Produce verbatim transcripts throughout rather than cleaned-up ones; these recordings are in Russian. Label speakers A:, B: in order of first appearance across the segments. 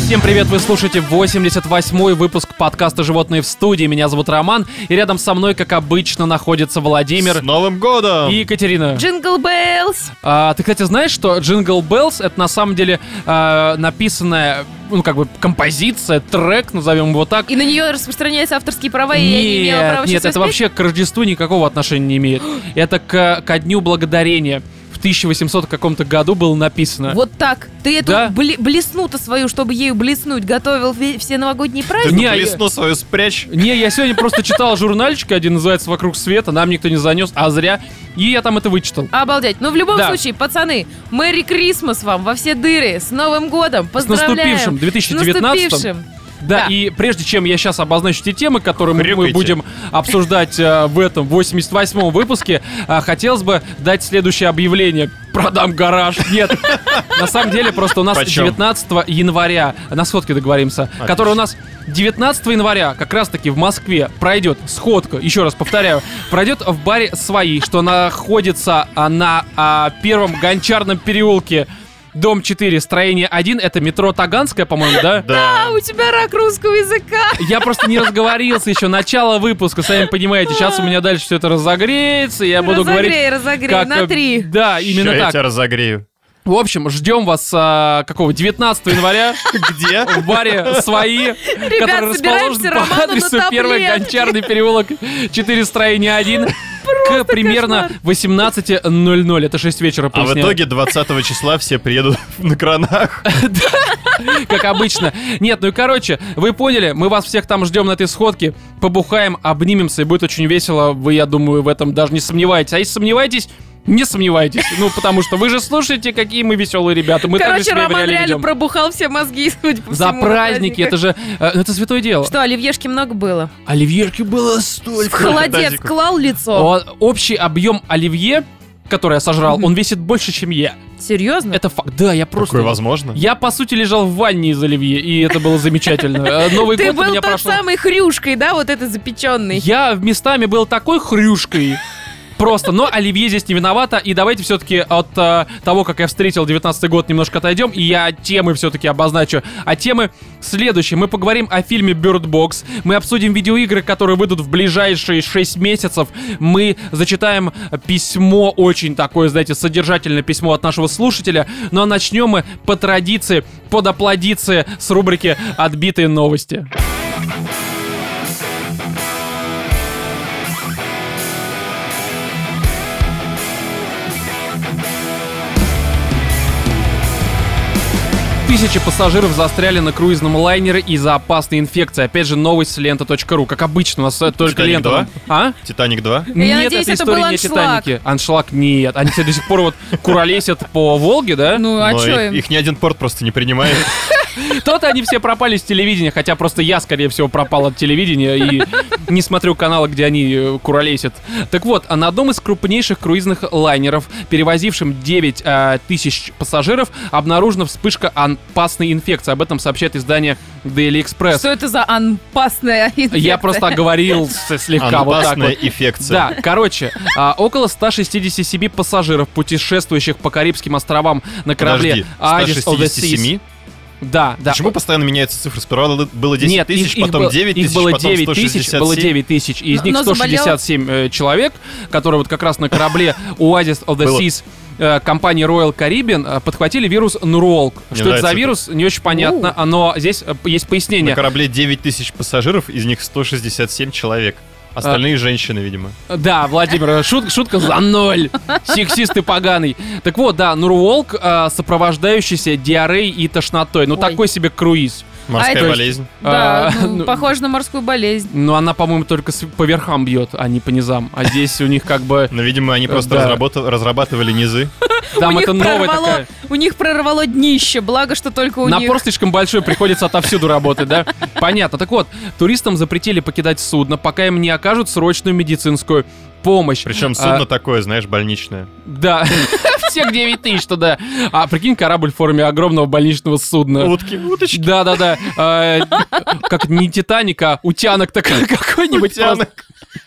A: Всем привет, вы слушаете восемьдесят восьмой выпуск подкаста «Животные в студии». Меня зовут Роман, и рядом со мной, как обычно, находится Владимир.
B: С Новым годом!
A: И Екатерина.
C: Джингл Беллс!
A: А, ты, кстати, знаешь, что Джингл Беллс — это на самом деле а, написанная, ну, как бы, композиция, трек, назовем его так.
C: И на нее распространяются авторские права, и
A: нет,
C: я не имела права
A: Нет,
C: сейчас
A: это
C: спеть?
A: вообще к Рождеству никакого отношения не имеет. Это к, ко Дню Благодарения. В тысяча восьмисотом каком-то году было написано.
C: Вот так. Ты эту
A: Да?
C: бли- блесну-то свою, чтобы ею блеснуть, готовил ве- все новогодние
B: Ты
C: праздники?
A: Не,
B: ну,
A: я-
B: блесну свою спрячь.
A: Не, я сегодня просто читал журнальчик, один называется «Вокруг света», нам никто не занес, а зря. И я там это вычитал.
C: Обалдеть. Ну, в любом
A: Да.
C: случае, пацаны, Мэри Крисмас вам во все дыры. С Новым годом. Поздравляем.
A: наступившим две тысячи девятнадцатым.
C: С наступившим.
A: Да,
C: Да.
A: и прежде чем я сейчас обозначу те темы, которые мы, мы
B: Хрюкайте.
A: будем обсуждать э, в этом восемьдесят восьмом выпуске, э, хотелось бы дать следующее объявление. Продам гараж. Нет. На самом деле, просто у нас
B: Почем?
A: девятнадцатого января, на сходке договоримся,
B: Отлично.
A: которая у нас девятнадцатого января как раз-таки в Москве пройдет сходка, еще раз повторяю, пройдет в баре «Свои», что находится а, на а, первом Гончарном переулке, дом четыре, строение один, это метро Таганская, по-моему, да?
B: Да.
C: А, у тебя рак русского языка.
A: Я просто не разговорился еще, начало выпуска, сами понимаете, сейчас у меня дальше все это разогреется, и я буду говорить...
C: Разогрей, разогрей,
A: как,
C: на
A: э,
C: три.
A: Да, именно
B: Ща я
A: так.
B: тебя разогрею.
A: В общем, ждем вас а, какого, девятнадцатого января
B: Где?
A: в баре «Свои», который расположен
C: собираемся
A: по
C: Роману на
A: адресу первый
C: таблетки.
A: Гончарный переулок, четыре, строение один, к примерно
C: кошмар.
A: восемнадцати ноль-ноль, это шесть вечера.
B: А в
A: полусня.
B: итоге двадцатого числа все приедут на кранах.
A: Как обычно. Нет, ну и короче, вы поняли, мы вас всех там ждем на этой сходке, побухаем, обнимемся, и будет очень весело. Вы, я думаю, в этом даже не сомневаетесь. А если сомневаетесь, не сомневайтесь. Ну, потому что вы же слушаете, какие мы веселые ребята. Мы также
C: Короче,
A: себя в
C: Роман
A: реале
C: реально
A: ведем.
C: пробухал все мозги, судя по
A: За
C: всему, на
A: праздники, это
C: праздниках.
A: же, э, это святое дело.
C: Что, оливьешки много было?
A: Оливьерки было
C: В
A: столько.
C: холодец
B: тазиков.
C: клал лицо?
A: О, общий объем оливье, который я сожрал, он весит больше, чем я.
C: Серьезно?
A: Это факт. Да, я просто...
B: Такое возможно?
A: Я, по сути, лежал в ванне из оливье, и это было замечательно. Э, Новый
C: Ты
A: год у
C: был
A: меня
C: тот
A: прошел...
C: самый хрюшкой, да, вот это запеченный?
A: Я местами был такой хрюшкой. Просто, но оливье здесь не виновата. И давайте все-таки от э, того, как я встретил девятнадцатый год, немножко отойдем. И я темы все-таки обозначу. А темы следующие. Мы поговорим о фильме Bird Box. Мы обсудим видеоигры, которые выйдут в ближайшие шесть месяцев. Мы зачитаем письмо, очень такое, знаете, содержательное письмо от нашего слушателя. Ну а начнем мы по традиции, под аплодиции с рубрики «Отбитые новости». Тысячи пассажиров застряли на круизном лайнере из-за опасной инфекции. Опять же, новость с лента точка ру. Как обычно, у нас э, только
B: «Титаник»
A: лента.
B: два?
A: А?
B: Титаник два?
C: Я
A: Нет,
C: надеюсь,
A: эта
C: это
A: история
C: был
A: не
C: аншлаг.
A: Титаники. Аншлаг нет. Они все до сих пор вот куролесят по Волге, да?
C: Ну, а
B: Но
C: чё
B: их,
C: им?
B: их ни один порт просто не принимает.
A: То-то они все пропали с телевидения, хотя просто я, скорее всего, пропал от телевидения и не смотрю каналы, где они э, куролесят. Так вот, а на одном из крупнейших круизных лайнеров, перевозившим девять э, тысяч пассажиров, обнаружена вспышка опасной инфекции. Об этом сообщает издание Daily Express.
C: Что это за анпасная инфекция?
A: Я просто оговорился слегка вот так
B: Анпасная
A: вот.
B: инфекция.
A: Да, короче, а, около ста шестидесяти семи пассажиров, путешествующих по Карибским островам на корабле
B: Подожди,
A: Aegis of the
B: ста шестидесяти
A: Seas.
B: семи?
A: Да, да.
B: Почему постоянно меняется цифра? Сперва было десять
A: Нет,
B: тысяч,
A: их, их
B: потом
A: было-
B: девять
A: их
B: тысяч,
A: было
B: потом
A: девять
B: сто
A: тысяч,
B: шестьдесят
A: было
B: семь.
A: девять тысяч, и из
C: Но-
A: них
C: но
A: сто
C: заболело-
A: шестьдесят семь э, человек, которые вот как раз на корабле Oasis of the
B: Было-
A: Seas э, компании Royal Caribbean э, подхватили вирус Нуролк.
B: Мне
A: Что это за
B: нравится
A: вирус, не очень понятно, но здесь э, есть
B: На
A: пояснение.
B: корабле девять тысяч пассажиров, из них сто шестьдесят семь человек. Остальные женщины, видимо.
A: Да, Владимир, шут- шутка за ноль. Сексист и поганый. Так вот, да, Нурволк, э, сопровождающийся диареей и тошнотой. Ну,
C: Ой.
A: такой себе круиз.
B: Морская
C: это-
B: болезнь.
C: Да,
A: А,
C: ну,
A: ну,
C: похоже на морскую болезнь.
A: Ну, она, по-моему, только с- по верхам бьет, а не по низам. А здесь у них как бы...
B: Но, видимо, они просто
A: Да.
B: разработа- разрабатывали низы.
A: Там
C: у них
A: это новая
C: прорвало,
A: такая...
C: у них прорвало днище, благо, что только у
A: Напор
C: них.
A: слишком большой, приходится отовсюду работать, да? Понятно. Так вот, туристам запретили покидать судно, пока им не окажут срочную медицинскую помощь.
B: Причем
A: А,
B: судно такое, знаешь, больничное.
A: Да, всех девять тысяч туда. А прикинь, корабль в форме огромного больничного судна.
B: Утки, уточки.
A: Да-да-да. А, как не Титаник, а утянок такой какой-нибудь.
B: Утянок.
A: просто.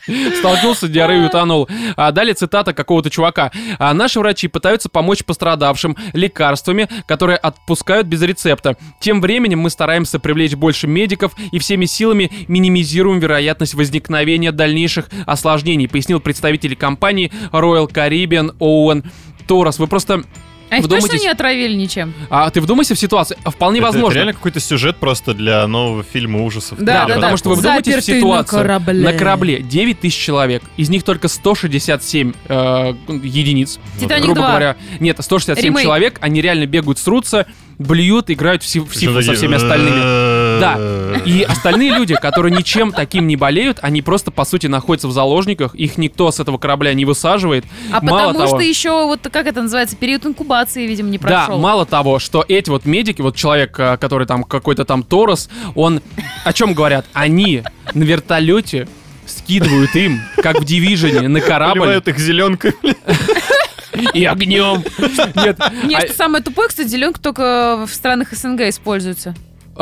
A: Столкнулся с диареей и утонул. А далее цитата какого-то чувака. А наши врачи пытаются помочь пострадавшим лекарствами, которые отпускают без рецепта. Тем временем мы стараемся привлечь больше медиков и всеми силами минимизируем вероятность возникновения дальнейших осложнений, пояснил представитель компании Royal Caribbean Оуэн Торрес. Вы просто...
C: А их
A: Вдумайтесь.
C: точно не отравили ничем?
A: А ты вдумайся в ситуацию. Вполне
B: Это,
A: возможно.
B: это реально какой-то сюжет просто для нового фильма ужасов.
C: Да,
A: Да,
C: да,
A: потому
C: да.
A: что вы вдумайтесь в
C: Запертый на
A: ситуацию.
C: корабле.
A: На корабле девять тысяч человек, из них только сто шестьдесят семь э, единиц.
C: «Титаник
A: грубо
C: два».
A: говоря. Нет, сто шестьдесят семь
C: Ремейк.
A: человек, они реально бегают, срутся, блюют, играют в, си- в сифу со всеми остальными. Да. И остальные люди, которые ничем таким не болеют, они просто, по сути, находятся в заложниках, их никто с этого корабля не высаживает.
C: А
A: Мало
C: потому
A: того,
C: что еще, вот как это называется, период инкубации, видимо, не
A: да,
C: прошел.
A: мало того, что эти вот медики, вот человек, э, который там какой-то там Торрес, он о чем говорят? Они на вертолете скидывают им, как в Дивижене, на корабль
B: Поливают их зеленкой.
A: и огнем. Нет,
C: Не,
A: а-
C: что самое тупое, кстати, зеленка только в странах СНГ используется.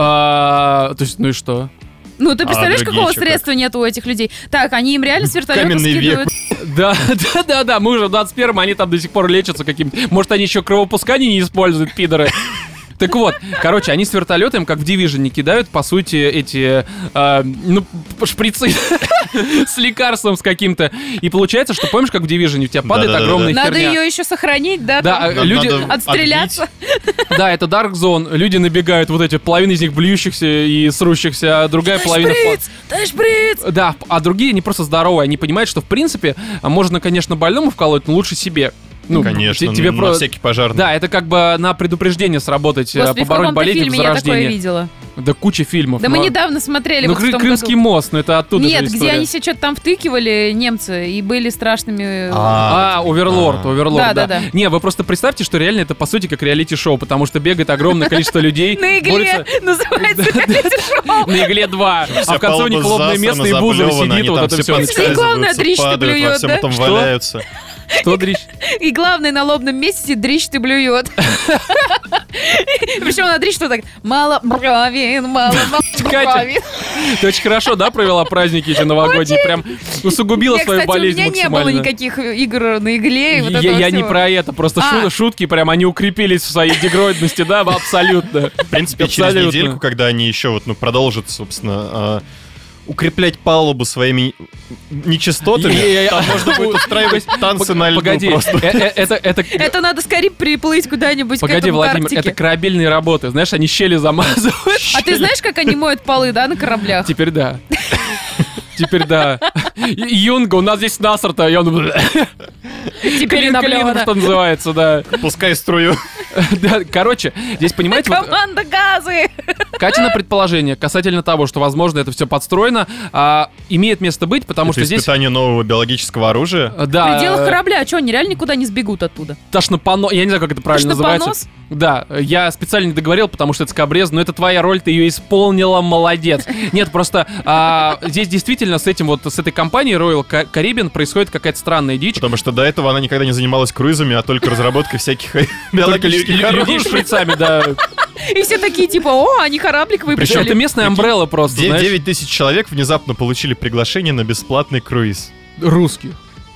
A: а, то есть, ну и что?
C: Ну, ты представляешь,
B: другие
C: какого
B: чё, как?
C: средства нет у этих людей? Так, они им реально с вертолета
B: Каменный век.
C: скидывают.
A: Да, да, да, да, мы уже в двадцать первом, они там до сих пор лечатся каким-то. Может, они еще кровопускание не используют, пидоры. Так вот, короче, они с вертолетом, как в Division, кидают, по сути, эти, э, ну, шприцы с лекарством с каким-то. И получается, что, помнишь, как в Division, у тебя падает
B: Да-да-да-да.
A: огромная
C: Надо
A: херня.
C: ее еще сохранить, да?
A: Да,
C: там?
A: э, люди...
B: Надо
C: Отстреляться.
A: Да, это Dark Zone. Люди набегают, вот эти, половина из них блюющихся и срущихся, а другая
C: Дай
A: половина...
C: шприц! Дай шприц!
A: Да, а другие, они просто здоровые. Они понимают, что, в принципе, можно, конечно, больному вколоть, но лучше себе. Ну,
B: Конечно,
A: те- тебе
B: на
A: про-
B: всякий пожарный.
A: Да, это как бы на предупреждение сработать, э,
C: Господи, в
A: побороть
C: каком-то
A: болезнь
C: фильме я такое
A: возрождения.
C: видела.
A: Да куча фильмов.
C: Да мы
A: но-
C: недавно смотрели
A: Ну,
C: вот в
A: Кры-
C: том
A: Крымский
C: году.
A: мост, ну это оттуда
C: Нет,
A: же
C: где
A: история.
C: они себе что-то там втыкивали, немцы, и были страшными...
B: А,
A: А, Оверлорд,
B: А.
A: Оверлорд,
C: Да,
A: да.
C: да, да.
A: Не, вы просто представьте, что реально это по сути как реалити-шоу, потому что бегает огромное количество людей.
C: На игле
A: борется-
C: называется реалити-шоу.
A: На игле два.
B: Вся
A: А в конце у них
B: палуба
A: лобное
B: засрана,
A: место и Бузова
B: заблевана,
A: сидит,
B: они
A: вот
B: там
A: это
B: все
A: все.
B: подскальзываются,
C: И главное, дрищ ты
B: падают, во
C: блюет,
B: всем
C: да?
B: этом
A: Что?
B: валяются.
A: Что, дрищ?
C: И главное, на лобном месте сидит дрищ ты блюет. Причем она дрищ что так, мало бровин, мало
A: Катя,
C: бровин.
A: ты очень хорошо, да, провела праздники эти новогодние? Прям усугубила
C: Я,
A: свою
C: кстати, у
A: болезнь
C: меня не было
A: максимально.
C: никаких игр на игле и вот
A: Я,
C: этого
A: я не
C: всего.
A: про это, просто
C: А.
A: шу- шутки прям, они укрепились в своей дегроидности, да, абсолютно.
B: В принципе, через
A: Абсолютно.
B: недельку, когда они еще вот, ну, продолжат, собственно, а, укреплять палубу своими нечистотами,
A: Я- я-
B: там можно будет устраивать танцы на льду
A: Погоди,
B: просто.
A: э- э- это, это,
C: Это надо скорее приплыть куда-нибудь к
A: Погоди,
C: этому, к
A: Владимир,
C: Арктике.
A: это корабельные работы, знаешь, они щели замазывают.
C: А ты знаешь, как они моют полы, да, на кораблях?
A: Теперь да. Теперь да. И- Юнга, у нас здесь насор-то, и он...
C: Теперь и
A: Клин клином,
C: наблевано.
A: что называется, да.
B: Пускай струю.
A: Да, короче, здесь, понимаете, вот
C: Команда газы!
A: Катина предположение касательно того, что, возможно, это все подстроено, а, имеет место быть, потому
B: Это
A: что здесь...
B: испытание нового биологического оружия.
A: э,
C: В
A: Да,
C: пределах
A: э,
C: корабля, а что, они реально никуда не сбегут оттуда?
A: Тошнопонос, я не знаю, как это правильно
C: Тошнопонос?
A: называется. Да, я специально не договорил, потому что это скабрез, но это твоя роль, ты ее исполнила, молодец. Нет, просто а, здесь действительно с этим вот, с этой компанией Royal Ca- Caribbean происходит какая-то странная дичь.
B: Потому что до этого она никогда не занималась круизами, а только разработкой всяких
A: Только
B: биологических
A: лю- людей с
B: оружий.
A: шприцами, да.
C: И все такие, типа, о, они кораблик
A: Причем
C: выпустили.
A: это местная амбрелла просто,
B: Де-
A: знаешь.
B: девять тысяч человек внезапно получили приглашение на бесплатный круиз.
A: Русских.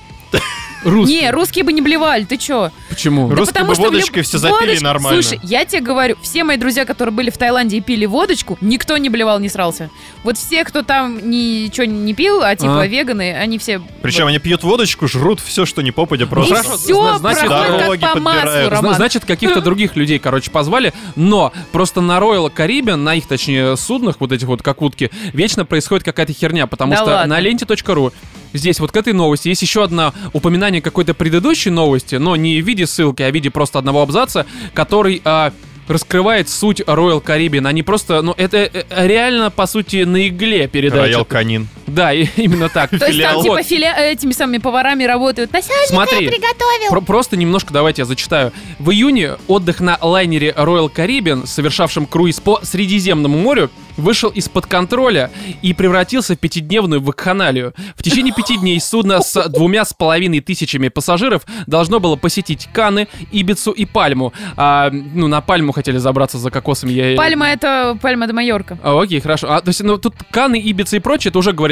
A: Русских.
C: Не, русские бы не блевали, ты чё?
A: Почему?
C: Да
B: Русские
C: потому
B: бы
C: что в люб-
B: водочкой все запили
C: водочка-
B: нормально.
C: Слушай, я тебе говорю, все мои друзья, которые были в Таиланде и пили водочку, никто не блевал, не срался. Вот все, кто там ничего не пил, а типа
A: А.
C: веганы, они все...
B: Причем они пьют водочку, жрут все, что не попадя,
C: И
B: просто.
A: хорошо,
C: все
A: значит,
C: проходит
B: дороги
C: как по маслу,
B: подбирают.
A: Зна-
C: Роман.
A: Значит, каких-то других людей, короче, позвали, но просто на Royal Caribbean, на их, точнее, суднах, вот этих вот, как утки, вечно происходит какая-то херня, потому
C: Да
A: что
C: ладно?
A: на ленте точка ру здесь вот к этой новости есть еще одно упоминание какой-то предыдущей новости, но не в виде ссылки, а в виде просто одного абзаца, который... а, раскрывает суть Royal Caribbean. Они просто, ну, это э, реально, по сути, на игле передача.
B: Роял Канин.
A: Да, и- именно так.
C: То есть там
B: Филиал.
C: типа
A: Вот.
C: филя- этими самыми поварами работают. Насяльник
A: Смотри,
C: я приготовил.
A: Про- просто немножко давайте я зачитаю. В июне отдых на лайнере Royal Caribbean, совершавшем круиз по Средиземному морю, вышел из-под контроля и превратился в пятидневную вакханалию. В течение пяти дней судно с двумя с половиной тысячами пассажиров должно было посетить Каны, Ибицу и Пальму. А, ну, на Пальму хотели забраться за кокосами. Я...
C: Пальма это Пальма де Майорка.
A: А, окей, хорошо. А, то есть, ну, тут Каны, Ибица и прочее, это уже говорит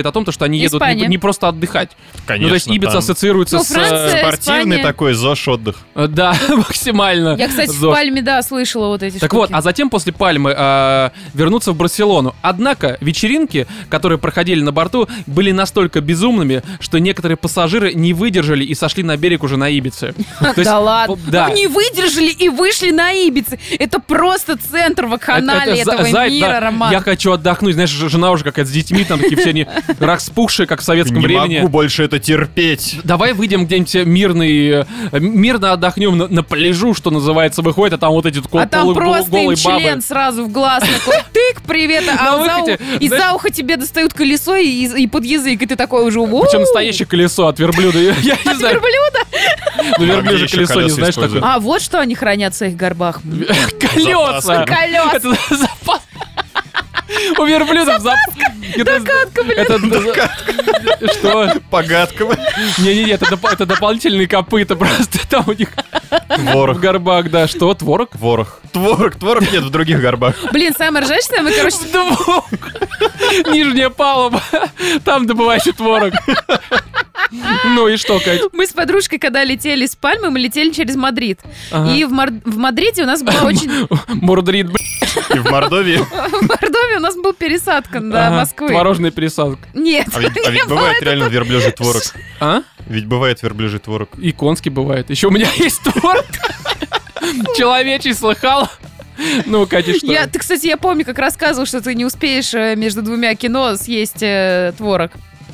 A: говорит о том, что они едут
C: Испания.
A: не, не просто отдыхать.
B: Конечно,
A: Ну, то есть Ибица
B: там
A: ассоциируется
C: Ну,
A: с...
C: Франция,
A: э,
B: спортивный
C: Испания.
B: такой ЗОЖ-отдых.
A: э, Да, максимально.
C: Я, кстати, в
A: ЗОЖ.
C: Пальме, да, слышала вот эти
A: Так
C: штуки.
A: вот, а затем после Пальмы э, вернуться в Барселону. Однако вечеринки, которые проходили на борту, были настолько безумными, что некоторые пассажиры не выдержали и сошли на берег уже на Ибице. То есть,
C: Да ладно.
A: да.
C: Ну, не выдержали и вышли на Ибице. Это просто центр вакханалии
A: Это- это
C: этого
A: за- за-
C: мира,
A: да,
C: Роман.
A: Я хочу отдохнуть. Знаешь, ж- жена уже какая-то с детьми, там такие все они распухшие, как в советском
B: Не
A: времени.
B: могу больше это терпеть.
A: Давай выйдем где-нибудь мирный, э, мирно отдохнем на, на пляжу, что называется, выходит, а там вот эти вот
C: А там
A: полу-
C: просто
A: голые
C: им
A: бабы.
C: член сразу в глаз такой, тык, привет, а
A: На
C: за
A: выходе,
C: у- и
A: знаешь-
C: за ухо тебе достают колесо и, и под язык, и ты такой уже, «Воу».
A: Причем настоящее колесо от верблюда. Я, я не
C: От
A: знаю,
C: верблюда?
A: ну верблюжье
B: еще
A: колесо, не
B: колеса
A: знаешь такое?
B: используют.
C: А вот что они хранят в своих горбах.
A: Колеса!
B: Запаска.
C: Колес.
A: Это запас. У верблюдов запас.
C: Докатка, блин.
A: Это что?
B: Погадка.
A: Не-не-не, это доп- это дополнительные копыта просто там у них в
B: Творог.
A: горбах, да. Что, творог?
B: Творог. Творог. Творог нет в других горбах.
C: Блин, самое ржачное, мы, короче,
A: Двух. Нижняя палуба. Там добывайте творог. Ну и что, Кать?
C: мы с подружкой, когда летели с Пальмы, мы летели через Мадрид.
A: Ага.
C: И в, Мар- в Мадриде у нас была очень...
A: Мордрид, блин.
B: И в Мордовии.
C: В Мордовии у нас был пересадка до
A: Ага,
C: Москвы.
A: Творожная пересадка.
C: Нет,
B: А ведь, а
C: не
B: ведь
C: было.
B: бывает реально верблюжий творог.
A: А?
B: Ведь бывает верблюжий творог.
A: И конский бывает. Еще у меня есть творог. Человечий слыхал. Ну, Катя, что?
C: Я, ты, кстати, я помню, как рассказывал, что ты не успеешь э, между двумя кино съесть э, творог.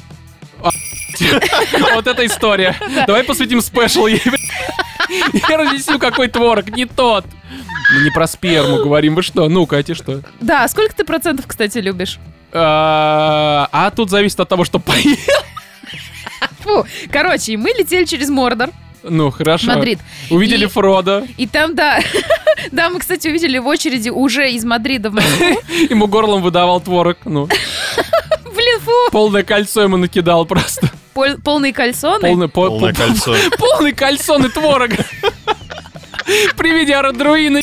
A: Вот эта история. Давай посвятим спешл ей. Я разнесу какой творог, не тот. Мы не про сперму говорим, вы что? Ну, Катя, что?
C: Да, сколько ты процентов, кстати, любишь?
A: А а тут зависит от того, что поел.
C: Фу. Короче, мы летели через Мордор,
A: Ну, хорошо.
C: Мадрид.
A: Увидели
C: И-
A: Фродо.
C: И там, да, да, мы, кстати, увидели в очереди уже из Мадрида в Москву.
A: Ему горлом выдавал творог. Ну,
C: Блин, фу.
A: полное кольцо ему накидал просто.
C: Пол- полные кальсоны.
A: Полное, по-
B: Полное
A: по-
B: кольцо.
A: Полный кальсон и творога. При виде Ардруины.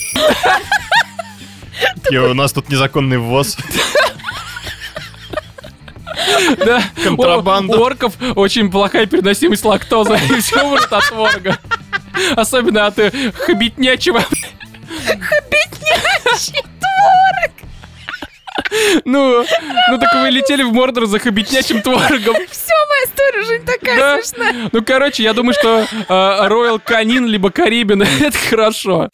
B: И у нас тут незаконный ввоз.
A: Да.
B: Контрабанда.
A: У орков очень плохая переносимость лактозы. И все умрут от творога. Особенно от э, хобитнячего.
C: Хобитнячий
A: Ну, ну так вы летели в Мордор за хобитнячим творогом.
C: Все, моя история уже не такая
A: Да?
C: смешная.
A: Ну, короче, я думаю, что Роял Канин либо Карибин — это хорошо.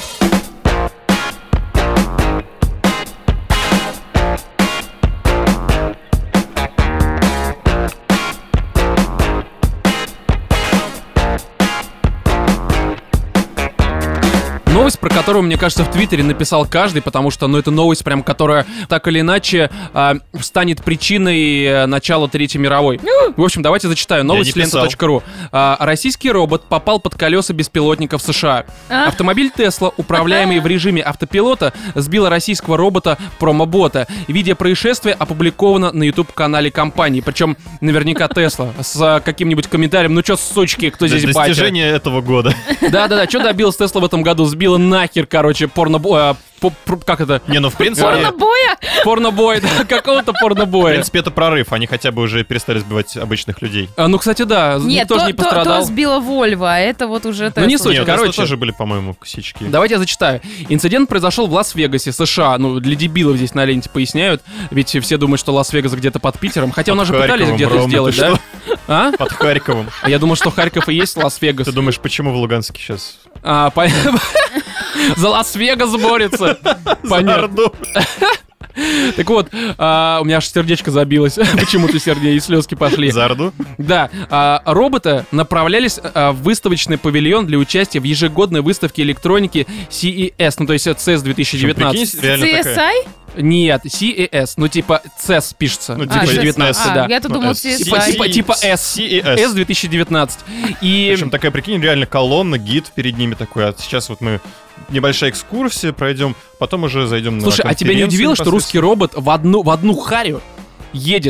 A: Новость, про которую, мне кажется, в Твиттере написал каждый, потому что, ну, это новость, прям, которая так или иначе а, станет причиной э, начала Третьей мировой. В общем, давайте зачитаю. Новость с
B: не писал.
A: лента точка ру. А, российский робот попал под колеса беспилотников США.
C: А?
A: Автомобиль Тесла, управляемый в режиме автопилота, сбил российского робота промо-бота. Видео происшествия опубликовано на YouTube-канале компании. Причем наверняка Тесла с а, каким-нибудь комментарием. Ну чё, сучки, кто здесь батя?
B: Достижение этого года.
A: Да-да-да, что добилась Тесла в этом году? Сбила нахер, короче, порно... а, по- пр- как это?
B: Не, ну в принципе...
C: Порнобоя?
A: Порнобой, да, какого-то
B: В
A: порнобоя.
B: принципе, это прорыв. Они хотя бы уже перестали сбивать обычных людей.
A: А, ну, кстати, да,
C: Нет,
A: никто
C: то,
A: же не
C: то- то
A: пострадал.
C: сбила Вольво, а это вот уже
A: Ну, не
C: Тесла.
A: суть,
B: Нет,
A: короче.
B: короче... тоже были, по-моему, косячки.
A: Давайте я зачитаю. Инцидент произошел в Лас-Вегасе, США. Ну, для дебилов здесь на ленте поясняют. Ведь все думают, что Лас-Вегас где-то под Питером. Хотя у нас же
B: Под
A: пытались
B: Харьковом,
A: где-то
B: Рома,
A: сделать,
B: ты
A: да?
B: что?
A: А?
B: Под Харьковом.
A: А я думал, что Харьков и есть Лас-Вегас.
B: Ты думаешь, почему в Луганске сейчас?
A: А, по- За Лас-Вегас борется.
B: За
A: Понятно.
B: Орду.
A: Так вот, а, у меня аж сердечко забилось. Почему-то сердце и слезки пошли.
B: За Орду?
A: Да, а, роботы направлялись а, в выставочный павильон для участия в ежегодной выставке электроники си и эс, ну то есть си и эс две тысячи девятнадцать.
B: Прикинь, реально
C: си эс
B: такая.
C: ай?
A: Нет, си и эс, ну типа си и эс пишется.
B: Ну,
C: А,
B: типа
A: две тысячи
C: си эс ай.
A: девятнадцать,
C: А,
A: да.
C: я-то
B: Ну,
C: думал
B: э,
C: си эс
A: Типа,
C: ай.
A: типа, типа S.
B: си и
A: эс
B: эс.
A: две тысячи девятнадцать. И...
B: Причем такая, прикинь, реально колонна, гид перед ними такой. А сейчас вот мы небольшая экскурсия пройдем, потом уже зайдем на
A: Слушай, а тебя не
B: конференцию
A: удивило, что русский
B: непосредственно?
A: робот в одну, в одну харю едет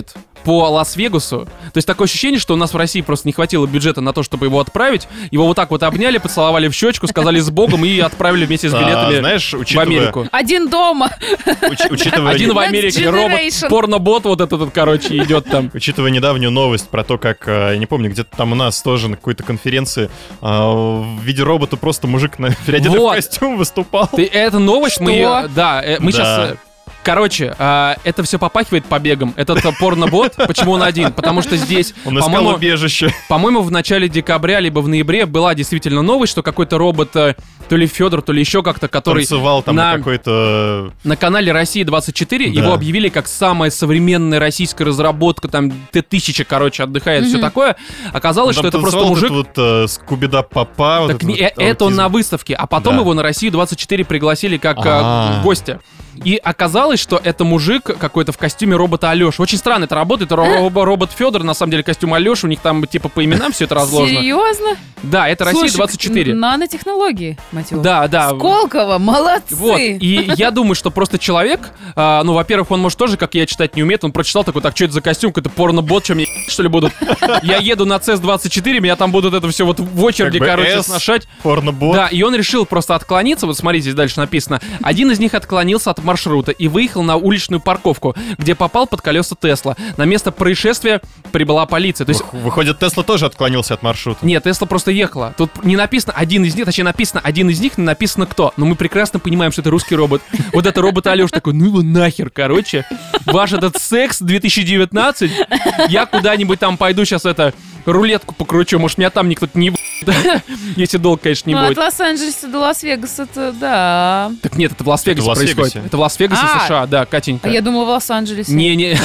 A: по Лас-Вегасу. То есть такое ощущение, что у нас в России просто не хватило бюджета на то, чтобы его отправить. Его вот так вот обняли, поцеловали в щечку, сказали «с Богом» и отправили вместе с билетами
B: А, знаешь,
A: в
B: учитывая,
A: Америку.
C: Один дома.
B: уч- учитывая,
A: Один в
C: Next
A: Америке робот,
C: Generation.
A: порнобот вот этот, вот, короче, идет там.
B: учитывая недавнюю новость про то, как, э, я не помню, где-то там у нас тоже на какой-то конференции а, в виде робота просто мужик на, переодетый
A: Вот.
B: в костюм выступал.
A: Ты, это новость, мы
C: Что?
A: ее... Да, э, мы
B: Да.
A: сейчас... Короче, а, это все попахивает побегом. Этот а, порнобот, почему он один? Потому что здесь,
B: Он искал
A: по-моему,
B: убежище.
A: по-моему, в начале декабря, либо в ноябре была действительно новость, что какой-то робот, э, то ли Федор, то ли еще как-то, который
B: Танцевал там
A: на-
B: на какой-то...
A: на канале Россия двадцать четыре,
B: Да.
A: его объявили как самая современная российская разработка, там Т тысяча, короче, отдыхает, все такое. Оказалось, что это просто мужик.
B: Вот э, Скубида Папа. вот
A: Так
B: этот
A: не-
B: вот
A: э, это он
B: аутизм.
A: на выставке, а потом
B: Да.
A: его на Россию двадцать четыре пригласили как э,
B: А.
A: гостя. И оказалось, что это мужик какой-то в костюме робота Алёши. Очень странно это работает. Это ро- ро- робот Федор, на самом деле костюм Алёши. У них там типа по именам все это разложено.
C: Серьезно?
A: Да, это Россия
C: Слушай,
A: двадцать четыре.
C: Нанотехнологии, мать его.
A: Да, да.
C: Сколково, молодцы.
A: Вот, и я думаю, что просто человек, а, ну, во-первых, он, может, тоже, как я, читать не умеет, он прочитал такой, так, что это за костюм, какой-то порно-бот, что мне, что ли, будут? Я еду на Цэс двадцать четыре, меня там будут это все вот в очереди,
B: Как бы
A: короче,
B: S,
A: сношать.
B: Порнобот.
A: Да, и он решил просто отклониться, вот смотрите, здесь дальше написано. Один из них отклонился от маршрута и выехал на уличную парковку, где попал под колеса Тесла. На место происшествия прибыла полиция. То есть
B: Вы- Выходит, Тесла тоже отклонился от маршрута.
A: нет, Тесла просто ехала. Тут не написано один из них, точнее написано один из них, не написано кто. Но мы прекрасно понимаем, что это русский робот. Вот это робот Алёш такой, ну его нахер, короче. Ваш этот секс две тысячи девятнадцать, я куда-нибудь там пойду сейчас это, рулетку покручу, может меня там никто не ебает. Если долг, конечно, не
C: Ну, от
A: будет.
C: Лос-Анджелеса до Лас-Вегаса-то, да.
A: Так нет, это в Лас-Вегасе
B: Это в Лас-Вегасе.
A: происходит. Это в Лас-Вегасе,
C: А.
A: США, да, Катенька.
C: А я думала в Лос-Анджелесе.
A: Не-не.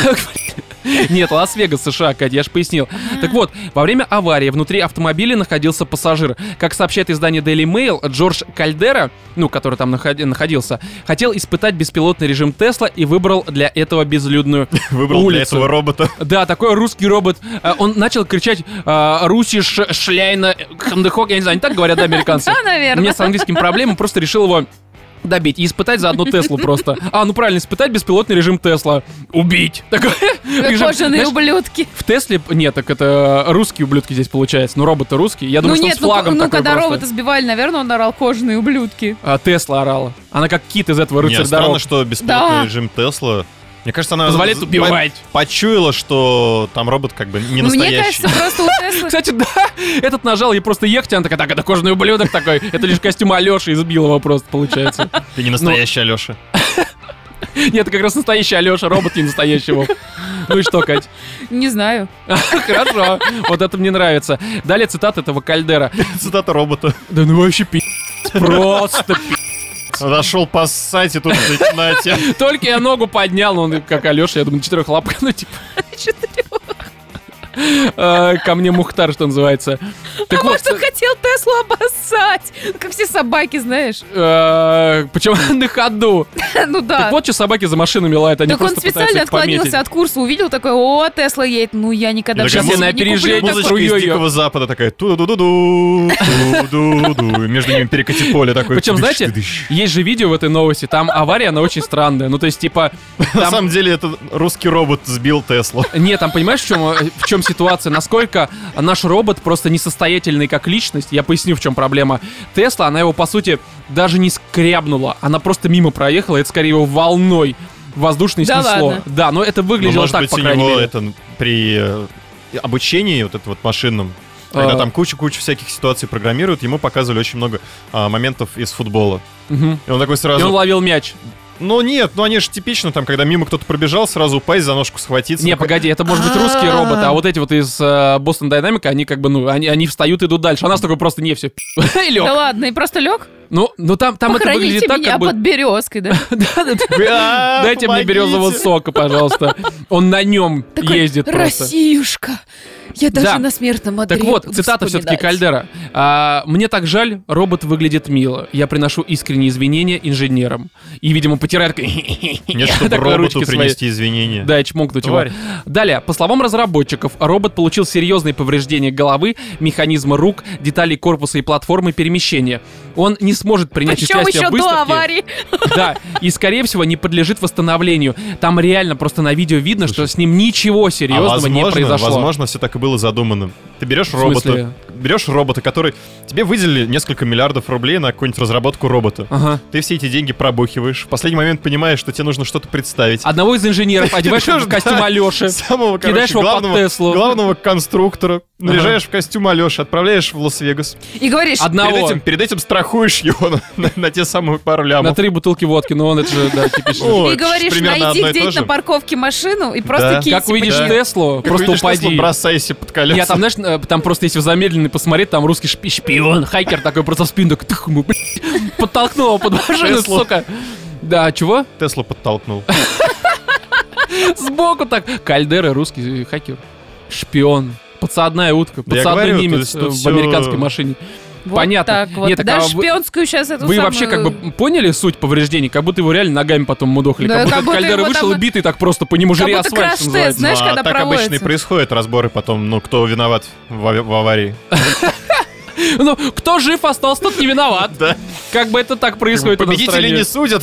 A: Нет, Лас-Вегас, США, Катя, я же пояснил. Так вот, во время аварии внутри автомобиля находился пассажир. Как сообщает издание Daily Mail, Джордж Кальдера, ну, который там находи- находился, хотел испытать беспилотный режим Тесла и выбрал для этого безлюдную
B: Выбрал для
A: улицу.
B: этого робота.
A: Да, такой русский робот. А, Он начал кричать а, «Руси ш- шляйна хандехок». Я не знаю, они так говорят, да, американцы?
C: Да,
A: У меня
C: наверное.
A: с английским проблемы, просто решил его добить и испытать заодно Теслу просто. А, ну правильно, испытать беспилотный режим Тесла. Убить. Такой режим.
C: Кожаные
A: Знаешь,
C: ублюдки.
A: в Тесле, нет, так это русские ублюдки здесь получается. Ну, роботы русские. Я думаю,
C: Ну
A: что он
C: нет,
A: с флагом
C: ну, ну
A: такой
C: когда
A: просто.
C: робота сбивали, наверное, он орал «кожаные ублюдки».
A: А, Тесла орала. Она как кит из этого
B: Не,
A: рыцаря
B: странно,
A: дорог.
B: что беспилотный
C: Да.
B: режим Тесла... Мне кажется, она
A: Позволяет
B: з-
A: убивать.
B: по- почуяла, что там робот как бы не
C: Ну, мне
B: настоящий.
C: кажется, просто у Теслы...
A: Кстати, да, этот нажал, ей просто ехать, она такая, так, это кожаный ублюдок такой. Это лишь костюм Алёши, избил его просто, получается.
B: Ты не настоящий, Алёша.
A: Нет, это как раз настоящий Алёша, робот не настоящий, Вов. Ну и что, Кать?
C: Не знаю.
A: Хорошо, вот это мне нравится. Далее цитата этого Кальдера.
B: Цитата робота.
A: Да ну вообще пи***, просто пи***.
B: Зашел по сайте, тут знаете.
A: Только я ногу поднял, ну, он как Алёша, я думаю, на четырех лапках, ну, типа. Э, Ко мне Мухтар, что называется. Так вот,
C: Может, он хотел Теслу обоссать? Как все собаки, знаешь.
A: почему на ходу?
C: Ну да.
A: Так вот, что собаки за машинами лают, они
C: Так он
A: просто пытаются
C: специально
A: их пометить.
C: отклонился от курса, увидел такой, о, Тесла едет, ну я никогда в
B: Такая
C: жизни
A: на
C: не куплю
A: опережение
C: такую».
B: Музычка
A: струю
B: из
A: её.
B: Дикого Запада такая. Ту-ду-ду-ду, ту-ду-ду. И между ними перекати поле такое.
A: Причем,
B: тыдыщ,
A: знаете,
B: тыдыщ.
A: есть же видео в этой новости, там авария, она очень странная. Ну, то есть, типа,
B: На
A: там...
B: самом деле, это русский робот сбил Теслу.
A: Нет, там понимаешь, в чем, в чем ситуация? Насколько наш робот просто несостоятельный как личность. Я поясню, в чем проблема. Тесла, она его, по сути, даже не скрябнула. Она просто мимо проехала, это скорее его волной воздушной
C: Да
A: снесло.
C: ладно?
A: Да, но это
B: Но,
A: выглядело
B: может
A: так,
B: быть,
A: по
B: у
A: крайней
B: него
A: мере.
B: это при э, обучении вот это вот машинном, когда
A: А.
B: там кучу-кучу всяких ситуаций программируют, ему показывали очень много а, моментов из футбола.
A: Мгм.
B: И он такой
A: И
B: сразу...
A: он ловил мяч.
B: Ну нет, ну они же типично, там, когда мимо кто-то пробежал, сразу упасть, за ножку схватиться.
A: Не,
B: Такой,
A: погоди, это может быть русские
C: А-а-а.
A: роботы, а вот эти вот из э, Boston Dynamics, они как бы, ну, они, они встают и идут дальше. А нас такой просто не все. И лег.
C: Да ладно, и просто лег?
A: Ну, ну там, там это
C: Похороните
A: выглядит так,
C: меня
A: как бы...
C: под березкой, да?
A: Да, да, да.
B: «А,
A: Дайте мне
B: помогите!»
A: березового сока, пожалуйста. Он на нем
C: Такой,
A: ездит просто.
C: Россиюшка, Я даже
A: Да.
C: на смертном одре
A: Так вот,
C: буду
A: цитата все-таки
C: вспоминать.
A: Кальдера. А, «Мне так жаль, робот выглядит мило. Я приношу искренние извинения инженерам». И, видимо, потирает...
B: Нет, чтобы
A: такой
B: роботу
A: ручки своей.
B: принести извинения.
A: Да, и чмокнуть его.
B: Тварь.
A: Далее, по словам разработчиков, робот получил серьезные повреждения головы, механизма рук, деталей корпуса и платформы перемещения. Он не сможет принять
C: Причем
A: участие
C: еще
A: в
C: до
A: выставке.
C: аварии.
A: Да, и, скорее всего, не подлежит восстановлению. Там реально просто на видео видно, что с ним ничего
B: А
A: серьезного не
B: возможно,
A: произошло.
B: возможно, все так и было задумано. Ты берешь
A: В смысле?
B: робота, берешь робота, который... Тебе выделили несколько миллиардов рублей на какую-нибудь разработку робота.
A: Ага.
B: Ты все эти деньги пробухиваешь. В последний момент понимаешь, что тебе нужно что-то представить.
A: Одного из инженеров одеваешь
B: Берешь,
A: в костюм
B: да,
A: Алёши.
B: Самого,
A: кидаешь
B: короче,
A: его под
B: главного,
A: Теслу.
B: главного конструктора, наряжаешь в костюм Алёши, отправляешь в Лас-Вегас.
C: И говоришь,
A: Одного.
B: Перед этим, перед этим страхуешь его на, на- на те самые пару
A: На
B: лямов.
A: три бутылки водки, ну он это же, да, типично.
B: О,
C: и
B: это ж
C: говоришь,
B: примерно
C: найди
B: одно и то
C: где-нибудь
B: же.
C: на парковке машину и просто
B: Да.
C: кинь.
A: Как увидишь
B: Да.
A: Теслу,
B: Как
A: просто
B: увидишь Теслу,
A: упади.
B: бросайся под колеса.
A: Нет, там, знаешь, э, там просто если в замедленный посмотреть, там русский шпи- шпион, хайкер такой просто в спину, так, тых, ему, блядь, подтолкнул его под машину,
B: Теслу.
A: сука. Да, чего?
B: Теслу подтолкнул.
A: Сбоку так. Кальдера, русский хакер. Шпион. Подсадная утка.
B: Да я
A: Подсадный
B: говорю, то
A: немец
B: есть
A: э,
B: тут
A: в
B: всё-
A: американской машине.
C: Вот
A: Понятно.
C: так вот.
A: Нет, так,
C: Даже
A: а вы-
C: шпионскую сейчас эту
A: Вы
C: самую...
A: вообще как бы поняли суть повреждений? Как будто его реально ногами потом мудохали.
C: Да,
A: как будто
C: как будто
A: Кальдера
C: его
A: вышел
C: там-
A: и битый так просто по нему
C: Как
A: жри
C: будто
A: асфальт, что
C: краш-тест,
A: называется.
C: знаешь,
B: Ну, а
C: когда
B: так обычно и
C: проводится.
B: происходят разборы потом, ну, кто виноват в, ав- в аварии.
A: Ну, кто жив остался, тот не виноват.
B: Да.
A: Как бы это так происходит у нас в
B: Победители
A: стране.
B: не судят.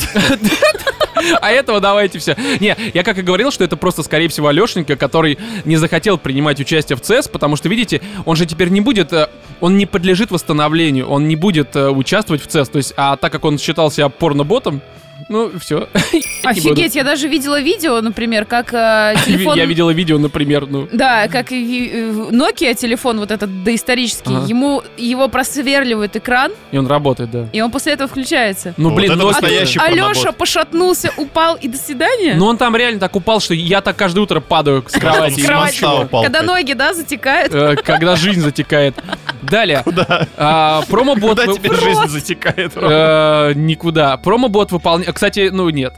A: А этого давайте все. Не, я как и говорил, что это просто, скорее всего, Алешенька, который не захотел принимать участие в ЦЕС, потому что, видите, он же теперь не будет, э, он не подлежит восстановлению, он не будет э, участвовать в ЦЕС. То есть, а так как он считал себя порно-ботом, ну, все.
C: Офигеть, я даже видела видео, например, как э, телефон...
A: Я видела видео, например, ну...
C: Да, как и, э, Nokia телефон вот этот доисторический,
A: Ага.
C: ему его просверливает экран,
A: И он работает, да.
C: и он после этого включается.
A: Ну,
B: Вот
A: блин,
B: это
A: Nokia-
C: А тут
B: настоящий
C: Алеша
B: порнобот.
C: пошатнулся, упал и до свидания.
A: Ну, он там реально так упал, что я так каждое утро падаю с кровати.
B: С
A: и
C: кровати.
A: ничего.
B: упал.
C: Когда ноги, да, затекают.
A: Э, Когда жизнь затекает. Далее. А, Промобот...
B: Куда
A: вы-
B: тебе жизнь затекает?
A: Э, Никуда. Промобот выполняет... Кстати, ну нет.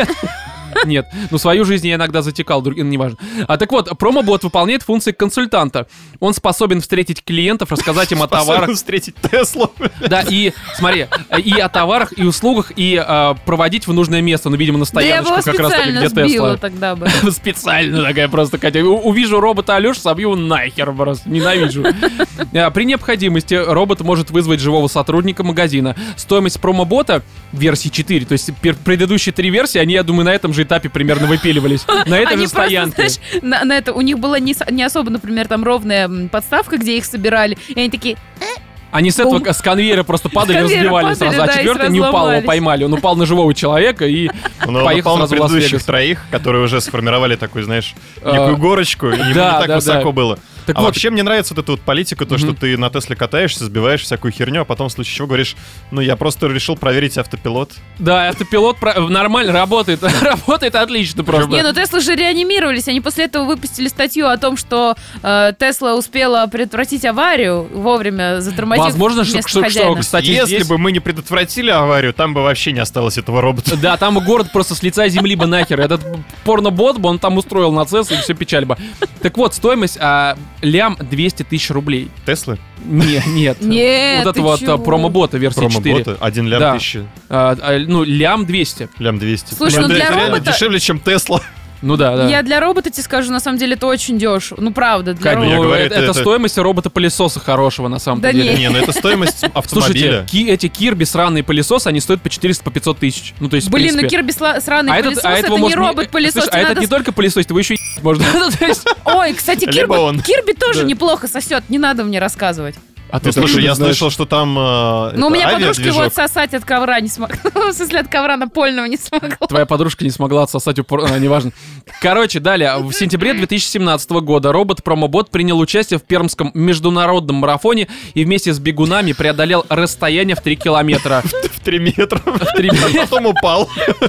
A: Нет. Ну, свою жизнь я иногда затекал, друг... неважно. А так вот, промобот выполняет функции консультанта. Он способен встретить клиентов, рассказать им о
B: Способен
A: товарах.
B: встретить Теслу.
A: Да, и смотри, и о товарах, и услугах, и э, проводить в нужное место. Ну, видимо, на
C: Да я бы
A: стояночку
C: его
A: как раз таки,
C: специально
A: где
C: сбила
A: Тесла.
C: тогда бы.
A: Специально такая просто, Катя. У- Увижу робота Алешу, собью его нахер просто. Ненавижу. А, При необходимости робот может вызвать живого сотрудника магазина. Стоимость промобота версии четыре, то есть пер- предыдущие три версии, они, я думаю, на этом же этапе примерно выпиливались. На этой
C: Они
A: же
C: просто,
A: стоянке.
C: знаешь, на, на это, у них была не, с- не особо, например, там ровная м, подставка, где их собирали, и они такие,
A: Они с этого,
C: Бум.
A: с конвейера просто падали,
C: конвейера
A: разбивались
C: падали,
A: сразу. А
C: да, и
A: четвертый
C: сразу
A: не упал, его
C: ломались.
A: поймали. Он упал на живого человека и
B: Он
A: поехал
B: напал на
A: сразу в
B: предыдущих
A: Лас-Вегас.
B: троих, которые уже сформировали такую, знаешь,
A: А,
B: некую горочку, и ему не
A: да,
B: так
A: да,
B: высоко
A: да.
B: было.
A: Так
B: А
A: вот.
B: вообще мне нравится вот эта вот политика, то, что
A: Мгм.
B: ты на Тесле катаешься, сбиваешь всякую херню, а потом в случае чего говоришь, ну я просто решил проверить автопилот.
A: Да, автопилот про- нормально работает. Работает отлично просто.
C: не, ну Теслы же реанимировались, они после этого выпустили статью о том, что э, Тесла успела предотвратить аварию, вовремя затормозив
A: Возможно, что,
C: вместо
A: что, что,
C: хозяина.
A: кстати,
B: Если
A: здесь...
B: бы мы не предотвратили аварию, там бы вообще не осталось этого робота.
A: Да, там город просто с лица земли бы нахер. Этот порнобот бы он там устроил на ЦЕС, и все печаль бы. Так вот, стоимость а, лям двести тысяч рублей.
B: Теслы?
A: Не, нет.
C: Нет,
A: Вот
C: ты
A: это вот
C: чего?
A: а, промобота версии четыре.
B: Промобота, один лям
A: Да.
B: тысячи,
A: А, а, ну, лям двести.
B: лям двести.
C: Слушай,
B: Лям
C: ну для
B: двести реально
C: робота-
B: дешевле, чем Тесла.
A: Ну да, да.
C: Я для робота тебе скажу, на самом деле это очень дешево. Ну правда, для
A: Кать,
B: Ну,
C: робота.
B: я
A: ну,
B: говорю,
A: это,
B: это-
A: это
B: это-
A: стоимость робота-пылесоса хорошего, на самом
C: Да
A: деле.
C: не.
B: Не, ну это стоимость
A: Слушайте,
B: автомобиля.
A: ки- эти Кирби сраные пылесосы, они стоят по четыреста по пятьсот тысяч. Ну, то есть, в
C: Блин, ну
A: принципе...
C: Кирби сла- сраный
A: а
C: пылесос,
A: этот, а
C: это
A: этого
C: не
A: может
C: робот-пылесос.
A: Слушай, а
C: тебе
A: этот
C: надо
A: не только пылесос, его еще и можно. Ну, то есть-
C: Ой, кстати, Кирби,
B: Либо он.
C: Кирби тоже
A: Да.
C: неплохо сосет, не надо мне рассказывать.
A: А
B: Ну, слушай,
A: откуда
B: я
A: знаешь?
B: слышал, что там э,
C: Ну, у
B: это,
C: меня подружка его
B: авиадвижок.
C: отсосать от ковра не смогла. В смысле, от ковра напольного не смогла.
A: Твоя подружка не смогла отсосать упор... а, неважно. Короче, далее. В сентябре две тысячи семнадцатого года робот-промобот принял участие в Пермском международном марафоне и вместе с бегунами преодолел расстояние в три километра.
B: В три метра.
A: В три
B: А потом упал.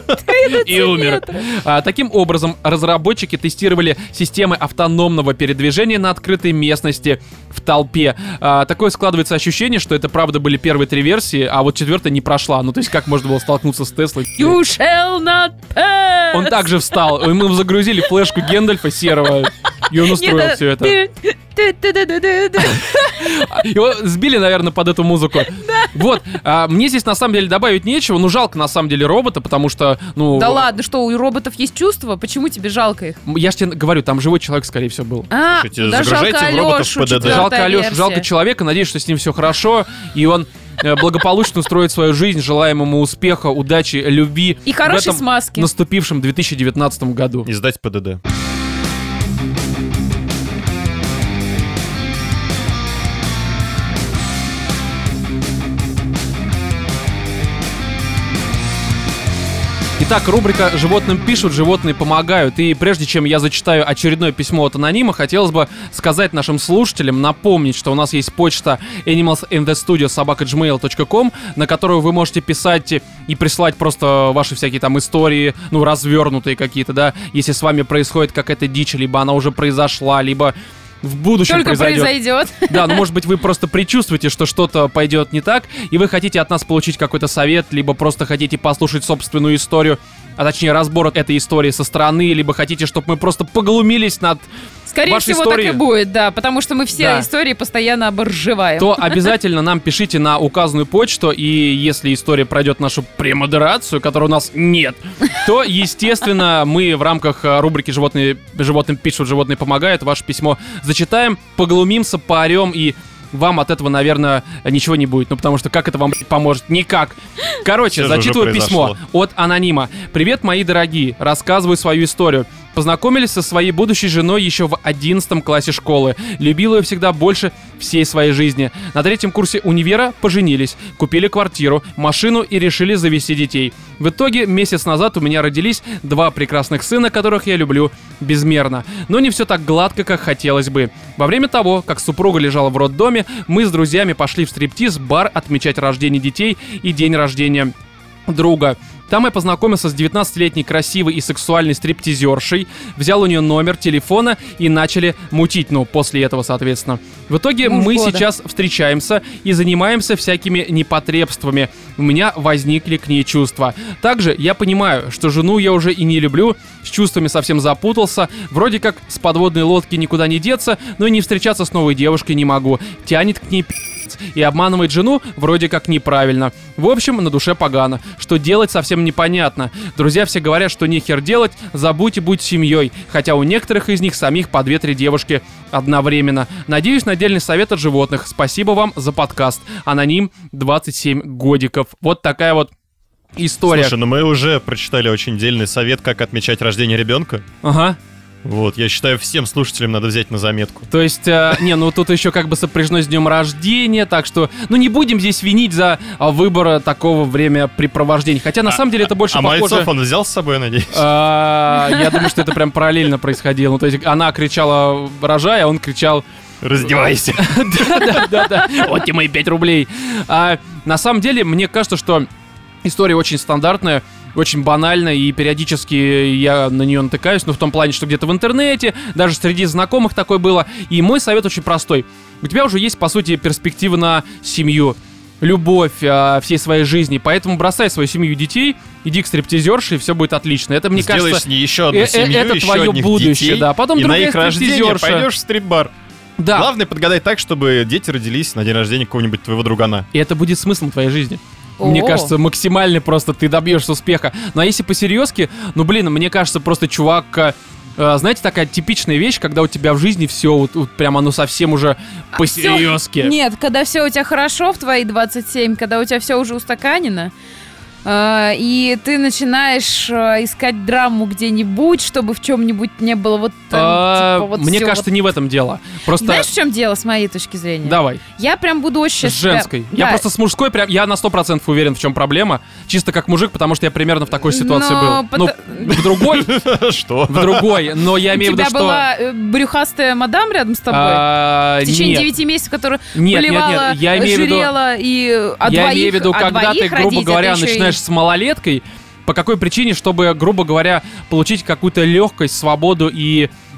A: и умер. А, таким образом, разработчики тестировали системы автономного передвижения на открытой местности в толпе. А, такое складывается ощущение, что это правда были первые три версии, а вот четвертая не прошла. Ну, то есть, как можно было столкнуться с Теслой?
C: You shall not pass.
A: Он также встал. Мы ему загрузили флешку Гендальфа серого, и он устроил
C: Нет,
A: все это.
C: ты-
A: Его сбили, наверное, под эту музыку. Вот, а, мне здесь на самом деле добавить нечего, ну жалко на самом деле робота, потому что, ну...
C: Да ладно, что, у роботов есть чувства? Почему тебе жалко их?
A: Я же тебе говорю, там живой человек, скорее всего, был.
C: А,
B: Слушайте,
C: да
B: загружайте
C: жалко
B: в роботов
C: Алёшу,
B: ПДД.
C: четвёртая
A: Жалко Алёшу,
C: версия.
A: жалко человека, надеюсь, что с ним все хорошо, и он э, благополучно устроит свою жизнь, желаем ему успеха, удачи, любви.
C: И хорошей
A: в этом
C: смазки.
A: наступившем две тысячи девятнадцатом году.
B: И сдать ПДД.
A: Итак, рубрика «Животным пишут, животные помогают». И прежде чем я зачитаю очередное письмо от анонима, хотелось бы сказать нашим слушателям, напомнить, что у нас есть почта animalsinthestudio собака джимейл точка ком, на которую вы можете писать и присылать просто ваши всякие там истории, ну, развернутые какие-то, да, если с вами происходит какая-то дичь, либо она уже произошла, либо в будущем
C: Только
A: произойдет.
C: произойдет.
A: Да, ну может быть вы просто предчувствуете, что что-то пойдет не так, и вы хотите от нас получить какой-то совет, либо просто хотите послушать собственную историю, а точнее разбор этой истории со стороны, либо хотите, чтобы мы просто поглумились над
C: Скорее
A: вашей
C: всего,
A: историей.
C: так и будет, да, потому что мы все
A: Да.
C: истории постоянно оборжеваем.
A: То обязательно нам пишите на указанную почту, и если история пройдет нашу премодерацию, которой у нас нет, то, естественно, мы в рамках э, рубрики «Животные, «Животным пишут, животные помогают» ваше письмо зачитаем, поглумимся, поорем, и вам от этого, наверное, ничего не будет. Ну, потому что как это вам поможет? Никак. Короче,
B: Всё же
A: зачитываю
B: уже
A: письмо
B: произошло.
A: от анонима. «Привет, мои дорогие. Рассказываю свою историю. Познакомились со своей будущей женой еще в одиннадцатом классе школы. Любила ее всегда больше всей своей жизни. На третьем курсе универа поженились, купили квартиру, машину и решили завести детей. В итоге месяц назад у меня родились два прекрасных сына, которых я люблю безмерно. Но не все так гладко, как хотелось бы. Во время того, как супруга лежала в роддоме, мы с друзьями пошли в стриптиз-бар отмечать рождение детей и день рождения друга. Там я познакомился с девятнадцатилетней красивой и сексуальной стриптизершей, взял у нее номер телефона и начали мутить, ну, после этого, соответственно. В итоге
C: Муж
A: мы
C: года.
A: сейчас встречаемся и занимаемся всякими непотребствами. У меня возникли к ней чувства. Также я понимаю, что жену я уже и не люблю, с чувствами совсем запутался, вроде как с подводной лодки никуда не деться, но и не встречаться с новой девушкой не могу. Тянет к ней и обманывать жену вроде как неправильно. В общем, на душе погано. Что делать, совсем непонятно. Друзья все говорят, что нехер делать, забудь и будь семьей. Хотя у некоторых из них самих по две-три девушки одновременно. Надеюсь на отдельный совет от животных. Спасибо вам за подкаст. Аноним, двадцать семь годиков. Вот такая вот история.
B: Слушай, ну мы уже прочитали очень дельный совет, как отмечать рождение ребенка.
A: Ага.
B: Вот, я считаю, всем слушателям надо взять на заметку.
A: То есть, э, не, ну тут еще как бы сопряжено с днем рождения, так что, ну не будем здесь винить за а, выбор такого времяпрепровождения. Хотя на самом деле это больше
B: А
A: похоже...
B: мальцов он взял с собой, надеюсь?
A: А, я думаю, что это прям параллельно происходило. Ну, то есть она кричала «рожай», а он кричал
B: Раздевайся.
A: «да-да-да-да, вот тебе мои пять рублей». А, на самом деле, мне кажется, что история очень стандартная, очень банальная, и периодически я на нее натыкаюсь, ну, в том плане, что где-то в интернете, даже среди знакомых такое было. И мой совет очень простой. У тебя уже есть, по сути, перспектива на семью, любовь а, всей своей жизни, поэтому бросай свою семью и детей, иди к стриптизерше, и все будет отлично. Это, мне
B: Сделаешь
A: кажется,
B: с ней еще одну
A: э- э-
B: семью,
A: это
B: еще
A: твое
B: одних
A: будущее,
B: детей,
A: да. Потом
B: и на
A: другая
B: их рождение
A: стриптизерша.
B: пойдешь в стрип-бар.
A: Да,
B: Главное подгадать так, чтобы дети родились на день рождения какого-нибудь твоего другана.
A: и это будет смыслом твоей жизни. Мне
C: О.
A: кажется, максимально просто ты добьешься успеха. Ну а если по-серьезки, ну блин, мне кажется, просто чувак... э, знаете, такая типичная вещь, когда у тебя в жизни все вот, вот прямо оно совсем уже по-серьезки.
C: Нет, когда все у тебя хорошо в твои двадцать семь, когда у тебя все уже устаканено, э, и ты начинаешь э, искать драму где-нибудь, чтобы в чем-нибудь не было вот там,
A: А,
C: типа, вот
A: Мне
C: всё
A: кажется,
C: вот.
A: не в этом дело. Просто
C: Знаешь, в чем дело, с моей точки зрения?
A: давай.
C: Я прям буду очень
A: С
C: сейчас...
A: женской. Я
C: Да.
A: просто с мужской прям, я на сто процентов уверен, в чем проблема. Чисто как мужик, потому что я примерно в такой ситуации
C: Но
A: был.
C: пото-
A: Ну, в другой,
B: Что?
A: в другой, но я
C: У
A: имею в виду,
C: тебя
A: что...
C: была э, брюхастая мадам рядом с тобой?
A: а,
C: В течение
A: нет.
C: девяти месяцев, которая
A: Нет, нет,
C: поливала,
A: нет, я имею в виду-
C: жирела и э, о
A: Я
C: двоих,
A: имею в виду,
C: о
A: когда ты,
C: двоих
A: грубо
C: родить,
A: говоря,
C: это еще и-
A: начинаешь с малолеткой, по какой причине, чтобы, грубо говоря, получить какую-то легкость, свободу и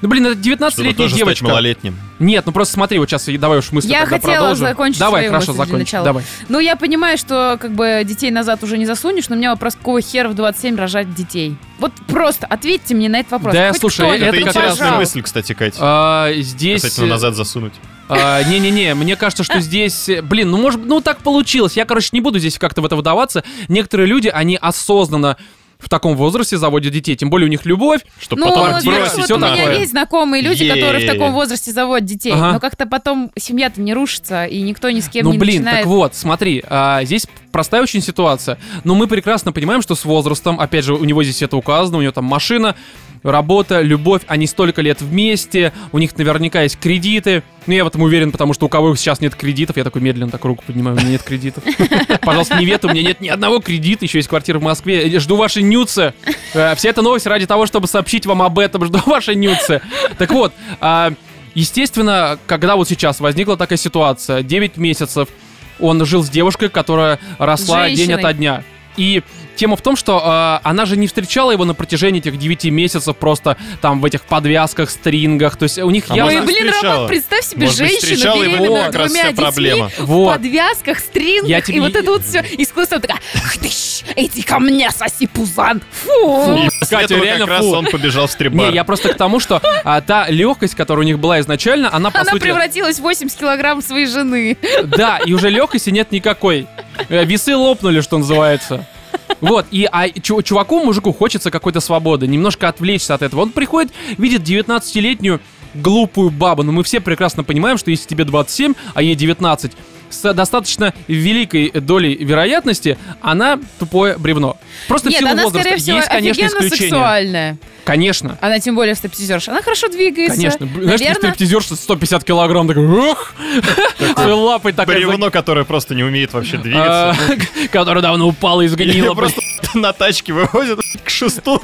A: Ну, блин, это
B: Чтобы
A: девятнадцатилетняя
B: тоже стать
A: девочка.
B: малолетним.
A: Нет, ну просто смотри, вот сейчас давай уж мысли
C: Я
A: тогда
C: хотела
A: продолжим.
C: закончить
A: Давай,
C: свою
A: хорошо,
C: мысль для
A: закончи.
C: начала.
A: Давай.
C: Ну, я понимаю, что как бы детей назад уже не засунешь, но у меня вопрос, какого хера в двадцать семь рожать детей? Вот просто ответьте мне на этот вопрос.
A: Да,
C: Хоть
A: слушай,
C: кто-нибудь,
B: Это
A: как
B: интересная
A: раз-
C: пожалуйста.
B: мысль, кстати, Катя.
A: А, здесь...
B: Кстати, назад засунуть.
A: а, Не-не-не, мне кажется, что здесь... Блин, ну может, ну так получилось. Я, короче, не буду здесь как-то в это выдаваться. Некоторые люди, они осознанно в таком возрасте заводят детей. Тем более у них любовь.
B: Что
C: Ну,
B: потом
C: вот
A: бросить,
C: знаешь,
B: бросить.
C: вот
A: всё
C: у меня
A: такое.
C: есть знакомые люди,
B: Е-е-е.
C: которые в таком возрасте заводят детей,
A: Ага.
C: но как-то потом семья-то не рушится, и никто ни с кем
A: Ну,
C: не
A: блин,
C: начинает.
A: так вот, смотри, а, здесь простая очень ситуация. Но мы прекрасно понимаем, что с возрастом, опять же, у него здесь это указано, у него там машина, работа, любовь, они столько лет вместе, у них наверняка есть кредиты. Ну, я в этом уверен, потому что у кого сейчас нет кредитов, я такой медленно так руку поднимаю, у меня нет кредитов. Пожалуйста, не вету, у меня нет ни одного кредита, еще есть квартира в Москве. Я жду ваши нюцы. Э, Вся эта новость ради того, чтобы сообщить вам об этом. Жду ваши нюцы. Так вот, а, естественно, когда вот сейчас возникла такая ситуация, девять месяцев он жил с девушкой, которая росла день
C: Женщиной.
A: ото дня. И тема в том, что э, она же не встречала его на протяжении этих девяти месяцев просто там в этих подвязках, стрингах. То есть у них
B: А
A: явно...
C: Ой,
B: может,
C: блин,
B: встречала.
C: Роман, представь себе
B: Может быть,
C: женщину,
B: встречала его,
C: беременную
B: как раз
C: двумя
B: вся
C: детьми,
B: проблема.
C: в
A: Вот.
C: подвязках, стрингах,
A: Я тебе-
C: и вот это вот все искусство такая, ах ты ж, иди ко мне, соси пузан. Фу.
B: И после
A: Катя,
B: этого
A: реально
B: как раз
A: фу.
B: он побежал в стрип-бар.
A: Не, я просто к тому, что а, та легкость, которая у них была изначально, она по
C: Она
A: сути...
C: превратилась в восемьдесят килограмм своей жены.
A: Да, и уже легкости нет никакой. Э, Весы лопнули, что называется. Вот, и а чу- чуваку, мужику хочется какой-то свободы, немножко отвлечься от этого. Он приходит, видит девятнадцатилетнюю глупую бабу, но мы все прекрасно понимаем, что если тебе двадцать семь, а ей девятнадцать, с достаточно великой долей вероятности она тупое бревно. Просто в
C: Нет,
A: силу
C: она,
A: возраста.
C: скорее всего,
A: Есть, конечно,
C: офигенно
A: исключения.
C: сексуальная.
A: Конечно.
C: Она тем более стриптизерша. Она хорошо двигается.
A: Конечно. Б- Знаешь,
C: Наверное,
A: стриптизерша сто пятьдесят килограмм, такой, ох, своей лапой такая,
B: Бревно, которое просто не умеет вообще
A: а,
B: двигаться.
A: которая давно упала и
B: Ее
A: сгнила.
B: просто на тачке вывозят к шесту.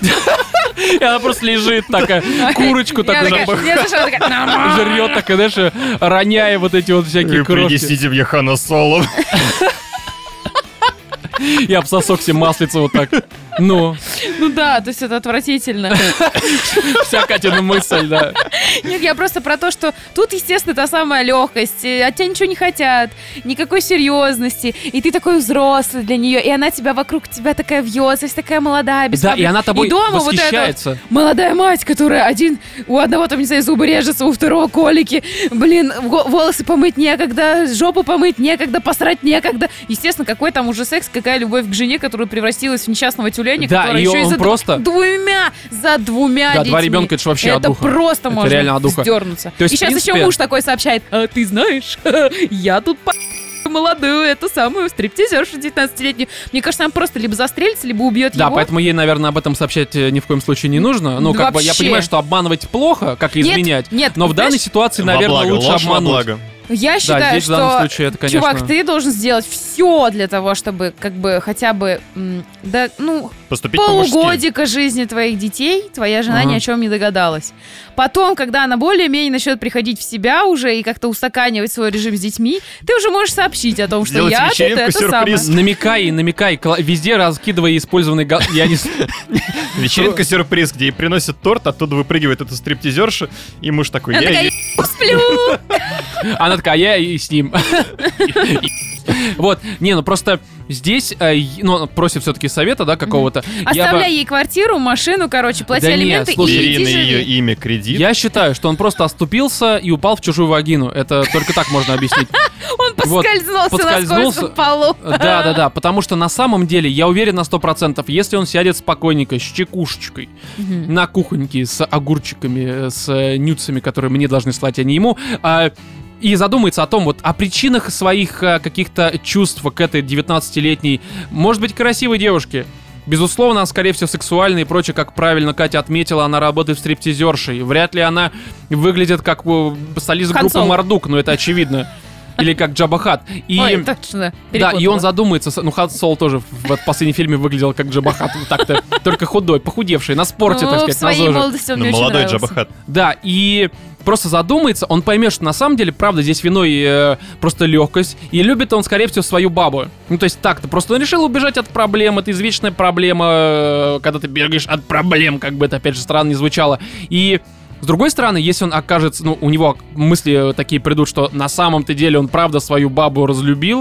A: И она просто лежит такая, курочку
C: я
A: такую
C: такая,
A: жаб-
C: я слышала, такая, «Нормально».
A: жрет, такая, знаешь, роняя вот эти вот всякие
B: Вы
A: крошки.
B: принесите мне Хана Соло.
A: Я обсосок себе маслица вот так. Ну,
C: Ну да, то есть это отвратительно.
A: вся Катина мысль, да.
C: Нет, я просто про то, что тут, естественно, та самая легкость. э, От тебя ничего не хотят, никакой серьезности. И ты такой взрослый для нее, и она тебя вокруг тебя такая вьется, вся такая молодая, без
A: Да, и
C: проблем.
A: она тобой
C: И дома вот эта вот
A: восхищается.
C: молодая мать, которая один, у одного там, не знаю, зубы режется, у второго колики. Блин, го- волосы помыть некогда, жопу помыть некогда, посрать некогда. Естественно, какой там уже секс, какая любовь к жене, которая превратилась в несчастного тюленя,
A: Да,
C: которая
A: и
C: еще и
A: он
C: за д-
A: просто-
C: двумя, за двумя
A: Да,
C: детьми.
A: два ребенка, это ж вообще
C: Это
A: одуха.
C: просто
A: Это
C: можно
A: реально одуха.
C: вздернуться.
A: То есть,
C: И
A: в
C: сейчас
A: принципе-
C: еще муж такой сообщает, а ты знаешь, я тут по молодую, эту самую стриптизершу девятнадцатилетнюю. Мне кажется, она просто либо застрелится, либо убьет
A: Да,
C: его.
A: поэтому ей, наверное, об этом сообщать э, ни в коем случае не нужно. Ну,
C: Да
A: как бы я
C: вообще.
A: понимаю, что обманывать плохо, как и
C: Нет,
A: изменять.
C: нет,
A: Но в данной
C: знаешь,
A: ситуации,
B: Во
A: наверное,
B: благо,
A: лучше
B: ложь во
A: обмануть.
B: благо.
C: Я считаю,
A: здесь в данном
C: что,
A: случае это, конечно-
C: чувак, ты должен сделать все для того, чтобы как бы хотя бы, м, да, ну,
B: Поступить по-мужски.
C: полугодика жизни твоих детей твоя жена
A: Ага.
C: ни о чем не догадалась. Потом, когда она более-менее начнет приходить в себя уже и как-то устаканивать свой режим с детьми, ты уже можешь сообщить о том, что
B: Сделать
C: я тут
B: вечеринку,
C: это
B: сюрприз.
C: самое.
A: Намекай, намекай, кла- везде раскидывай использованный газ. Я не... с-
B: Вечеринка-сюрприз, где ей приносят торт, оттуда выпрыгивает эта стриптизерша, и муж такой,
C: Она
B: я
C: такая,
B: е-
C: сплю.
A: Она такая, а я и с ним. Вот, не, ну просто здесь, э, и- ну, просит все-таки совета, да, какого-то. Я бы-
C: Оставляй ей квартиру, машину, короче, плати
A: Да нет,
C: алименты
A: слушай,
C: и
B: бери
C: иди
B: на ее
C: живи.
B: имя кредит.
A: Я считаю, что он просто оступился и упал в чужую вагину. Это только так можно объяснить.
C: Он
A: Вот,
C: поскользнулся,
A: поскользнулся.
C: на скользком полу.
A: Да, да, да, потому что на самом деле, я уверен на сто процентов, если он сядет спокойненько, с чекушечкой,
C: Мгм.
A: на кухоньке, с огурчиками, с э, нюцами, которые мне должны слать, а не ему, а, и задумается о том, вот, о причинах своих а, каких-то чувств к этой девятнадцатилетней, может быть, красивой девушке. Безусловно, она, скорее всего, сексуальная и прочее, как правильно Катя отметила, она работает стриптизершей. Вряд ли она выглядит как э, солист
C: Хан
A: группы
C: Соло.
A: Мардук, но это очевидно. Или как Джабба Хат. И...
C: Ой, точно.
A: Да, и
C: перепутала.
A: он задумается, с- ну Хан Соло тоже в, в последнем фильме выглядел как Джабба Хат, вот так-то, только худой, похудевший, на спорте,
C: Ну,
A: так
C: в
A: сказать, на
C: своей
A: ЗОЖе.
C: молодости он
B: Ну,
C: мне очень
B: молодой
C: нравился.
B: Джабба Хат.
A: Да, и просто задумается, он поймет, что на самом деле, правда, здесь виной э, просто легкость, и любит он, скорее всего, свою бабу. Ну, то есть так-то, просто он решил убежать от проблем, это извечная проблема, э, когда ты бегаешь от проблем, как бы это, опять же, странно не звучало. И С другой стороны, если он окажется, ну, у него мысли такие придут, что на самом-то деле он правда свою бабу разлюбил,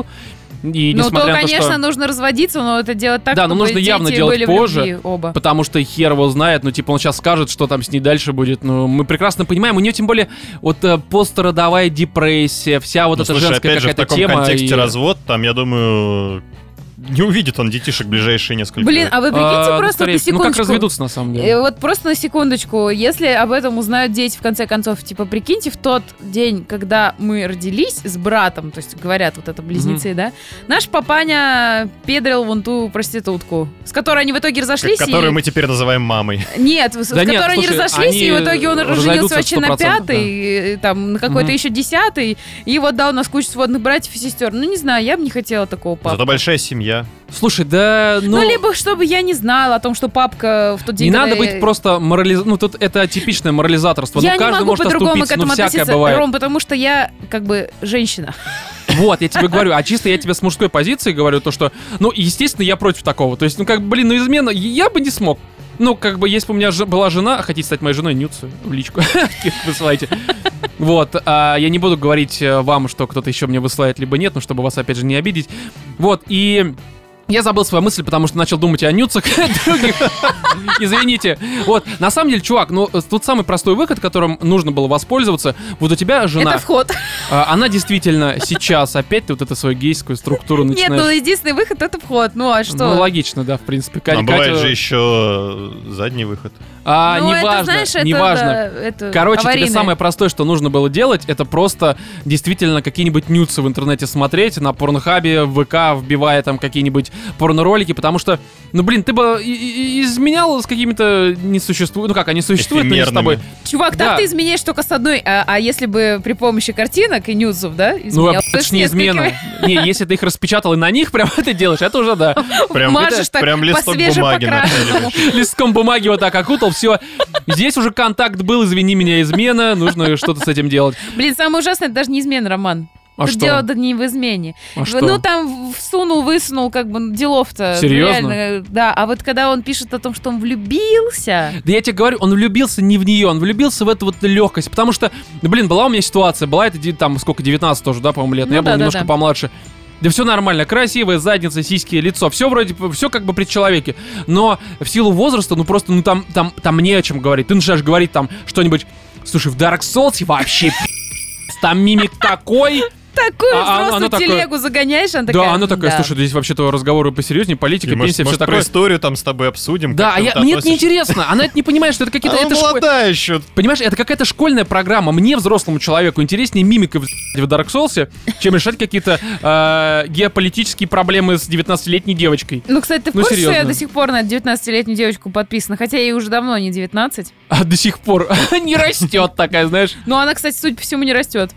A: и
C: ну,
A: несмотря
C: то,
A: на то,
C: конечно,
A: что...
C: нужно разводиться, но это делать так,
A: Да, но
C: чтобы
A: нужно явно
C: дети
A: делать
C: были в
A: позже,
C: любви оба.
A: Потому что хер его знает, ну, типа, он сейчас скажет, что там с ней дальше будет. Ну, мы прекрасно понимаем, у нее, тем более, вот э, постродовая депрессия, вся вот
B: Ну,
A: эта
B: слушай,
A: женская
B: опять же, в
A: какая-то
B: таком
A: тема.
B: контексте
A: и-
B: развод, там, я думаю, не увидит он детишек ближайшие несколько
C: Блин,
B: лет.
C: а вы прикиньте
A: А, ну,
C: просто
A: скорее,
C: на
A: ну,
C: секундочку.
A: как разведутся, на самом деле.
C: Э, Вот просто на секундочку, если об этом узнают дети, в конце концов, типа, прикиньте, в тот день, когда мы родились с братом, то есть говорят вот это близнецы, да, наш папаня педрил вон ту проститутку, с которой они в итоге разошлись.
B: Которую
C: и-
B: мы теперь называем мамой.
C: Нет, с,
A: Да
C: с
A: нет,
C: которой они
A: слушай,
C: разошлись,
A: они
C: и в итоге он
A: разойдутся
C: женился вообще
A: сто
C: на
A: процентов,
C: пятой, и, там, на какой-то
A: Мгм.
C: еще десятый, и вот дал нас кучу сводных братьев и сестер. Ну, не знаю, я бы не хотела такого папы.
B: Зато большая семья.
A: Слушай, да, ну...
C: Ну, либо чтобы я не знала о том, что папка в тот день...
A: Не
C: когда
A: надо
C: я-
A: быть просто морализ... Ну, тут это типичное морализаторство.
C: Я
A: ну,
C: не
A: каждый
C: могу
A: может
C: по-другому к
A: оступиться,
C: этому
A: ну, всякое
C: относиться,
A: бывает.
C: Ром, потому что я как бы женщина.
A: Вот, я тебе говорю, а чисто я тебе с мужской позиции говорю, то что, ну, естественно, я против такого. То есть, ну, как бы, блин, ну, измена, я бы не смог. Ну, как бы, если бы у меня же была жена, хотите стать моей женой, нюцы в личку, высылайте. Вот, а, я не буду говорить э, вам, что кто-то еще мне высылает, либо нет, ну, чтобы вас, опять же, не обидеть. Вот, и... Я забыл свою мысль, потому что начал думать о нюцах других. Извините. Вот, на самом деле, чувак, ну, тут самый простой выход, которым нужно было воспользоваться. Вот у тебя жена,
C: Это вход.
A: а, она действительно сейчас опять ты вот эту свою гейскую структуру
C: Нет, ну
A: начинаешь...
C: единственный выход это вход. Ну а
A: Ну,
C: что?
A: логично, да, в принципе. Катя-
B: Но бывает
A: Катя-
B: же еще задний выход.
A: А,
C: Ну, это,
A: неважно,
C: знаешь, это,
A: неважно.
C: да, это
A: Короче,
C: аварийное.
A: тебе самое простое, что нужно было делать, это просто действительно какие-нибудь нюцы в интернете смотреть, на порнхабе, в ВК, вбивая там какие-нибудь порноролики, потому что, ну, блин, ты бы и- и- изменял с какими-то несуществующими... Ну как, они существуют, но не с тобой.
C: Чувак,
A: Да.
C: так ты изменяешь только с одной, а, а если бы при помощи картинок и нюцев, да,
A: Ну,
C: изменял,
A: это ж не измена. Не, если ты их распечатал и на них прям это делаешь, это уже да.
B: Прям,
C: Мажешь так
B: прям
C: по
B: листок бумаги
C: свежепокрашенному.
B: напяливаешь.
A: Листком бумаги вот так окутал, все. Здесь уже контакт был, извини меня, измена, нужно что-то с этим делать.
C: Блин, самое ужасное, это даже не измена, Роман.
A: А
C: Тут
A: что?
C: дело да не в измене.
A: А что?
C: Ну, там всунул, высунул, как бы, делов-то.
A: Серьезно?
C: Реально, да, а вот когда он пишет о том, что он влюбился...
A: Да я тебе говорю, он влюбился не в нее, он влюбился в эту вот легкость, потому что, ну, блин, была у меня ситуация, была это де- там сколько, девятнадцать тоже, да, по-моему, лет, но
C: Ну
A: я был
C: да, да,
A: немножко
C: да.
A: помладше. Да все нормально, красивая задница, сиськи, лицо, все вроде, все как бы при человеке. Но в силу возраста, ну просто, ну там, там, там не о чем говорить. Ты начинаешь говорить там что-нибудь, слушай, в Dark Souls вообще пи***ц, там мимик такой.
C: Такую
A: А- а-
C: взрослую
A: оно такое-
C: телегу загоняешь, она такая...
A: Да, она такая,
C: да.
A: слушай, здесь вообще-то разговоры посерьезнее, политика,
B: И, может,
A: пенсия, все
B: может, про
A: такое.
B: историю там с тобой обсудим.
A: Да,
B: как
A: а
B: ты
A: я,
B: вот
A: мне это
B: относишься.
A: неинтересно, она это не понимает, что это какие-то...
B: Она
A: это шко-
B: молодая еще.
A: Понимаешь, это какая-то школьная программа. Мне, взрослому человеку, интереснее мимикой в в Dark Souls, чем решать какие-то э, геополитические проблемы с девятнадцатилетней девочкой.
C: Ну, кстати, ты в
A: Ну,
C: курсе, что я
A: серьезно.
C: до сих пор на девятнадцатилетнюю девочку подписана? Хотя ей уже давно не девятнадцать.
A: А до сих пор не растет такая, знаешь.
C: Но она, кстати, судя по всему, не растет.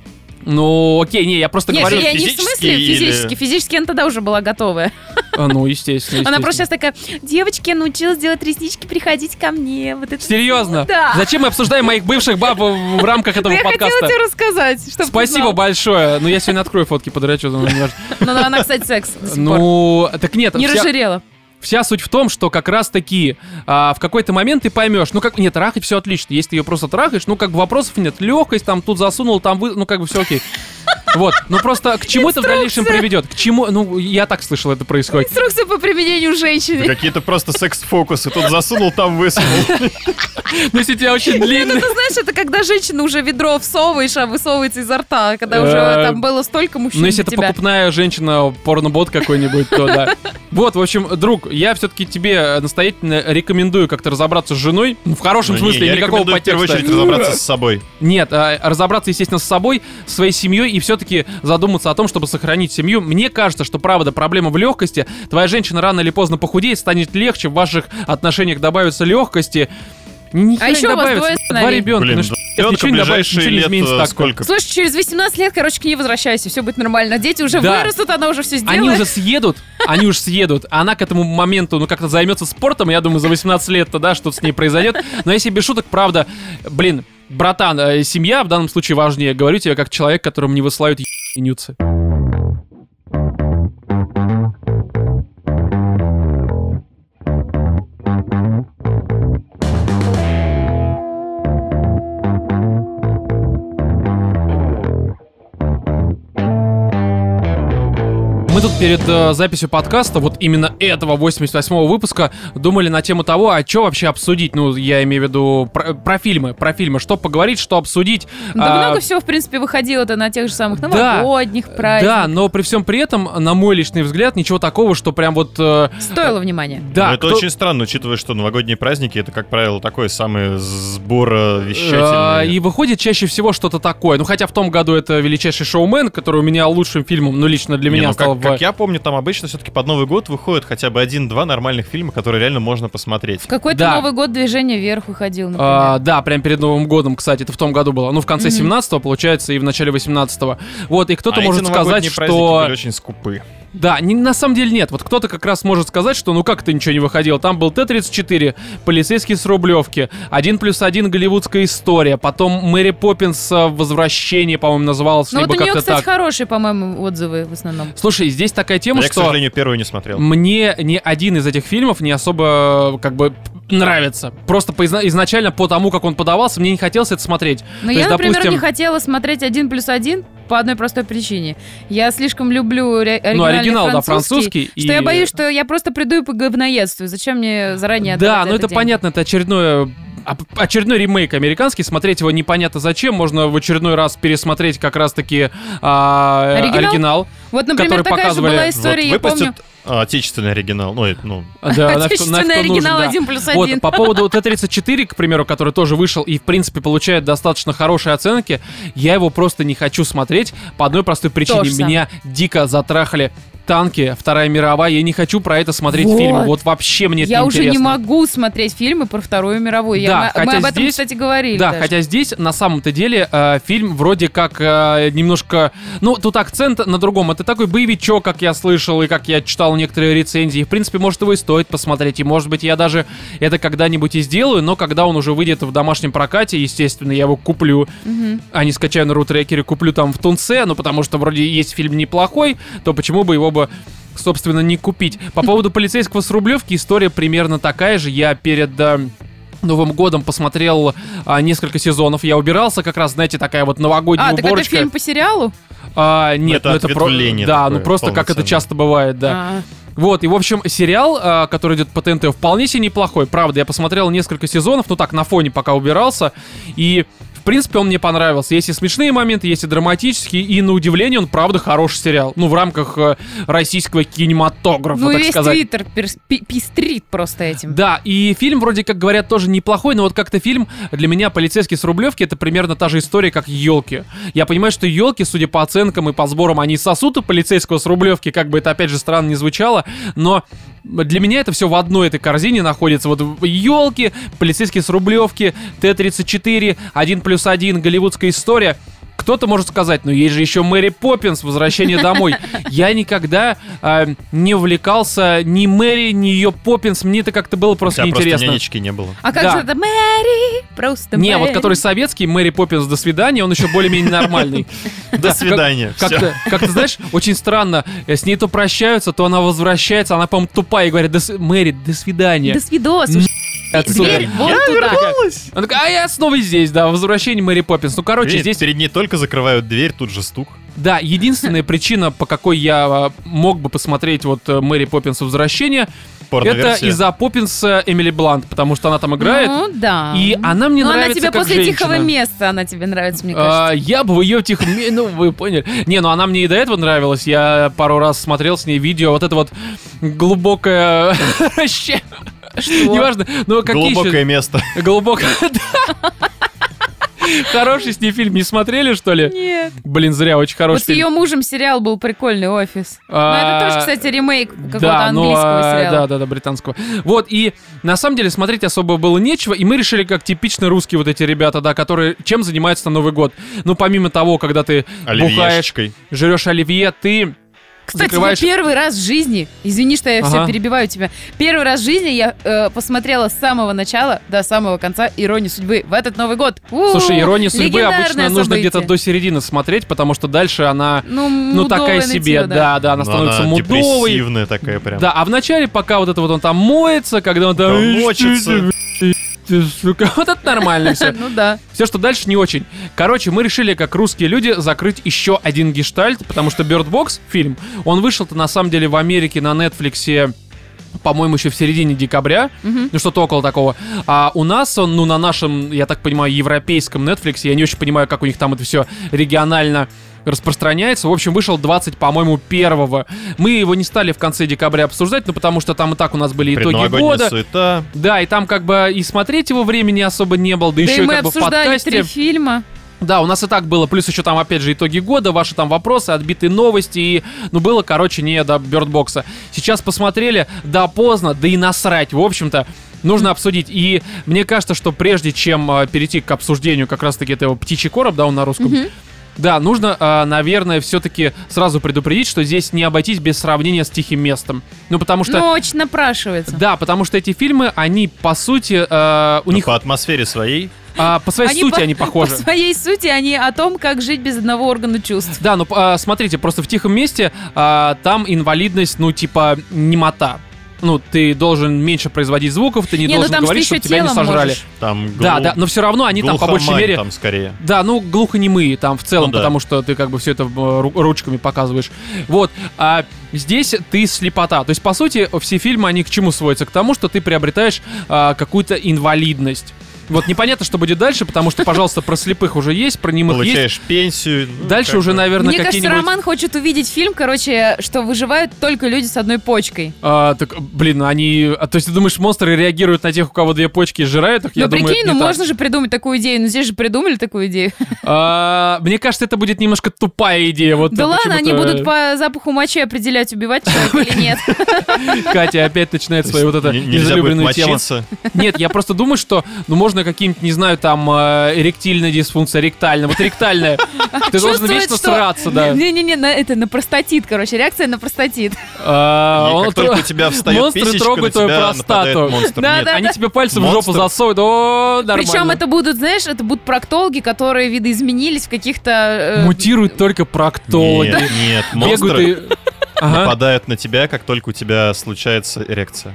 A: Ну, окей, не, я просто
C: Нет,
A: говорю...
C: я не в
B: физически
C: смысле
B: или-
C: физически. Физически она тогда уже была готовая.
A: А, ну, естественно,
C: Она просто
A: естественно.
C: сейчас такая, девочки, я научилась делать реснички, приходить ко мне. Вот это
A: Серьезно?
C: Да.
A: Зачем мы обсуждаем моих бывших баб в в рамках этого
C: Ну, я хотела
A: подкаста?
C: тебе рассказать, чтобы ты
A: Спасибо
C: знал.
A: большое. Ну, я сегодня открою фотки, подрачу. Ну, не важно.
C: Ну, ну, она, кстати, секс до сих пор.
A: Ну, так нет.
C: Не
A: вся-
C: разжирела.
A: Вся суть в том, что как раз таки а, в какой-то момент ты поймешь, ну как, нет, трахать все отлично. Если ты ее просто трахаешь, ну как бы вопросов нет. Легкость, там тут засунул, там вы, ну как бы все окей. Вот, ну просто к чему это в дальнейшем
C: Инструкция.
A: приведет? К чему, ну я так слышал, это происходит.
C: Инструкция по применению женщины.
B: Какие-то просто секс-фокусы. Тут засунул, там высунул.
A: Ну если у тебя очень
C: Это,
A: длинный...
C: ты знаешь, это когда женщина уже ведро всовываешь, а высовывается изо рта, когда уже
A: Э,
C: там было столько мужчин
A: Ну если
C: для
A: это
C: тебя.
A: покупная женщина, порнобот какой-нибудь, то да. Вот, в общем, друг, я все-таки тебе настоятельно рекомендую как-то разобраться с женой. Ну, в хорошем
B: Ну, не,
A: смысле,
B: я
A: никакого
B: рекомендую в первую
A: подтекста.
B: очередь разобраться с собой.
A: Нет, а, разобраться, естественно, с собой, своей семьей и все-таки задуматься о том, чтобы сохранить семью. Мне кажется, что, правда, проблема в легкости. Твоя женщина рано или поздно похудеет, станет легче, в ваших отношениях добавится легкости. Ни хера
C: А
A: не
C: еще у вас
A: добавится.
C: двое
A: Два
C: сыновей.
A: ребенка.
B: Блин,
A: ну что,
B: ребенка
A: ничего не добавится,
B: ближайшие
A: ничего не
B: лет
A: изменится
B: э,
A: так.
B: сколько?
C: Слушай, через восемнадцать лет, короче, к ней возвращайся, все будет нормально. Дети уже
A: Да.
C: вырастут, она уже все сделает.
A: Они уже съедут, они уже съедут. А она к этому моменту, ну, как-то займется спортом. Я думаю, за восемнадцать лет тогда что-то с ней произойдет. Но если без шуток, правда, блин, братан, э, семья в данном случае важнее. Говорю тебе как человек, которому не высылают и нюцы. Мы тут перед э, записью подкаста, вот именно этого восемьдесят восьмого выпуска, думали на тему того, а что вообще обсудить. Ну, я имею в виду про, про фильмы, про фильмы, что поговорить, что обсудить.
C: Да
A: а,
C: много всего, в принципе, выходило-то на тех же самых
A: Да,
C: новогодних праздниках.
A: Да, но при всем при этом, на мой личный взгляд, ничего такого, что прям вот... э,
C: Стоило внимания.
A: Да,
B: Но это
A: кто-
B: очень странно, учитывая, что новогодние праздники — это, как правило, такой самый сбор э,
A: э,
B: вещательный.
A: И выходит чаще всего что-то такое. Ну, хотя в том году это «Величайший шоумен», который у меня лучшим фильмом, ну, лично для
B: Не,
A: меня
B: ну,
A: стал...
B: как,
A: в-
B: как я помню, там обычно все-таки под Новый год выходит хотя бы один-два нормальных фильма, которые реально можно посмотреть.
C: В какой-то
A: Да.
C: Новый год «Движение вверх» выходил, например.
A: А, да, прям перед Новым годом, кстати, это в том году было. Ну, в конце
C: Мгм.
A: семнадцатого, получается, и в начале восемнадцатого. Вот, и кто-то
B: а
A: может
B: эти
A: сказать,
B: новогодние праздники
A: что...
B: были очень скупы.
A: Да, не, на самом деле нет. Вот кто-то как раз может сказать, что ну как это ничего не выходило. Там был Т тридцать четыре, полицейский с Рублевки, один плюс один голливудская история, потом Мэри Поппинс э, возвращение, по-моему, называлось,
C: Ну
A: либо
C: вот у нее,
A: как-то
C: кстати,
A: так.
C: хорошие, по-моему, отзывы в основном.
A: Слушай, здесь такая тема,
B: Но я, к
A: что
B: сожалению, первую не смотрел.
A: мне ни один из этих фильмов не особо как бы нравится. Просто по изна- изначально по тому, как он подавался, мне не хотелось это смотреть.
C: Но
A: То
C: я,
A: есть,
C: например,
A: допустим-
C: не хотела смотреть один плюс один по одной простой причине. Я слишком люблю ре-
A: Ну,
C: оригинальный
A: оригинал, да,
C: французский,
A: французский.
C: что
A: и-
C: я боюсь, что я просто приду и по говноедству. Зачем мне заранее
A: Да,
C: отдавать
A: ну
C: за
A: это
C: деньги?
A: понятно, это очередное а- очередной ремейк американский, смотреть его непонятно зачем, можно в очередной раз пересмотреть как раз-таки а,
C: Оригинал?
A: оригинал.
C: Вот, например,
A: который
C: такая же
A: показывали.
C: была
A: Вот
C: история, я
B: выпустят
C: помню.
B: а, отечественный оригинал. Ну, это, ну,
A: Да, нафиг- нафиг
C: Отечественный
A: он нужен,
C: оригинал
A: да.
C: один плюс
A: Вот,
C: один.
A: по поводу Т тридцать четыре, к примеру, который тоже вышел и, в принципе, получает достаточно хорошие оценки, я его просто не хочу смотреть по одной простой причине.
C: же самое.
A: Меня дико затрахали танки, Вторая мировая, я не хочу про это смотреть
C: Вот.
A: фильмы. Вот вообще мне это
C: Я
A: не
C: уже не
A: интересно.
C: могу смотреть фильмы про Вторую мировую. Я-
A: Да,
C: мы, мы
A: хотя
C: об этом,
A: здесь-
C: кстати, говорили.
A: Да,
C: даже.
A: хотя здесь на самом-то деле э, фильм вроде как э, немножко... Ну, тут акцент на другом. Это такой боевичок, как я слышал и как я читал некоторые рецензии. В принципе, может, его и стоит посмотреть. И, может быть, я даже это когда-нибудь и сделаю, но когда он уже выйдет в домашнем прокате, естественно, я его куплю,
C: Мгм.
A: а не скачаю на рутрекере, куплю там в Тунце, ну, потому что вроде есть фильм неплохой, то почему бы его бы собственно, не купить. По поводу полицейского с Рублевки история примерно такая же. Я перед э, Новым годом посмотрел а, несколько сезонов. Я убирался как раз, знаете, такая вот новогодняя
C: А, так это
A: уборочка.
C: фильм по сериалу?
A: А, нет,
B: это
A: ну это про...
B: ответвление
A: Да,
B: такое
A: ну просто как это
B: полноценное.
A: часто бывает, да.
C: А.
A: Вот, и, в общем, сериал, а, который идет по Т Н Т, вполне себе неплохой. Правда, я посмотрел несколько сезонов, ну так, на фоне, пока убирался. И, в принципе, он мне понравился. Есть и смешные моменты, есть и драматические. И, на удивление, он, правда, хороший сериал. Ну, в рамках э, российского кинематографа,
C: Ну,
A: так
C: весь
A: сказать.
C: твиттер перс- пи- пестрит просто этим.
A: Да, и фильм, вроде как говорят, тоже неплохой, но вот как-то фильм для меня «Полицейский с Рублевки» — это примерно та же история, как «Елки». Я понимаю, что «Елки», судя по оценкам и по сборам, они сосут у «Полицейского с Рублевки», как бы это, опять же, странно не звучало, но для меня это все в одной этой корзине находится. Вот «Елки», «Полицейский с Рублевки», Т тридцать четыре, один плюс один, голливудская история. Кто-то может сказать, ну есть же еще Мэри Поппинс, «Возвращение домой». Я никогда э, не увлекался ни Мэри, ни ее Поппинс. Мне это как-то было
B: у
A: просто
B: тебя просто
A: неинтересно.
B: нянечки не было.
C: А как
A: Да.
C: же это Мэри? Просто
A: Не, вот
C: Мэри.
A: который советский, Мэри Поппинс, до свидания, он еще более-менее нормальный.
B: До свидания. Всё.
A: Как-то, как ты знаешь, очень странно. э, С ней то прощаются, то она возвращается. Она, по-моему, тупая и говорит, «До сви- Мэри, до свидания.
C: До свидос.
A: Отсюда.
C: Дверь вон туда.
A: Она такая, а я снова здесь, да, возвращение Мэри Поппинс. Ну, короче,
B: Видите,
A: здесь...
B: перед ней только закрывают дверь, тут же стук.
A: Да, единственная причина, по какой я а, мог бы посмотреть вот э, Мэри Поппинс «Возвращение», это
B: Порно-версия.
A: из-за Поппинс э, Эмили Блант, потому что она там играет.
C: Ну, да.
A: И она мне
C: Но она
A: нравится
C: тебе
A: как
C: после
A: женщина.
C: тихого места, она тебе нравится, мне
A: А,
C: кажется.
A: я бы в ее тихом... ме- Ну, вы поняли. Не, ну она мне и до этого нравилась. Я пару раз смотрел с ней видео. Вот это вот глубокое... ща- Неважно. Ну, какие
B: Глубокое
A: еще...
B: место.
A: Глубокое... Да. Хороший с ней фильм не смотрели, что ли?
C: Нет.
A: Блин, зря, очень
C: Вот
A: хороший
C: с
A: фильм.
C: ее мужем сериал был прикольный, «Офис». Но это
A: А,
C: тоже, кстати, ремейк какого-то
A: Да, ну,
C: английского
A: а,
C: сериала.
A: да, да, да, британского. Вот, и на самом деле смотреть особо было нечего, и мы решили, как типично русские вот эти ребята, да, которые чем занимаются на Новый год. Ну, помимо того, когда ты бухаешь,
B: Оливьешечкой.
A: жрешь оливье, ты
C: Кстати,
A: закрываешь...
C: я первый раз в жизни, извини, что я все
A: Ага.
C: перебиваю тебя, первый раз в жизни я э, посмотрела с самого начала до самого конца «Иронию судьбы» в этот Новый год. У-у-у,
A: Слушай, «Ирония судьбы»
C: легендарное
A: обычно нужно
C: событие.
A: где-то до середины смотреть, потому что дальше она,
C: Ну,
A: ну, такая
C: мудовое
A: себе,
C: нытье,
A: да, да, она
B: Но
A: становится
B: она
A: мудовой.
B: депрессивная такая прям.
A: Да, а в начале, пока вот это вот он там моется, когда он там...
B: Мочится.
A: ты, сука, вот это нормально все.
C: Ну да.
A: Все, что дальше, не очень. Короче, мы решили, как русские люди, закрыть еще один гештальт, потому что Bird Box, фильм, он вышел-то на самом деле в Америке на Netflix, по-моему, еще в середине декабря,
C: Мгм.
A: ну что-то около такого. А у нас он, ну на нашем, я так понимаю, европейском Netflix, я не очень понимаю, как у них там это все регионально распространяется. В общем, вышел двадцать, по-моему, первого. Мы его не стали в конце декабря обсуждать, ну потому что там и так у нас были итоги
B: Предновогодняя
A: года.
B: суета.
A: Да, и там как бы и смотреть его времени особо не было, да,
C: Да
A: еще
C: и
A: и
C: мы
A: как бы в
C: обсуждали
A: подкасте.
C: три фильма.
A: Да, у нас и так было, плюс еще там, опять же, итоги года, ваши там вопросы, отбитые новости, и, ну, было, короче, не до Бёрдбокса. Сейчас посмотрели, да, поздно, да и насрать, в общем-то, нужно обсудить. И мне кажется, что прежде чем э, перейти к обсуждению как раз-таки этого «Птичий короб», да, он на русском,
C: Мгм.
A: да, нужно, э, наверное, все-таки сразу предупредить, что здесь не обойтись без сравнения с «Тихим местом». Ну, потому что...
C: Ну, очень напрашивается.
A: Да, потому что эти фильмы, они, по сути, э, у
B: Ну,
A: них
B: по атмосфере своей.
A: а, по своей сути
C: по,
A: они похожи.
C: По своей сути они о том, как жить без одного органа чувств.
A: Да, ну а, смотрите, просто в «Тихом месте» а, там инвалидность, ну, типа, немота. Ну, ты должен меньше производить звуков, ты не,
C: Не, ну
A: должен
C: там
A: говорить,
C: что
A: чтобы
C: еще
A: тебя не
C: телом
A: сожрали.
C: можешь.
B: Там глу-
A: Да, да, но все равно они там по большей
B: глухомань
A: мере...
B: там скорее.
A: Да, ну, глухонемые там в целом,
B: Ну да.
A: потому что ты как бы все это э, ру- ручками показываешь. Вот, а здесь ты слепота. То есть, по сути, все фильмы, они к чему сводятся? К тому, что ты приобретаешь а, какую-то инвалидность. Вот непонятно, что будет дальше, потому что, пожалуйста, про слепых уже есть, про немых есть.
B: Получаешь пенсию. ну,
A: Дальше
B: как
A: уже,
B: бы.
A: наверное,
C: Мне кажется,
A: какие-нибудь...
C: Роман хочет увидеть фильм, короче, что выживают только люди с одной почкой.
A: А, так, блин, они... а, то есть ты думаешь, монстры реагируют на тех, у кого две почки, и сжирают их? Я
C: Ну,
A: думаю,
C: прикинь,
A: это
C: ну
A: не так.
C: можно же придумать такую идею. Ну, здесь же придумали такую идею.
A: А, мне кажется, это будет немножко тупая идея. Вот
C: Да ладно, они
A: почему-то
C: будут по запаху мочи определять, убивать человека или нет.
A: Катя опять начинает
B: То
A: свою вот
B: есть
A: эту
B: не- нельзя будет
A: излюбленную тему.
B: мочиться.
A: Нет, я просто думаю, что, ну, можно каким-нибудь, не знаю, там, э, эректильная дисфункция, ректальная. Вот ректальная. Ты должен
C: Чувствует,
A: вечно
C: что-
A: сраться, да.
C: Не-не-не, на- это на простатит, короче, реакция на простатит.
A: А,
B: И
A: он
B: как
A: тро-
B: только у тебя встает
A: монстры
B: писечка, на
A: трогают твою
B: тебя
A: простату.
B: нападает монстр.
C: Да,
B: Нет,
C: да.
A: Они тебе пальцем в жопу
B: Монстр.
A: засовывают. О, нормально.
C: Причем это будут, знаешь, это будут проктологи, которые видоизменились в каких-то... э,
A: Мутируют только проктологи.
B: Нет, нет,
A: Бегают
B: монстры
A: и... Ага.
B: нападают на тебя, как только у тебя случается эрекция.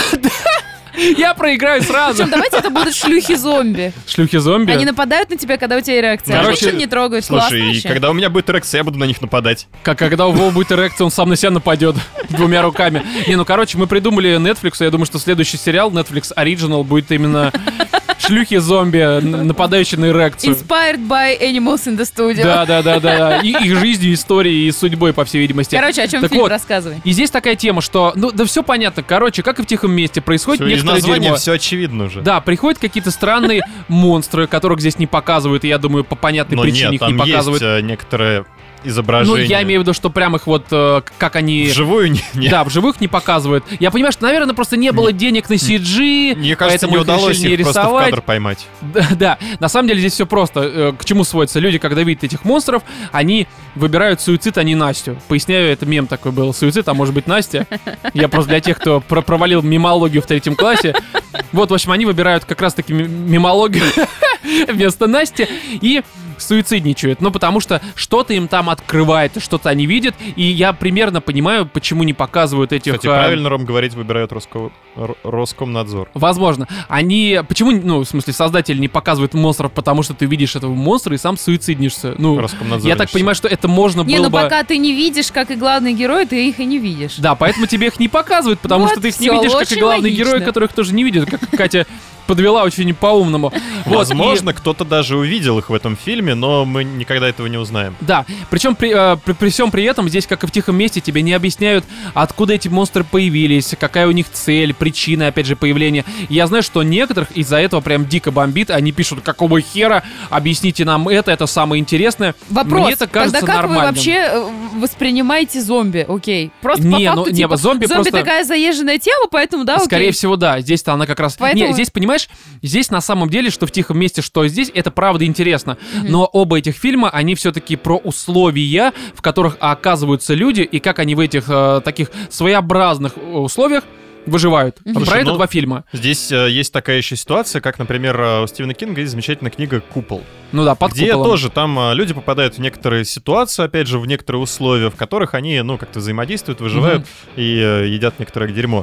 A: Я проиграю сразу.
C: Причем давайте это будут шлюхи-зомби.
A: Шлюхи-зомби.
C: Они нападают на тебя, когда у тебя эрекция. а
A: Короче,
C: женщин не трогают. Классно
B: Слушай, и
C: вообще.
B: когда у меня будет эрекция, я буду на них нападать.
A: Как когда у Вова будет эрекция, он сам на себя нападет двумя руками. Не, ну короче, мы придумали Netflix, я думаю, что следующий сериал Netflix Original будет именно шлюхи-зомби, н- нападающие на эрекцию.
C: Inspired by Animals in the Studio.
A: Да, да, да, да. И их жизнью, историей и судьбой, по всей видимости.
C: Короче, о чем
A: Так
C: фильм,
A: вот,
C: рассказывай.
A: И здесь такая тема, что, ну, да все понятно. Короче, как и в «Тихом месте», происходит
B: Всё, из
A: некоторое
B: названия
A: дерьмо.
B: все очевидно уже.
A: Да, приходят какие-то странные монстры, которых здесь не показывают, и я думаю, по понятной
B: Но
A: причине
B: нет,
A: их не
B: там
A: показывают.
B: есть э, некоторое
A: Ну,
B: изображение.
A: я имею в виду, что прям их вот, э, как они...
B: Вживую не, не-
A: Да, в живых не показывают. Я понимаю, что, наверное, просто не было денег на си джи,
B: Мне кажется,
A: поэтому
B: не
A: их
B: удалось
A: решили
B: их
A: не
B: просто в
A: рисовать.
B: кадр поймать.
A: Да, да, на самом деле здесь все просто. Э, К чему сводится? Люди, когда видят этих монстров, они выбирают суицид, а не Настю. Поясняю, это мем такой был. Суицид, а может быть Настя. Я просто для тех, кто про- провалил мемологию в третьем классе. Вот, в общем, они выбирают как раз-таки м- мемологию вместо Насти и суицидничают. Ну, потому что что-то им там открывает, что-то они видят. И я примерно понимаю, почему не показывают этих...
B: Кстати,
A: э,
B: правильно, Ром, говорить, выбирают Роско- Р- Роскомнадзор.
A: Возможно. Они... Почему, ну, в смысле, создатели не показывают монстров, потому что ты видишь этого монстра и сам суициднишься? Ну,
B: Роскомнадзор
A: я так
B: решил.
A: понимаю, что это можно
C: Не,
A: было
C: ну
A: бы...
C: пока ты не видишь, как и главный герой, ты их и не видишь.
A: Да, поэтому тебе их не показывают, потому
C: Вот
A: что ты их не
C: всё,
A: видишь, как и
C: очень
A: главный
C: логично.
A: герой, которых тоже не видят, как Катя подвела очень по-умному. Вот,
B: Возможно,
A: и-
B: кто-то даже увидел их в этом фильме, но мы никогда этого не узнаем.
A: Да, причем при, э, при, при всем при этом здесь, как и в «Тихом месте», тебе не объясняют, откуда эти монстры появились, какая у них цель, причина, опять же, появления. И я знаю, что некоторых из-за этого прям дико бомбит, они пишут, какого хера, объясните нам это, это самое интересное.
C: Вопрос,
A: Мне это кажется
C: тогда как
A: нормальным.
C: вы вообще э, воспринимаете зомби? Окей. Просто
A: Не,
C: по
A: ну,
C: факту,
A: не,
C: типа,
A: зомби просто-
C: такая заезженная тема, поэтому да, окей.
A: Скорее всего, да. Здесь-то она как раз...
C: Поэтому-
A: Не, здесь, понимаешь, здесь на самом деле, что в «Тихом месте», что здесь, это правда интересно. Но оба этих фильма, они все-таки про условия, в которых оказываются люди, и как они в этих э, таких своеобразных условиях выживают.
C: Мгм.
A: Про
B: Слушай,
A: это
B: ну,
A: два фильма.
B: Здесь э, есть такая еще ситуация, как, например, э, у Стивена Кинга есть замечательная книга «Купол»,
A: Ну да, под
B: где
A: куполом.
B: тоже там э, люди попадают в некоторые ситуации, опять же, в некоторые условия, в которых они, ну, как-то взаимодействуют, выживают
A: Мгм.
B: и э, едят некоторое дерьмо.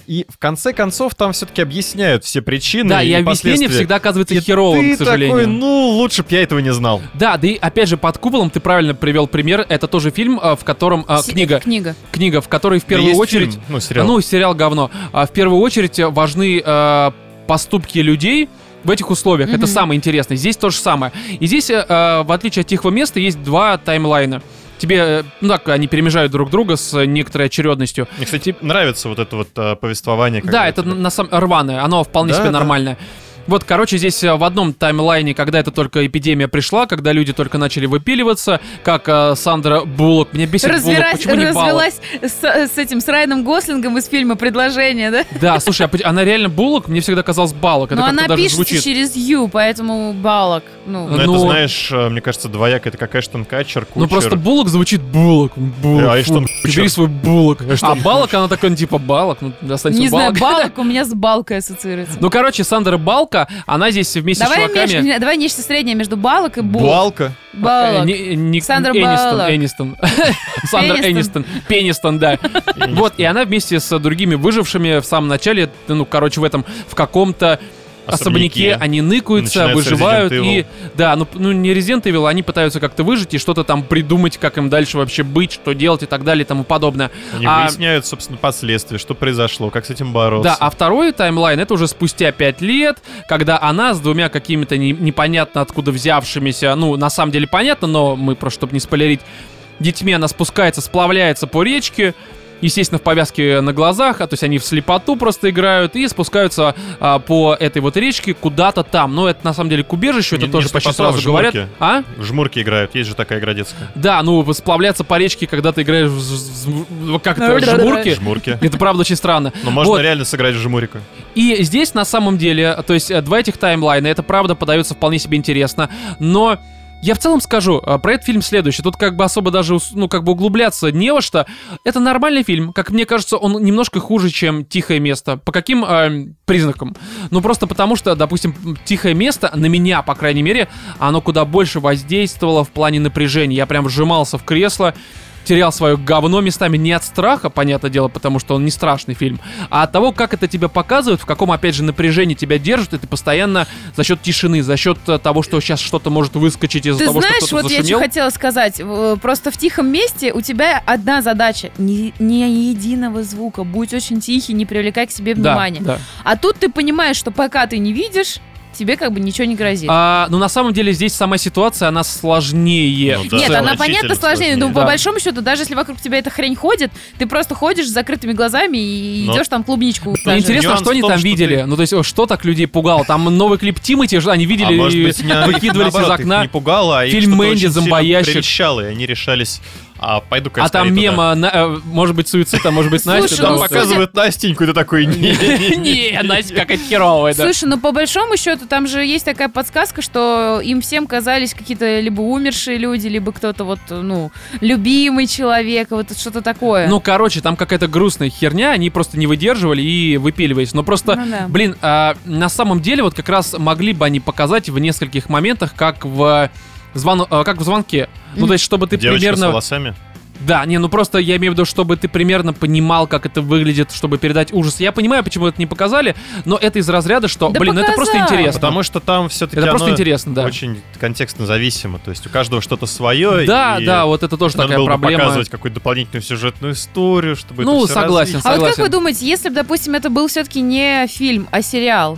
B: И в конце концов там все-таки объясняют все причины.
A: Да, и,
B: и
A: объяснение всегда оказывается
B: и
A: херовым,
B: ты
A: к сожалению.
B: такой, ну, лучше бы я этого не знал.
A: Да, да и опять же под куполом ты правильно привел пример. Это тоже фильм, а, в котором а,
C: Си-
A: книга,
C: Книга.
A: книга, в которой в
B: Да
A: первую
B: есть
A: очередь,
B: фильм, ну, сериал.
A: ну сериал говно, а, в первую очередь важны а, поступки людей. В этих условиях.
C: Мгм.
A: Это самое интересное. Здесь то же самое. И здесь, э, в отличие от Тихого места, есть два таймлайна. Тебе, э, ну так, они перемежают друг друга с некоторой очередностью.
B: Мне, кстати, нравится вот это вот а, повествование.
A: Да,
B: когда
A: это
B: тебя-
A: на самом рваное, оно вполне
B: Да,
A: себе
B: да.
A: нормальное. Вот, короче, здесь э, в одном таймлайне, когда это только эпидемия пришла, когда люди только начали выпиливаться, как э, Сандра Буллок, меня бесит Буллок,
C: Развелась,
A: почему не Баллок?
C: развелась с, с этим, с Райаном Гослингом из фильма «Предложение», да?
A: Да, слушай, а поч- она реально Буллок? Мне всегда казалось Баллок, это
C: Но
A: как-то
C: она
A: даже
C: пишется
A: звучит.
C: через «ю», поэтому «балок». Ну,
B: Ну, это,
A: Ну,
B: знаешь, а, мне кажется, двояко. Это как Эштон Катчер, Кучер.
A: Ну просто Буллок звучит Буллок. Буллок.
B: А Эштон
A: фу,
B: Кучер.
A: Бери свой Буллок.
B: Эштон
A: А Баллок, она такой, ну, типа Баллок, ну останется
C: не знаю,
A: Баллок.
C: «балок» у меня с «балкой» ассоциируется.
A: Ну, короче, Сандра Балка, она здесь вместе
C: Давай,
A: с чуваками...
C: меж- давай нечто среднее между «балок» и «булок».
B: Буалка.
C: «Балок».
A: Э, не- не-
C: Сандра
A: Энистон,
C: Баллок.
A: Энистон. Сандра
C: Пенистон.
A: Энистон. Пенистон, да. Вот, и она вместе с другими выжившими в самом начале, ну, короче, в этом, в каком-то особняке,
B: Особняке.
A: они ныкаются,
B: Начинается
A: выживают,
B: Resident
A: и...
B: Evil.
A: Да, ну, ну не Resident Evil, они пытаются как-то выжить и что-то там придумать, как им дальше вообще быть, что делать и так далее и тому подобное.
B: Они
A: А-
B: выясняют, собственно, последствия, что произошло, как с этим бороться.
A: Да, а второй таймлайн — это уже спустя пять лет, когда она с двумя какими-то не- непонятно откуда взявшимися, ну, на самом деле понятно, но мы просто, чтобы не спойлерить, детьми она спускается, сплавляется по речке, естественно, в повязке на глазах, а то есть они в слепоту просто играют и спускаются а, по этой вот речке куда-то там. Но это на самом деле к убежищу, это
B: Не-
A: тоже
B: не
A: почти
B: потом,
A: сразу
B: в
A: говорят.
B: жмурке.
A: А?
B: В жмурки играют, есть же такая игра детская.
A: Да, ну сплавляться по речке, когда ты играешь в з- з- как это,
C: Да-да-да.
A: жмурки.
B: Жмурки.
A: Это правда очень странно.
B: Но можно
A: Вот.
B: реально сыграть в жмурика.
A: И здесь на самом деле, то есть э, два этих таймлайна, это правда подается вполне себе интересно, но я в целом скажу э, про этот фильм следующее. Тут как бы особо даже, ус- ну, как бы углубляться не во что. Это нормальный фильм. Как мне кажется, он немножко хуже, чем «Тихое место». По каким э, признакам? Ну, просто потому что, допустим, «Тихое место» на меня, по крайней мере, оно куда больше воздействовало в плане напряжения. Я прям вжимался в кресло, терял свое говно местами не от страха, понятное дело, потому что он не страшный фильм, а от того, как это тебя показывают, в каком, опять же, напряжении тебя держат, и ты постоянно за счет тишины, за счет э, того, что сейчас что-то может выскочить из-за
C: Ты
A: того,
C: знаешь,
A: что кто-то
C: вот я что
A: зашумел.
C: хотела сказать. В- Просто в тихом месте у тебя одна задача. Ни, ни единого звука. Будь очень тихий, не привлекай к себе
A: Да,
C: внимания.
A: да.
C: А тут ты понимаешь, что пока ты не видишь, тебе как бы ничего не грозит.
A: А, но на самом деле здесь сама ситуация, она сложнее.
B: Ну
A: в
B: да,
C: Нет,
A: целом.
C: она
B: значительно
C: понятно сложнее, но
B: сложнее.
C: по
A: Да.
C: большому счету, даже если вокруг тебя эта хрень ходит, ты просто ходишь с закрытыми глазами и
B: Но-
C: идешь там клубничку.
A: Ну,
C: усаживать.
A: интересно,
B: Нюанс
A: что они
B: в том,
A: там
B: что
A: видели?
B: ты-
A: Ну, то есть, о, что так людей пугало? Там новый клип Тимати, же они видели
B: А может
A: и
B: быть, не, их,
A: выкидывались из
B: наоборот, их
A: окна.
B: не пугало, а их
A: Фильм
B: что-то
A: Мэнди,
B: очень сильно
A: зомбоящик.
B: прельщало, и они решались, а пойду-ка я
A: А там
B: скорее
A: мем,
B: туда.
A: а, на- э, может быть, суицид, а может быть,
C: Слушай,
A: Настя.
C: ну,
A: да,
B: Там
A: вот
C: судя-
B: показывают Настеньку, и ты такой, не
A: Не, Настя какая-то херовая, да.
C: Слушай, ну по большому счету там же есть такая подсказка, что им всем казались какие-то либо умершие люди, либо кто-то вот, ну, любимый человек, вот что-то такое.
A: Ну, короче, там какая-то грустная херня, они просто не выдерживали и выпиливались. Но просто,
C: Ну да.
A: блин, а, на самом деле вот как раз могли бы они показать в нескольких моментах, как в звон... а, как в звонке. Ну, то есть, чтобы ты
B: Девочка с
A: примерно...
B: волосами.
A: Да, не, ну просто я имею в виду, чтобы ты примерно понимал, как это выглядит, чтобы передать ужас. Я понимаю, почему это не показали, но это из разряда, что,
C: Да
A: блин, ну это просто
C: показали.
A: интересно.
B: Потому что там все-таки
A: Это просто интересно, да.
B: очень контекстно зависимо. То есть у каждого что-то свое.
A: Да,
B: и
A: да, вот это тоже
B: надо
A: такая
B: было бы
A: проблема.
B: показывать какую-то дополнительную сюжетную историю, чтобы
A: Ну,
B: это всё
A: согласен,
B: развить.
C: А вот как
A: согласен.
C: вы думаете, если бы, допустим, это был все-таки не фильм, а сериал?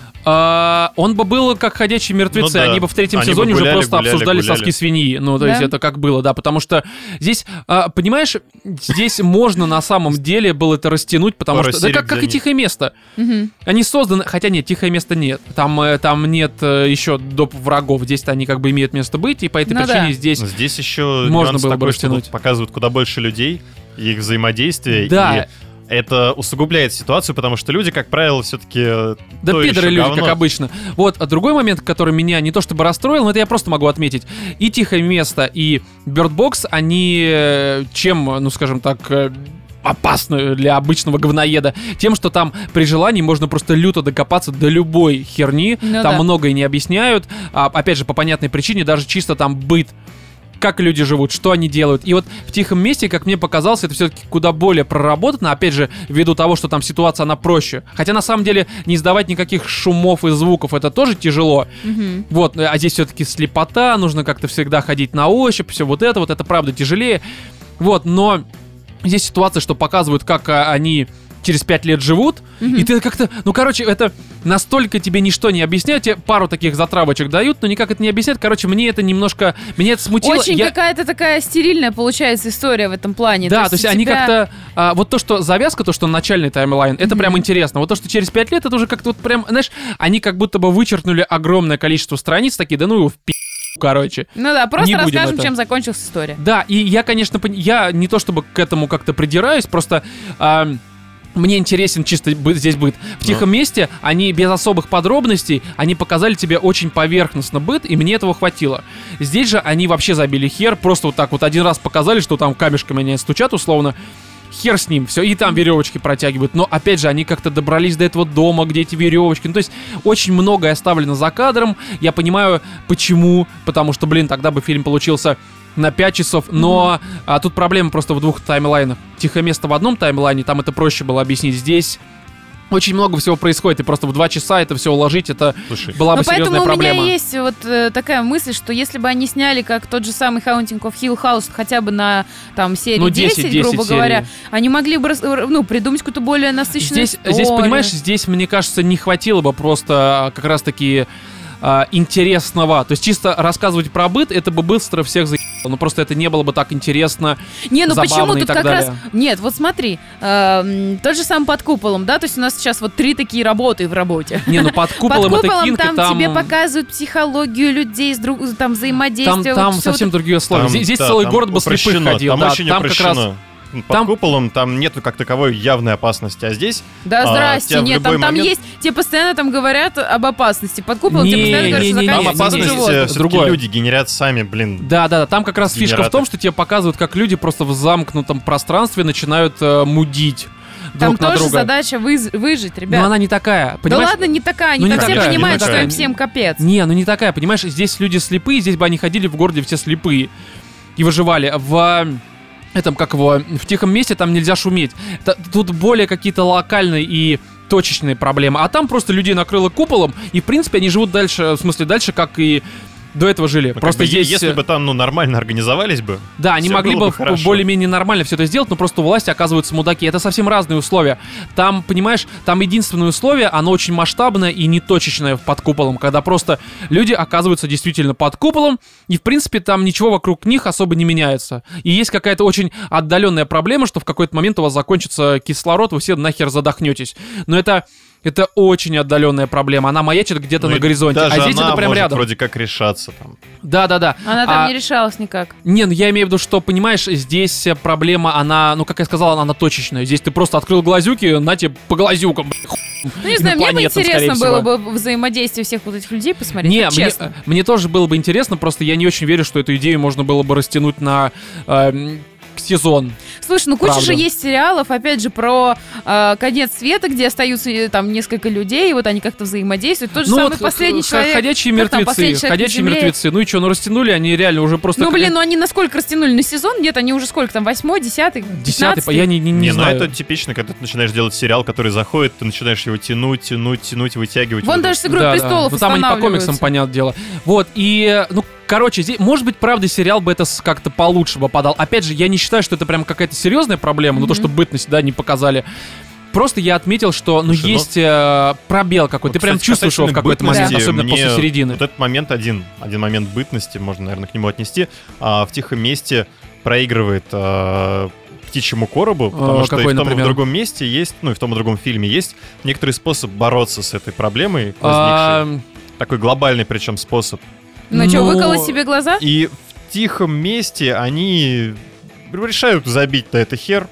A: А, он бы был как «Ходячие мертвецы»,
B: Ну да.
A: они бы в третьем
B: Они бы
A: сезоне уже
B: гуляли,
A: просто
B: гуляли,
A: обсуждали
B: гуляли.
A: соски свиньи. Ну, то
C: Да?
A: есть это как было, да, потому что здесь, а, понимаешь, здесь можно на самом деле было это растянуть, потому
B: Пару
A: что... Да
B: серий,
A: как, как
B: где
A: и «Тихое место».
C: Мгм.
A: Они созданы... Хотя нет, «Тихое место» нет. Там, э, там нет э, еще доп. Врагов. Здесь-то они как бы имеют место быть, и по этой
C: Ну
A: причине
C: да.
A: здесь...
B: Здесь еще
A: Можно
B: нюанс
A: было бы
B: такой, что
A: растянуть.
B: тут показывают куда больше людей и их взаимодействие.
A: Да.
B: И это усугубляет ситуацию, потому что люди, как правило, все-таки...
A: Да пидоры люди, как обычно. Вот, а другой момент, который меня не то чтобы расстроил, но это я просто могу отметить. И «Тихое место», и «Bird Box», они э, чем, ну скажем так... э, опасно для обычного говноеда. Тем, что там при желании можно просто люто докопаться до любой херни.
C: Ну
A: там
C: да.
A: многое не объясняют. А, опять же, по понятной причине, даже чисто там быт как люди живут, что они делают. И вот в «Тихом месте», как мне показалось, это все-таки куда более проработано, опять же, ввиду того, что там ситуация, она проще. Хотя, на самом деле, не издавать никаких шумов и звуков, это тоже тяжело.
C: Мгм.
A: Вот, а здесь все-таки слепота, нужно как-то всегда ходить на ощупь, все вот это, вот это правда тяжелее. Вот, но здесь ситуация, что показывают, как а, они через пять лет живут,
C: Мгм.
A: и ты как-то, ну, короче, это настолько тебе ничто не объясняет, тебе пару таких затравочек дают, но никак это не объясняет. Короче, мне это немножко, меня это смутило.
C: Очень
A: Я-
C: какая-то такая стерильная получается история в этом плане.
A: Да, то есть
C: у
A: они
C: тебя-
A: как-то... а, вот то, что завязка, то, что начальный таймлайн, это
C: Мгм.
A: прям интересно. Вот то, что через пять лет, это уже как-то вот прям, знаешь, они как будто бы вычеркнули огромное количество страниц, такие, да ну его в пи***, короче.
C: Ну да, просто
A: Не будем
C: расскажем,
A: это.
C: чем закончилась история.
A: Да, и я, конечно, пон- я не то чтобы к этому как-то придираюсь, просто... а, мне интересен чисто бы- здесь быт. В «Тихом месте» они без особых подробностей, они показали тебе очень поверхностно быт, и мне этого хватило. Здесь же они вообще забили хер, просто вот так вот один раз показали, что там камешками они стучат условно. Хер с ним, все, и там веревочки протягивают. Но опять же, они как-то добрались до этого дома, где эти веревочки. Ну, то есть, очень многое оставлено за кадром. Я понимаю, почему. Потому что, блин, тогда бы фильм получился на пять часов. Но а, тут проблема просто в двух таймлайнах. «Тихое место» в одном таймлайне, там это проще было объяснить. Здесь очень много всего происходит, и просто в два часа это все уложить, это
B: Слушай,
A: была бы
C: Ну, поэтому
A: серьезная
C: у
A: проблема.
C: меня есть вот э, такая мысль, что если бы они сняли как тот же самый Haunting of Hill House хотя бы на там серии
A: Ну,
C: десять,
A: десять, десять
C: грубо
A: серий.
C: говоря, они могли бы рас- ну, придумать какую-то более насыщенную
A: Здесь,
C: историю.
A: здесь, понимаешь, здесь, мне кажется, не хватило бы просто а, как раз-таки а, интересного. То есть чисто рассказывать про быт, это бы быстро всех заебало. Но просто это не было бы так интересно.
C: Не, ну
A: забавно
C: почему
A: и
C: тут
A: так
C: как
A: далее.
C: раз... Нет, вот смотри, э, м, тот же сам «Под куполом», да, то есть у нас сейчас вот три такие работы в работе.
A: Не, ну под куполом,
C: Под
A: это
C: куполом
A: кинг, и
C: там,
A: там...
C: тебе показывают психологию людей, с друг, там
A: Там,
C: взаимодействие.
A: там
C: вот всё
A: совсем
C: вот
A: другие условия.
B: Там,
A: Здесь, здесь
B: да,
A: целый
B: там
A: город бы слепых
B: упрощено,
A: ходил.
B: Там
A: Да,
B: очень
A: там как раз...
B: упрощено. Под
A: там-
B: куполом там нету как таковой явной опасности, а здесь...
C: Да,
B: а,
C: здрасте,
B: тебя в
C: нет, там,
B: любой
C: там
B: момент-
C: есть, тебе постоянно там говорят об опасности. Под куполом тебе
A: Не,
C: постоянно говорят,
A: не,
C: что
A: не,
B: Там
A: не,
C: заканчивается
A: не, не,
B: опасность
C: живот.
B: э, все-таки
A: Другое.
B: люди генерят сами, блин.
A: Да, да, да, там как раз фишка в
B: Генератор.
A: том, что тебе показывают, как люди просто в замкнутом пространстве начинают э, мудить
C: Там
A: друг на
C: тоже
A: друга.
C: задача выз- выжить, ребят.
A: Но она не такая,
C: Да
A: понимаешь?
C: ладно, не такая,
A: Ну,
C: не
A: не
C: так все
A: такая, не
C: понимают, что
B: такая.
C: им всем капец.
A: Не, ну не такая, понимаешь, здесь люди слепые, здесь бы они ходили в городе все слепые и выживали. В этом, как его, в «Тихом месте» там нельзя шуметь. Т- Тут более какие-то локальные и точечные проблемы. А там просто людей накрыло куполом, и, в принципе, они живут дальше, в смысле, дальше, как и до этого жили.
B: Ну, как
A: Просто
B: бы,
A: здесь...
B: Если бы там, ну, нормально организовались бы,
A: Да, они
B: всё
A: могли
B: было
A: бы
B: бы хорошо.
A: более-менее нормально все это сделать, но просто у власти оказываются мудаки. Это совсем разные условия. Там, понимаешь, там единственное условие, оно очень масштабное и неточечное под куполом, когда просто люди оказываются действительно под куполом, и, в принципе, там ничего вокруг них особо не меняется. И есть какая-то очень отдаленная проблема, что в какой-то момент у вас закончится кислород, вы все нахер задохнетесь. Но это... Это очень отдаленная проблема. Она маячит где-то
B: ну,
A: на
B: и
A: горизонте.
B: даже
A: А здесь
B: она
A: это прям
B: может
A: рядом.
B: вроде как решаться там.
A: Да-да-да.
C: Она там
A: А-
C: не решалась никак.
A: Не, ну я имею в виду, что, понимаешь, здесь э, проблема, она, ну, как я сказал, она, она точечная. Здесь ты просто открыл глазюки, на тебе по глазюкам, блин, хуй.
C: Ну, не знаю, мне бы
A: Инопланетным,
C: интересно
A: скорее
C: было
A: всего.
C: бы взаимодействие всех вот этих людей посмотреть,
A: Не,
C: вот
A: мне,
C: честно.
A: мне тоже было бы интересно, просто я не очень верю, что эту идею можно было бы растянуть на э, сезон.
C: Слушай, ну куча
A: правда.
C: же есть сериалов, опять же, про э, конец света, где остаются э, там несколько людей, и вот они как-то взаимодействуют. Тот же
A: Ну
C: самый
A: вот
C: последний
A: х-
C: человек.
A: ходячие
C: как там,
A: мертвецы,
C: «Последний человек на
A: ходячие
C: земле».
A: мертвецы. Ну и что, ну растянули они реально уже просто...
C: Ну,
A: как-
C: блин, ну они насколько растянули на сезон? Нет, они уже сколько там, восьмой, десятый,
A: Десятый,
C: пятнадцатый?
A: я не, не, не
B: Не, ну
A: знаю.
B: это типично, когда ты начинаешь делать сериал, который заходит, ты начинаешь его тянуть, тянуть, тянуть, вытягивать.
C: Вон
B: Вот
C: даже с «Игрой
A: Да, да.
C: престолов»
A: Ну там они по комиксам,
C: останавливаются.
A: понятное дело. Вот, и, ну, короче, здесь, может быть, правда, сериал бы это с- как-то получше бы подал. Опять же, я не считаю, что это прям какая-то серьезная проблема, ну, то,
C: Мгм.
A: что бытность, да, не показали. Просто я отметил, что, ну,
B: Слушай, ну-
A: есть э, пробел какой-то.
B: Вот,
A: Ты прям
B: кстати,
A: чувствуешь его в
B: касательно
A: какой-то момент,
B: бытности,
A: особенно
B: мне
A: после середины.
B: Вот этот момент один, один момент бытности, можно, наверное, к нему отнести. А, в «Тихом месте» проигрывает а, «Птичьему коробу», потому
A: А,
B: что и
A: какой,
B: в том, и в
A: например?
B: другом месте есть, ну, и в том, и в другом фильме есть некоторый способ бороться с этой проблемой, возникшей.
A: А,
B: Такой глобальный, причем, способ.
C: Ну что,
A: Ну,
C: выколоть себе глаза?
B: И в «Тихом месте» они решают забить на это хер.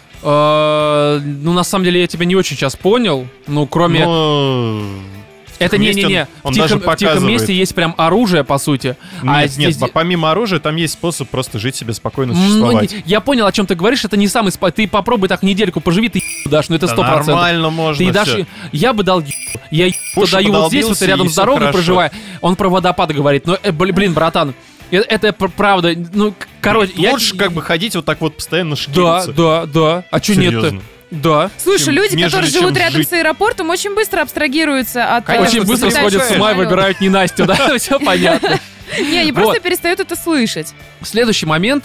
A: э, ну, на самом деле, я тебя не очень сейчас понял. Ну, кроме...
B: Но...
A: Это
B: «Тихом месте»
A: не-не-не.
B: он-
A: В
B: он
A: тихом,
B: даже
A: в «Тихом
B: показывает.
A: месте» есть прям оружие, по сути. а
B: Нет,
A: здесь...
B: нет, помимо оружия там есть способ просто жить себе спокойно,
A: Ну,
B: существовать.
A: не- я понял, о чем ты говоришь. Это не самый... спа- Ты попробуй так недельку поживи, ты дашь, ну это
B: Да
A: сто процентов.
B: нормально можно.
A: Ты дашь...
B: всё.
A: Я бы дал... Я
B: Пуша
A: даю вот здесь, вот
B: подолбился,
A: рядом
B: и
A: с
B: всё
A: дорогой
B: хорошо.
A: проживая. Он про водопад говорит. Но, э, бли- блин, братан, Э- Это, пр- правда, ну, к- короче... я-
B: Лучше как бы ходить вот так вот постоянно
A: Да,
B: шкириться.
A: да, да. А чё нет-то?
B: Серьезно.
A: Да.
C: Слушай,
B: Чем-
C: люди,
B: нежели
C: которые
B: чем
C: живут рядом
B: жить.
C: с аэропортом, очень быстро абстрагируются от... э,
B: Конечно,
A: Очень быстро
C: взлетающего
A: сходят с ума и
C: самолета.
A: выбирают не Настю, да? Все понятно.
C: Не, они просто
A: Вот.
C: перестают это слышать.
A: Следующий момент.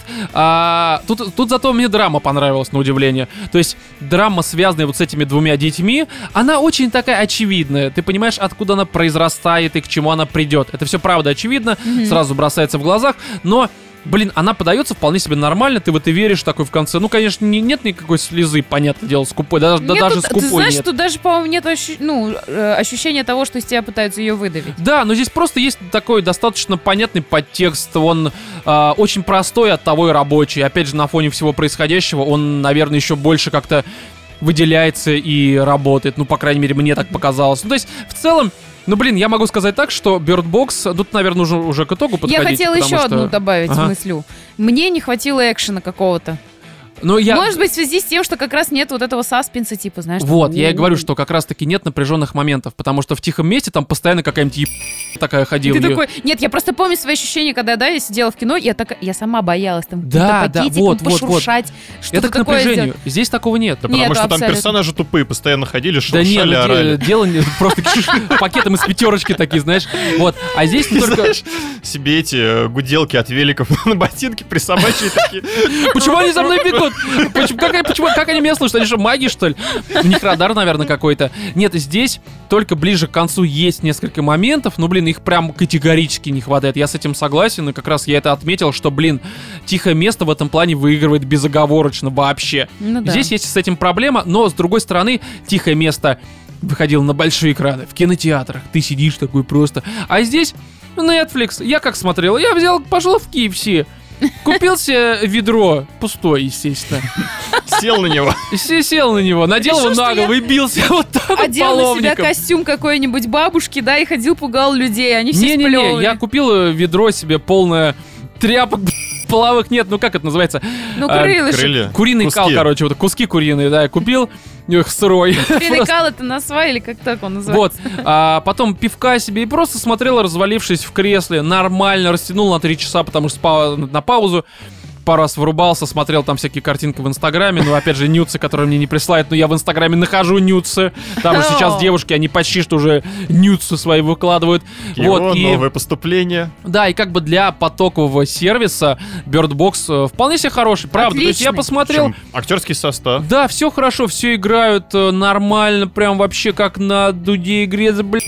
A: а, тут, тут зато мне драма понравилась, на удивление. То есть драма, связанная вот с этими двумя детьми, она очень такая очевидная. Ты понимаешь, откуда она произрастает и к чему она придет. Это все правда очевидно, сразу бросается в глазах, но... Блин, она подается вполне себе нормально, ты в это веришь такой в конце. Ну, конечно, не, нет никакой слезы, понятное дело, скупой. Да, да
C: Нет,
A: даже
C: тут-
A: скупой
C: ты знаешь,
A: нет.
C: тут даже, по-моему, нет ощу- ну, э, ощущения того, что из тебя пытаются ее выдавить.
A: Да, но здесь просто есть такой достаточно понятный подтекст. Он а, очень простой, оттого и рабочий. Опять же, на фоне всего происходящего он, наверное, еще больше как-то выделяется и работает. Ну, по крайней мере, мне так показалось. Ну, то есть, в целом, ну, блин, я могу сказать так, что Bird Box, тут, наверное, нужно уже к итогу подходить.
C: Я хотела
A: потому
C: еще
A: что-
C: одну добавить
A: Ага.
C: мыслю. Мне не хватило экшена какого-то.
A: Ну, я...
C: Может быть, в связи с тем, что как раз нет вот этого саспенса, типа, знаешь...
A: Вот,
C: такого,
A: я и
C: «У-у-у».
A: говорю, что как раз-таки нет напряженных моментов, потому что в тихом месте там постоянно какая-нибудь еб... такая
C: И
A: ходила.
C: ты такой, нет, я просто помню свои ощущения, когда, да, я сидела в кино, я такая, я сама боялась там
A: Да,
C: каким-то
A: да,
C: пакетиком
A: вот, вот, вот.
C: пошуршать, что-то
A: Это к
C: такое
A: напряжению.
C: сделать.
A: Здесь такого нет.
B: Да
C: Нет,
B: потому что там
C: абсолютно.
B: персонажи тупые, постоянно ходили,
A: Да нет,
B: шуршали,
A: ну,
B: орали.
A: де- дело не просто пакетом из пятерочки такие, знаешь. Вот. А здесь не только...
B: Знаешь, себе эти э, гуделки от великов на ботинке присобачили такие.
A: Почему они за мной бегут? Почему, как, они- почему, как они меня слышат? Они что, маги, что ли? У них радар, наверное, какой-то. Нет, здесь только ближе к концу есть несколько моментов, но, блин, их прям категорически не хватает. Я с этим согласен, и как раз я это отметил, что, блин, тихое место в этом плане выигрывает безоговорочно вообще.
C: Ну да.
A: Здесь есть с этим проблема, но, с другой стороны, тихое место выходило на большие экраны, в кинотеатрах. Ты сидишь такой просто. А здесь Netflix. Я как смотрел? Я взял, пошел в кей эф си. Купил себе ведро, пустое, естественно.
B: Сел на него.
A: И се- сел на него, надел
C: Решил,
A: его
C: что
A: на голову и бился вот так вот
C: Одел на себя
A: половником.
C: костюм какой-нибудь бабушки, да, и ходил, пугал людей, они все
A: Не-не-не,
C: сплевывали.
A: я купил э, ведро себе полное тряпок половых, нет, ну как это называется?
C: Ну,
A: А,
C: крылышек.
B: Крылья.
A: Куриный
B: Куски.
A: кал, короче, вот куски куриные, да, я купил, их сырой.
C: Куриный
A: Просто-
C: кал это на свай или как так он
A: Вот,
C: называется?
A: а потом пивка себе и просто смотрел, развалившись в кресле, нормально, растянул на три часа, потому что спал на паузу. Пару раз врубался, смотрел там всякие картинки в Инстаграме, ну, опять же, нюцы, которые мне не присылают, но я в Инстаграме нахожу нюцы. Там же сейчас
C: О.
A: девушки, они почти что уже нюцы свои выкладывают.
B: Его
A: Вот, и...
B: новое поступление.
A: Да, и как бы для потокового сервиса Bird Box э, вполне себе хороший, правда. То есть я
C: Отличный.
A: посмотрел,
B: Причем актерский состав.
A: да, все хорошо, все играют э, нормально, прям вообще как на дуде игре, блин.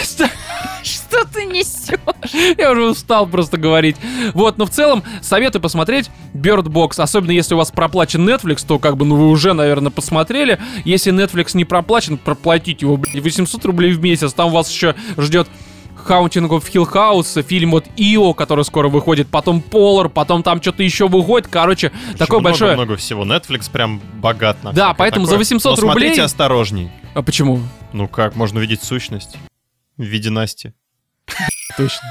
C: Что ты несешь?
A: Я уже устал просто говорить. Вот, но в целом советую посмотреть Bird Box. Особенно если у вас проплачен Netflix, то как бы, ну вы уже, наверное, посмотрели. Если Netflix не проплачен, проплатите его, блин, восемьсот рублей в месяц. Там вас еще ждет Haunting of Hill House, фильм вот Ио, который скоро выходит, потом Polar, потом там что-то еще выходит. Короче,
B: Причем
A: такое
B: много,
A: большое...
B: много всего. Netflix прям богат на
A: Да,
B: всякое
A: поэтому
B: такое.
A: за восемьсот
B: Но смотрите
A: рублей-
B: осторожней.
A: А почему?
B: Ну как, можно увидеть сущность в виде Насти.
A: Точно.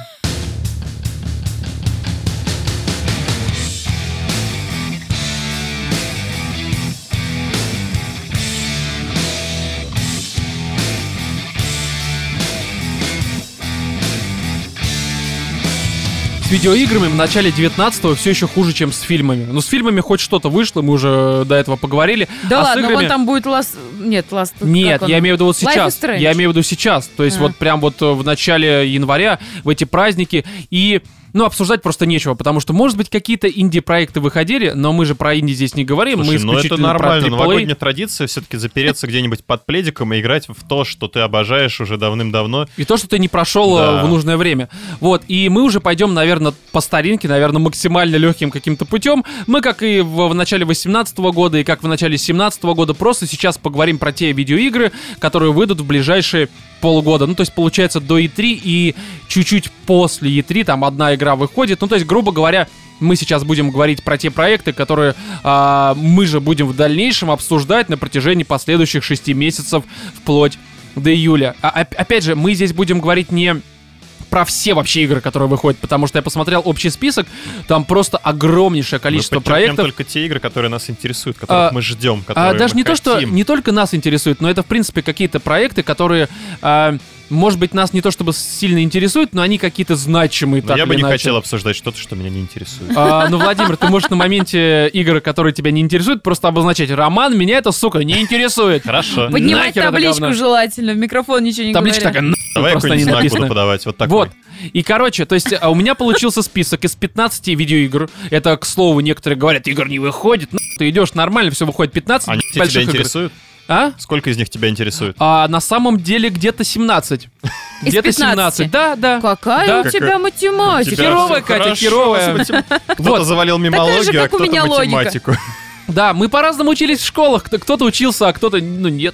A: С видеоиграми в начале девятнадцатого все еще хуже, чем с фильмами. Ну, с фильмами хоть что-то вышло, мы уже до этого поговорили.
C: Да
A: а с
C: ладно,
A: играми...
C: вон там будет лас... Нет, лас...
A: Нет,
C: как он?
A: я имею в виду вот
C: Life is
A: сейчас.
C: Strange.
A: Я имею в виду сейчас. То есть
C: А.
A: вот прям вот э, в начале января, в эти праздники. И, ну, обсуждать просто нечего, потому что, может быть, какие-то инди-проекты выходили, но мы же про инди здесь не говорим,
B: Слушай,
A: мы
B: ну это
A: исключительно про
B: нормально.
A: триплей эй.
B: Новогодняя традиция все-таки запереться где-нибудь под пледиком и играть в то, что ты обожаешь уже давным-давно.
A: И то, что ты не прошел э,
B: Да.
A: в нужное время. Вот, и мы уже пойдем, наверное, по старинке, наверное, максимально легким каким-то путем. Мы, как и в, в начале восемнадцатого года, и как в начале семнадцатого года, просто сейчас поговорим про те видеоигры, которые выйдут в ближайшие полгода. Ну, то есть, получается, до и три и чуть-чуть после и три там одна игра выходит. Ну, то есть, грубо говоря, мы сейчас будем говорить про те проекты, которые а, мы же будем в дальнейшем обсуждать на протяжении последующих шести месяцев вплоть до июля. А, оп- опять же, мы здесь будем говорить не про все вообще игры, которые выходят, потому что я посмотрел общий список, там просто огромнейшее количество
B: мы подчеркнем
A: проектов.
B: только те игры, которые нас интересуют, которых
A: А,
B: мы ждем,
A: А,
B: которые
A: даже
B: мы
A: не то, что
B: хотим.
A: не только нас интересует, но это, в принципе, какие-то проекты, которые, а, может быть, нас не то чтобы сильно интересуют, но они какие-то значимые.
B: Но
A: так
B: я бы
A: или
B: не
A: иначе.
B: хотел обсуждать что-то, что меня не интересует.
A: А, ну, Владимир, ты можешь на моменте игр, которые тебя не интересуют, просто обозначать: Роман, меня это, сука, не интересует.
B: Хорошо.
C: Поднимать
A: Нахер это
C: табличку
A: говно.
C: желательно, в микрофон ничего не
A: Табличка
C: говоря.
A: такая, «Нахуй»,
B: Давай я
A: просто
B: какой-нибудь
A: не
B: знак
A: написано.
B: буду подавать, вот такой.
A: Вот. И, короче, то есть а, у меня получился список из пятнадцати видеоигр. Это, к слову, некоторые говорят, игр не выходит. Ну, ты идешь нормально, все выходит пятнадцать
B: Они тебя
A: больших игр.
B: интересуют?
A: А?
B: Сколько из них тебя интересует?
A: А на самом деле где-то семнадцать.
C: Из
A: Где-то
C: пятнадцати?
A: семнадцать. Да, да.
C: Какая
A: Да.
C: у тебя математика?
B: Тебя
A: херовая,
B: всё
A: Катя,
B: хорошо
A: херовая.
B: с матем- Кто-то
A: Вот.
B: завалил
C: Такая же,
B: мимологию, а
C: как у
B: кто-то
C: меня логика.
B: математику.
A: Да, мы по-разному учились в школах. Кто- Кто-то учился, а кто-то, ну, нет.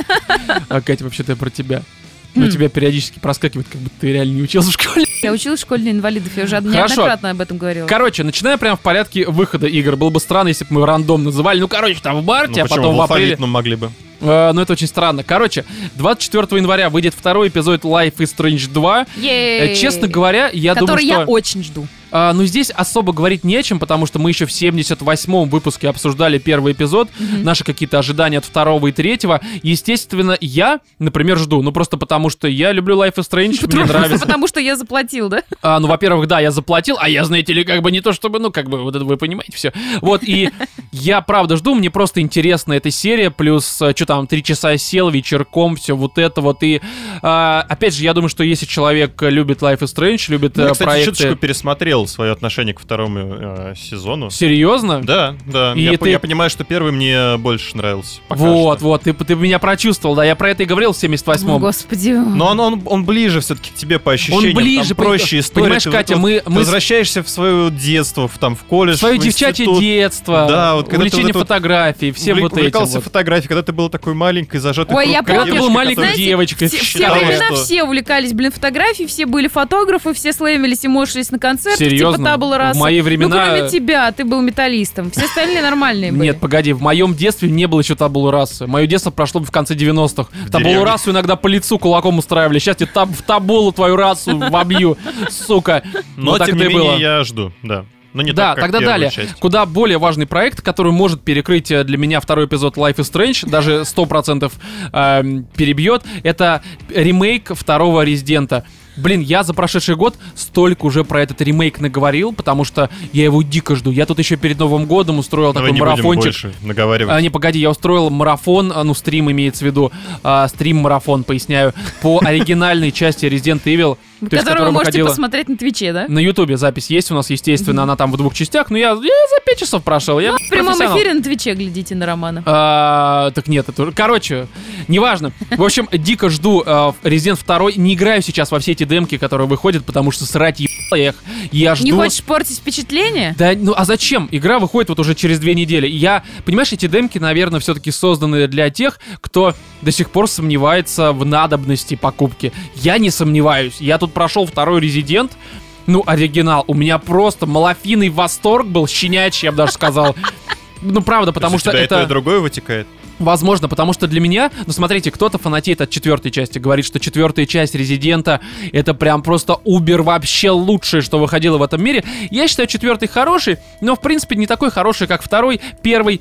A: А, Катя, вообще-то я про тебя. Ну,
C: Хм.
A: тебя периодически проскакивает, как будто ты реально не учился в школе.
C: Я училась в школе инвалидов, я уже
A: Хорошо.
C: неоднократно об этом говорила.
A: Короче, начинаем прямо в порядке выхода игр. Было бы странно, если бы мы рандом называли. Ну, короче, там в марте,
B: Ну
A: а
B: почему,
A: потом
B: в
A: в апреле.
B: алфавитном могли бы.
A: Э, ну, это очень странно. Короче, двадцать четвёртого января выйдет второй эпизод Life is Strange два.
C: Ей.
A: Э, Честно говоря, я думаю,
C: Который
A: что...
C: я очень жду.
A: А, ну, здесь особо говорить не о чем, потому что мы еще в семьдесят восьмом выпуске обсуждали первый эпизод,
C: Мгм.
A: наши какие-то ожидания от второго и третьего. Естественно, я, например, жду, ну, просто потому что я люблю Life is Strange, мне
C: Потому-
A: нравится.
C: Потому что я заплатил, да?
A: А, ну, во-первых, да, я заплатил, а я, знаете ли, как бы не то чтобы, ну, как бы, вот это вы понимаете все. Вот, и я, правда, жду, мне просто интересна эта серия, плюс, что там, три часа сел вечерком, все вот это вот, и, а, опять же, я думаю, что если человек любит Life is Strange, любит
B: Ну,
A: э,
B: я, кстати,
A: проекты...
B: чуточку пересмотрел свое отношение к второму э, сезону.
A: Серьезно?
B: Да, да.
A: И
B: Я,
A: ты-
B: по- я понимаю, что первый мне больше нравился. Пока
A: Вот,
B: что.
A: вот, ты, ты меня прочувствовал, да, я про это и говорил в семьдесят
C: О,
A: восьмом.
C: Господи.
B: Но он, он, он ближе все-таки к тебе по ощущениям.
A: Он ближе,
B: там проще
A: пони-
B: история.
A: понимаешь,
B: Ты
A: Катя,
B: вот-
A: мы-
B: ты
A: мы с-
B: возвращаешься в свое детство, в, там, в колледж,
A: Свое
B: в
A: девчачье
B: институт.
A: детство,
B: Да, вот когда ты
A: увлечение
B: вот это вот
A: фотографией, всем
B: Увлек-
A: вот этим
B: увлекался
A: вот.
B: фотографией, когда ты был такой маленькой, зажатой
C: Ой,
B: в
C: я
B: круг,
C: помню,
A: Когда ты был
B: девушкой,
A: маленькой
B: которая-
C: Знаете,
A: девочкой.
C: Все, все
B: считала,
C: времена
B: что-
C: все увлекались, блин, фотографией, все были фотографы, все слэмились и мошились на концертах,
A: Серьезно?
C: типа табула раса.
A: В мои
C: Ну,
A: времена-
C: кроме тебя, ты был металлистом. Все остальные нормальные были.
A: Нет, погоди, в моем детстве не было еще табулы расы. Мое детство прошло в конце девяностых. Табулу
B: деревне.
A: расу иногда по лицу кулаком устраивали. Сейчас я таб- в табулу твою расу вобью, сука.
B: Но,
A: Вот так
B: тем
A: это
B: не
A: и было.
B: менее, я жду, да. Но не
A: Да,
B: так, как
A: тогда
B: первую
A: далее.
B: часть.
A: Куда более важный проект, который может перекрыть э, для меня второй эпизод Life is Strange, даже сто процентов эм, перебьет, это ремейк второго Резидента. Блин, я за прошедший год столько уже про этот ремейк наговорил, потому что я его дико жду. Я тут еще перед Новым годом устроил
B: Давай
A: такой
B: не будем
A: марафончик.
B: больше наговаривать.
A: А, не, погоди, я устроил марафон, а, ну, стрим имеется в виду, а, стрим-марафон, поясняю, по оригинальной части Resident Evil. то есть,
C: Который вы
A: которая
C: можете
A: выходила-
C: посмотреть на Твиче, да?
A: На Ютубе запись есть у нас, естественно, она там в двух частях, но я, я за пять часов прошел. Я
C: В прямом
A: профессионал.
C: эфире на Твиче глядите на Романа.
A: А, так нет, это... Короче, неважно. В общем, дико жду а, Resident два. Не играю сейчас во все эти демки, которые выходят, потому что срать ебало я их. Я жду...
C: Не хочешь портить впечатление?
A: Да, ну а зачем? Игра выходит вот уже через две недели. И я, понимаешь, эти демки, наверное, все-таки созданы для тех, кто до сих пор сомневается в надобности покупки. Я не сомневаюсь. Я тут прошел второй Резидент, ну, оригинал. У меня просто малофийный восторг был, щенячий, я бы даже сказал. Ну, правда, потому
B: То есть
A: что
B: у тебя и то, и
A: это...
B: другое вытекает.
A: Возможно, потому что для меня, ну смотрите, кто-то фанатеет от четвертой части, говорит, что четвертая часть Резидента это прям просто убер вообще лучшее, что выходило в этом мире. Я считаю четвертый хороший, но в принципе не такой хороший, как второй, первый,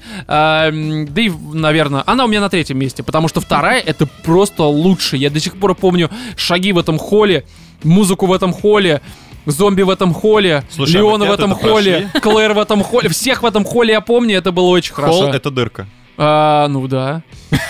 A: эм, да и, наверное, она у меня на третьем месте, потому что вторая это просто лучше. Я до сих пор помню шаги в этом холле, музыку в этом холле. Зомби в этом холле,
B: Слушай, а
A: Леона
B: мы
A: в этом
B: пятую-то
A: холле, Клэр в этом холле, всех в этом холле я помню, это было очень хорошо.
B: Холл — это дырка.
A: А, ну да.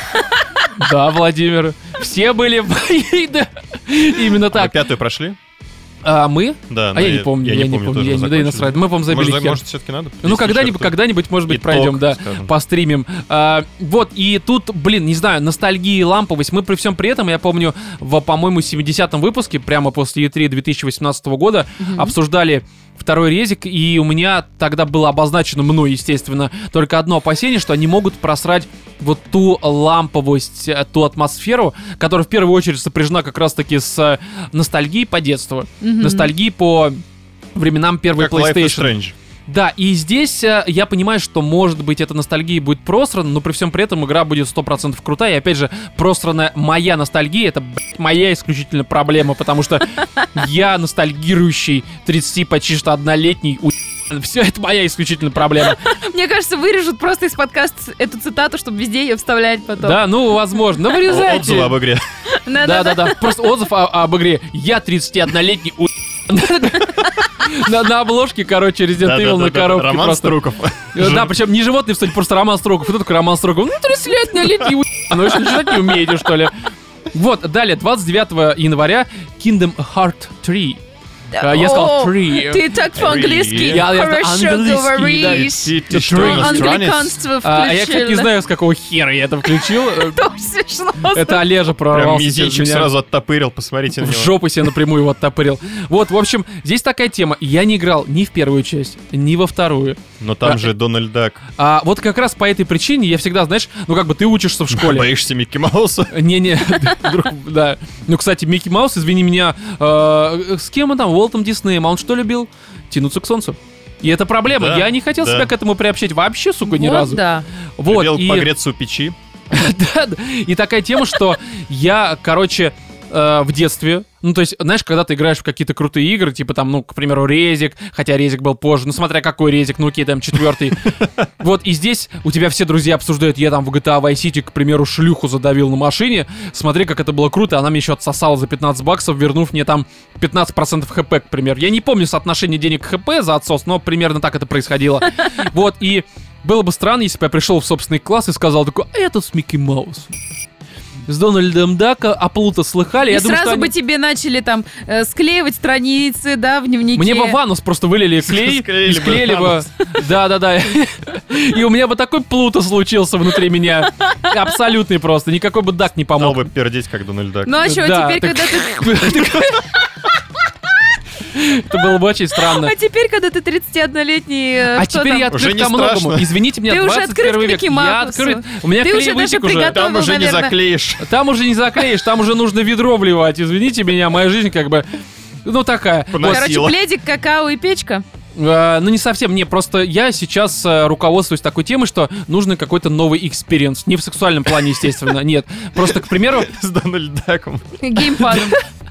A: Да, Владимир. Все были в моей, да. Именно
B: А вы
A: так.
B: пятую прошли?
A: А мы?
B: Да.
A: А
B: но
A: я не помню, я не помню,
B: тоже
A: я
B: мы
A: не, да и
B: закончили.
A: насрать. Мы, по-моему, забили
B: Может,
A: хер.
B: может, все-таки надо?
A: Ну,
B: Если
A: когда-нибудь,
B: чё-то-
A: когда-нибудь, может быть,
B: Итог,
A: пройдем, да,
B: скажем.
A: постримим. А, вот, и тут, блин, не знаю, ностальгия и ламповость. Мы при всем при этом, я помню, в, по-моему, семидесятом выпуске, прямо после и три две тысячи восемнадцатого года, обсуждали второй резик, и у меня тогда было обозначено мной, естественно, только одно опасение, что они могут просрать вот ту ламповость, э, ту атмосферу, которая в первую очередь сопряжена как раз-таки с э, ностальгией по детству,
C: Мгм.
A: ностальгией по временам первой
B: Как Life is
A: PlayStation.
B: Strange.
A: Да, и здесь э, я понимаю, что, может быть, эта ностальгия будет просрана, но при всем при этом игра будет сто процентов крутая. И опять же, просранная моя ностальгия — это, блядь, моя исключительно проблема, потому что я ностальгирующий тридцати почти что однолетний у... Все это моя исключительно проблема.
C: Мне кажется, вырежут просто из подкаста эту цитату, чтобы везде ее вставлять потом.
A: Да, ну, возможно. Ну, вырезайте.
B: Отзывы об игре.
A: Да-да-да. Просто отзыв о- об игре. Я тридцатиоднолетний у... На, на обложке, короче, Resident Evil на коробке.
B: Роман
A: просто.
B: Струков.
A: Да, причем не животный, кстати, просто Роман Струков. Кто такой Роман Струков? Ну, тридцатилетний у... Ну, что, читать не умеете, что ли? Вот, далее, двадцать девятого января Kingdom Hearts три. А, я сказал
C: О,
A: три.
C: Ты так по-английски
A: Я- я
C: хорошо
A: английский,
C: говоришь.
B: Ты, ты что,
A: Три.
B: иностранец?
C: Англиканство
A: А, а я, кстати, не
C: включил.
A: знаю, с какого хера я это включил.
C: Тоже смешно.
A: Это Олежа
B: Прям
A: прорвался через
B: мизинчик
A: меня.
B: сразу оттопырил, посмотрите на
A: В
B: него.
A: жопу себе напрямую его оттопырил. Вот, в общем, здесь такая тема. Я не играл ни в первую часть, ни во вторую.
B: Но там
A: А,
B: же Дональд Дак.
A: А вот как раз по этой причине я всегда, знаешь, ну как бы ты учишься в школе.
B: Боишься Микки Мауса?
A: Не-не, вдруг, да. Ну, кстати, Микки Маус, извини меня, э, с кем он там, Уолтом Диснеем, а он что любил? Тянуться к солнцу. И это проблема.
B: Да,
A: Я не хотел
B: да.
A: себя к этому приобщить вообще, сука, ни
C: Вот
A: разу.
C: да.
A: Вот,
B: Любил
A: и...
B: погреться у печи.
A: Да, да. И такая тема, что я, короче, э, в детстве, ну, то есть, знаешь, когда ты играешь в какие-то крутые игры, типа там, ну, к примеру, Резик, хотя Резик был позже, ну, смотря какой Резик, ну, окей, там, четвертый. Вот, и здесь у тебя все друзья обсуждают, я там в джи ти эй Vice City, к примеру, шлюху задавил на машине, смотри, как это было круто, она мне еще отсосала за пятнадцать баксов, вернув мне там пятнадцать процентов хп, к примеру. Я не помню соотношение денег к хп за отсос, но примерно так это происходило. Вот, и было бы странно, если бы я пришел в собственный класс и сказал такой, а я тут с Микки Маус. С Дональдом Дака, о Плуто слыхали.
C: И
A: Я думаю,
C: сразу
A: что
C: бы
A: они...
C: тебе начали там э, склеивать страницы, да, в дневнике.
A: Мне бы в анус просто вылили клей
B: Склеили
A: и
B: бы
A: склеили бы.
B: анус.
A: Да-да-да. И у меня бы такой Плуто случился внутри меня. Абсолютный просто. Никакой бы Дак не
B: Стал
A: помог.
B: бы пердеть, как Дональд Дак.
C: Ну а что,
A: Да,
C: теперь,
A: так-
C: когда ты...
A: Это было бы очень странно.
C: А теперь, когда ты тридцатиоднолетний, э,
A: А
C: что
A: теперь
C: там?
A: я
B: Уже
A: открыт
B: не
A: ко многому.
B: страшно.
A: Извините меня,
C: Ты уже
A: двадцать
C: открыт
A: первый
C: к
A: век.
C: Микки
A: Я
C: Маусу.
A: открыт. У меня
C: Ты
A: клей
C: уже даже
A: вытек уже.
C: приготовил.
B: Там уже не
C: наверное.
B: заклеишь.
A: Там уже не заклеишь, там уже нужно ведро вливать. Извините меня, моя жизнь как бы... Ну, такая.
B: Поносила.
C: Короче, пледик, какао и печка.
A: Э, ну, не совсем, не, просто я сейчас э, руководствуюсь такой темой, что нужно какой-то новый экспириенс. Не в сексуальном плане, естественно, нет. Просто, к примеру,
B: С Дональд Даком.
C: Геймпадом.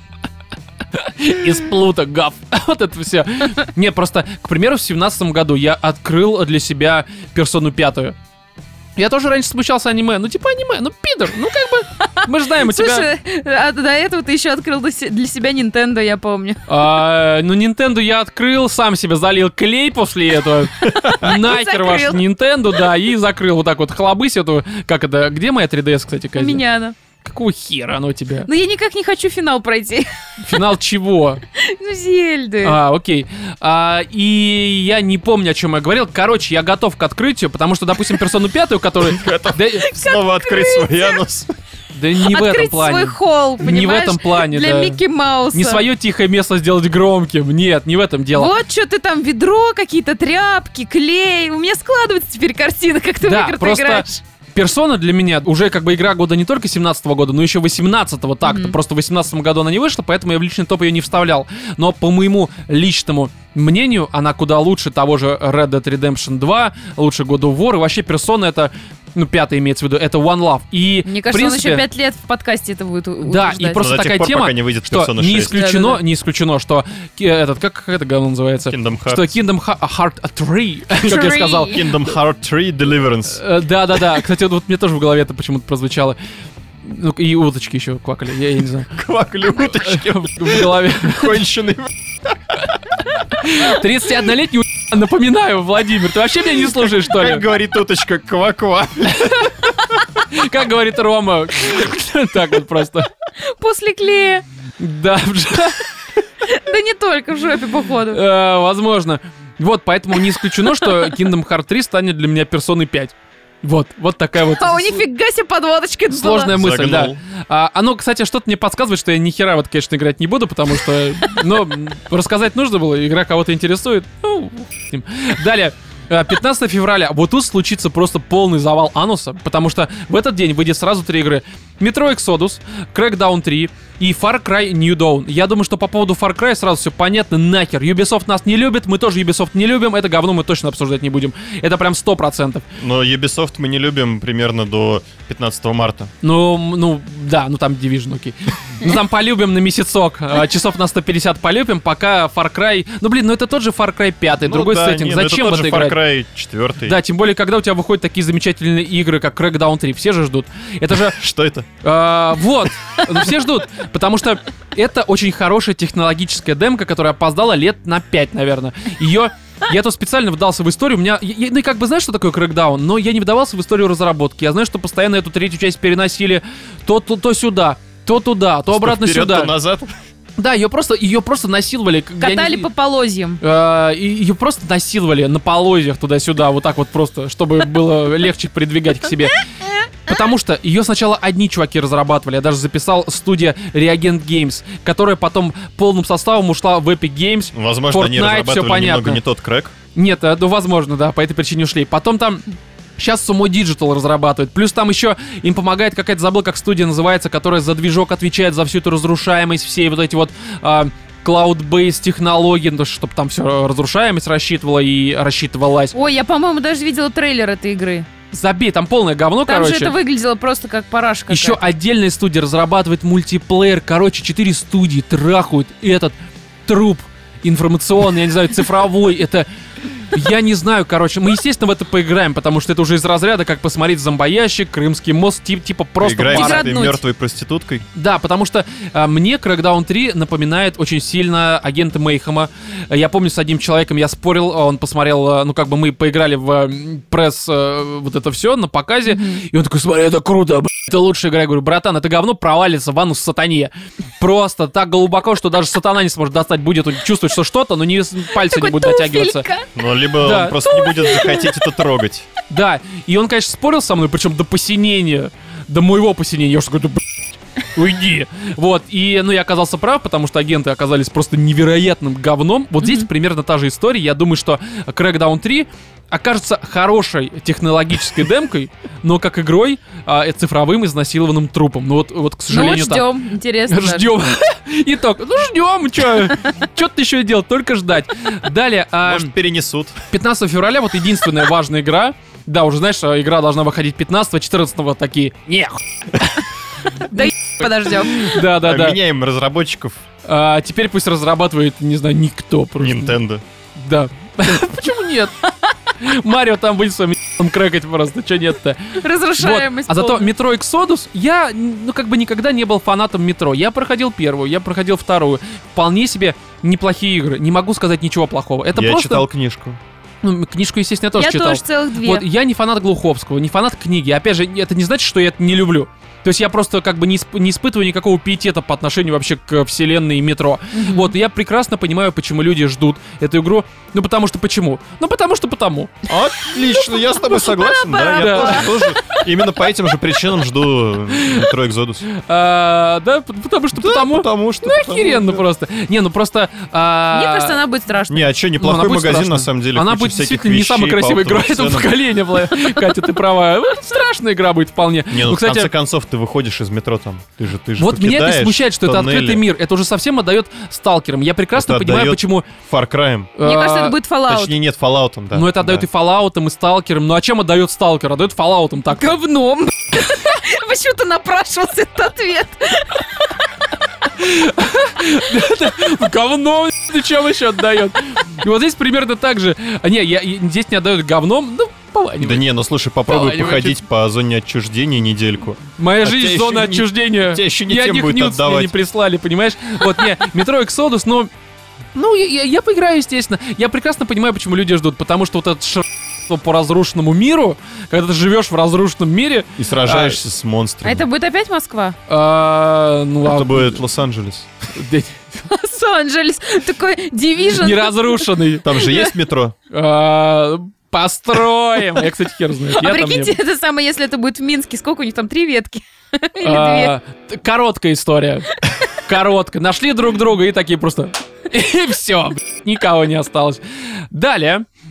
A: из Плута, гав. Вот это все. Не, просто, к примеру, в семнадцатом году я открыл для себя персону пятую. Я тоже раньше смущался аниме. Ну, типа аниме, ну, пидор. Ну, как бы, мы же знаем, у тебя...
C: Слушай, а до этого ты еще открыл для се- для себя Nintendo, я помню.
A: А, ну, Nintendo я открыл, сам себе залил клей после этого. Нахер ваш
C: закрыл.
A: Nintendo, да, и закрыл вот так вот хлобысь эту. Как это? Где моя три ди эс, кстати,
C: У
A: Казя?
C: меня она.
A: Какого хера оно у тебя?
C: Но я никак не хочу финал пройти.
A: Финал чего?
C: Ну, Зельды.
A: А, окей. А, и я не помню, о чем я говорил. Короче, я готов к открытию, потому что, допустим, персону пятую, которую... Да,
B: Снова открыть свой анус.
A: да не в этом
C: Открыть свой
A: плане.
C: холл,
A: Не в
C: понимаешь?
A: этом плане,
C: Для
A: да.
C: Микки Мауса.
A: Не свое тихое место сделать громким. Нет, не в этом дело.
C: Вот что ты там, ведро, какие-то тряпки, клей. У меня складывается теперь картина, как ты
A: Да,
C: в игры
A: просто
C: играешь.
A: Персона для меня уже как бы игра года не только семнадцатого года, но еще восемнадцатого так-то.
C: Мгм.
A: Просто в восемнадцатом году она не вышла, поэтому я в личный топ ее не вставлял. Но по моему личному мнению, она куда лучше того же Red Dead Redemption два, лучше God of War. И вообще Персона это, ну, пятая имеется в виду, это One Love. И,
C: Мне
A: в
C: кажется, он
A: принципе,
C: еще пять лет в подкасте это будет у-
A: да, и
C: утверждать.
A: просто
B: Но до тех
A: такая
B: пор,
A: тема,
B: пока не выйдет
A: что
B: Persona
A: не
B: шесть.
A: исключено,
C: Да-да-да.
A: не исключено, что ки- этот, как, как это говно называется?
B: Kingdom Hearts.
A: Что Kingdom Ha- Heart три, как я
C: Three.
A: сказал.
B: Kingdom Hearts три Deliverance.
A: Э, Да-да-да, кстати, вот мне тоже в голове это почему-то прозвучало. Ну, и уточки еще квакали, я, я не знаю.
B: Квакали уточки.
A: В голове.
B: Конченый.
A: тридцатиоднолетний у- напоминаю, Владимир, ты вообще меня не слушаешь, что
B: Как
A: ли?
B: говорит уточка, ква-ква.
A: Как говорит Рома. Так вот просто.
C: После клея.
A: Да,
C: Да не только в жопе, походу.
A: э, возможно. Вот, поэтому не исключено, что Kingdom Hearts три станет для меня персоной пять. Вот, вот такая вот
C: А у нифига себе подводочка была.
A: сложная мысль,
B: Загнул.
A: да. А, оно, кстати, что-то мне подсказывает, что я ни хера в это, конечно, играть не буду, потому что, ну, рассказать нужно было, игра кого-то интересует. Ну, с ним. Далее, пятнадцатого февраля. Вот тут случится просто полный завал ануса, потому что в этот день выйдет сразу три игры. Metro Exodus, Crackdown три и Far Cry New Dawn. Я думаю, что по поводу Far Cry сразу все понятно, нахер. Ubisoft нас не любит, мы тоже Ubisoft не любим, это говно мы точно обсуждать не будем. Это прям сто процентов.
B: Но Ubisoft мы не любим примерно до пятнадцатого марта.
A: Ну, ну, да, ну там Division, окей. Ну там полюбим на месяцок, часов на сто пятьдесят полюбим, пока Far Cry... Ну, блин, ну это тот же Far Cry пять,
B: Ну
A: другой
B: да,
A: сеттинг.
B: не, ну
A: Зачем
B: это
A: в
B: тот
A: это
B: же Far
A: играть?
B: Cry четыре.
A: Да, тем более, когда у тебя выходят такие замечательные игры, как Crackdown три, все же ждут. Это же...
B: Что это?
A: А, вот, ну, все ждут, потому что это очень хорошая технологическая демка, которая опоздала лет на пять, наверное. Ее... Я тут специально вдался в историю, у меня... Я, ну и как бы знаешь, что такое Crackdown, но я не вдавался в историю разработки. Я знаю, что постоянно эту третью часть переносили то, то, то сюда, то туда, то обратно
B: вперед,
A: сюда.
B: То назад.
A: Да, ее просто, ее просто насиловали.
C: Катали по полозьям.
A: Ее просто насиловали на полозьях туда-сюда, вот так вот просто, чтобы было легче продвигать к себе. Потому что ее сначала одни чуваки разрабатывали. Я даже записал студия Reagent Games, которая потом полным составом ушла в Epic Games.
B: Возможно,
A: Fortnite,
B: они
A: всё
B: разрабатывали
A: понятно.
B: немного не тот крэк.
A: Нет, э, ну возможно, да, по этой причине ушли. Потом там сейчас Sumo Digital разрабатывает. Плюс там еще им помогает какая-то, забыл, как студия называется, которая за движок отвечает за всю эту разрушаемость, все вот эти вот... А, cloud-based технологии, ну, чтобы там все разрушаемость рассчитывала и рассчитывалась.
C: Ой, я, по-моему, даже видела трейлер этой игры.
A: Забей, там полное говно,
C: Там
A: короче.
C: же это выглядело просто как параша какая-то.
A: Еще отдельная студия разрабатывает мультиплеер. Короче, четыре студии трахают этот труп информационный, я не знаю, цифровой. Это... Я не знаю, короче, мы, естественно, в это поиграем, потому что это уже из разряда, как посмотреть зомбоящик, Крымский мост, тип, типа просто
B: Играем с
A: пара.
B: этой
C: Играть.
B: мертвой проституткой.
A: Да, потому что а, мне Crackdown три напоминает очень сильно агента Мейхема. Я помню, с одним человеком я спорил, он посмотрел, а, ну как бы мы поиграли в а, пресс, а, вот это все на показе,
C: Mm-hmm.
A: и он такой, смотри, это круто, б***ь, это лучшая игра. Я говорю, братан, это говно провалится в анус сатане. Просто так глубоко, что даже сатана не сможет достать, будет он чувствовать, что что-то, но не, пальцы не
C: Такой
A: будут дотягиваться.
C: туфелька.
B: Но либо
A: Да.
B: он просто не будет захотеть это трогать.
A: Да, и он, конечно, спорил со мной, причем до посинения, до моего посинения. Я что говорю, блядь, уйди. Вот, и, ну, я оказался прав, потому что агенты оказались просто невероятным говном. Вот здесь примерно та же история. Я думаю, что Crackdown три окажется хорошей технологической демкой, но как игрой а, э, цифровым изнасилованным трупом. Ну вот, вот к
C: Ну вот
A: сожалению, так.
C: ждем, интересно. даже.
A: Ждем. Итог. Ну, ждем, чё. Чё-то еще делать, только ждать. Далее. а,
B: Может, перенесут.
A: пятнадцатого февраля вот единственная важная игра. Да, уже знаешь, игра должна выходить пятнадцатого, четырнадцатого такие. Не,
C: Да е- подождем.
A: да, да, да.
B: Меняем разработчиков
A: А, теперь пусть разрабатывает, не знаю, никто просто.
B: Nintendo.
A: Да. Почему нет? Марио там будет своим ебаным крэкать просто, чё нет-то? Вот.
C: Разрушаемость.
A: А зато
C: полная.
A: Metro Exodus, я, ну, как бы никогда не был фанатом метро. Я проходил первую, я проходил вторую. Вполне себе неплохие игры. Не могу сказать ничего плохого. Это
B: Я
A: просто...
B: читал книжку.
A: Ну, книжку, естественно, я тоже
C: Я
A: читал.
C: тоже целых две.
A: Вот я не фанат Глуховского, не фанат книги. Опять же, это не значит, что я это не люблю. То есть я просто как бы не, исп- не испытываю никакого пиетета по отношению вообще к вселенной и метро.
C: Мгм.
A: Вот, я прекрасно понимаю, почему люди ждут эту игру. Ну, потому что почему? Ну, потому что потому.
B: Отлично, я с тобой согласен, да. Я
A: Да.
B: тоже, тоже именно по этим же причинам жду Metro Exodus.
A: А, да, п- потому что потому.
B: Потому что...
A: Ну,
B: потому,
A: охеренно
B: да.
A: просто. Не, ну просто... а,
C: Мне кажется, она будет страшной.
B: Не, а что,
A: ну, она
B: неплохой
A: будет
B: магазин,
A: страшная.
B: на самом деле.
A: Она
B: куча
A: будет
B: всяких
A: действительно не
B: вещей
A: самая
B: по
A: красивая игра
B: оптовым
A: этого
B: ценам.
A: поколения, Вла- Катя, ты права. Вот страшная игра будет вполне.
B: Не, ну,
A: Ну,
B: в конце
A: кстати,
B: концов, ты выходишь из метро там. Ты же, ты же
A: вот меня это
B: покидаешь
A: смущает, что это
B: тоннели.
A: открытый мир. Это уже совсем отдает сталкерам. Я прекрасно
B: Это
A: понимаю,
B: отдает
A: почему...
B: Far Cry.
C: Мне кажется,
A: а,
C: это будет Fallout.
B: Точнее, нет, Fallout, да.
A: Ну, это отдает
B: да.
A: и Fallout'ом, и Сталкером. Ну, а чем отдает Сталкер? Отдает Fallout'ом так.
C: Говном. Почему-то напрашивался этот ответ.
A: Говно, ну, чем еще отдает? И вот здесь примерно так же. А, не, я, и- здесь не отдает говном, ну,
B: Да
A: пованивает.
B: не, ну слушай, попробуй
A: Пованивает.
B: походить по зоне отчуждения недельку.
A: Моя
B: А
A: жизнь
B: тебя
A: зона
B: еще не-
A: отчуждения.
B: тебя еще не
A: Я
B: тем
A: них
B: будет
A: нюц мне
B: отдавать.
A: не прислали, понимаешь? Вот, не, Metro Exodus, ну... Ну, я, я- я поиграю, естественно. Я прекрасно понимаю, почему люди ждут, потому что вот этот ш... по разрушенному миру, когда ты живешь в разрушенном мире,
B: И сражаешься с
C: А
B: монстрами.
C: это будет опять Москва?
A: а, ну,
B: Это
A: а-
B: будет Лос-Анджелес.
C: Лос-Анджелес. Такой Division.
A: не разрушенный.
B: Там же есть метро?
A: А, Построим. Я, кстати, хер знает.
C: А
A: Я там не
C: прикиньте,
A: был.
C: это самое, если это будет в Минске, сколько у них там, три ветки? Или две?
A: А, т- Короткая история. Короткая. Нашли друг друга и такие просто... И все. Никого не осталось. Далее.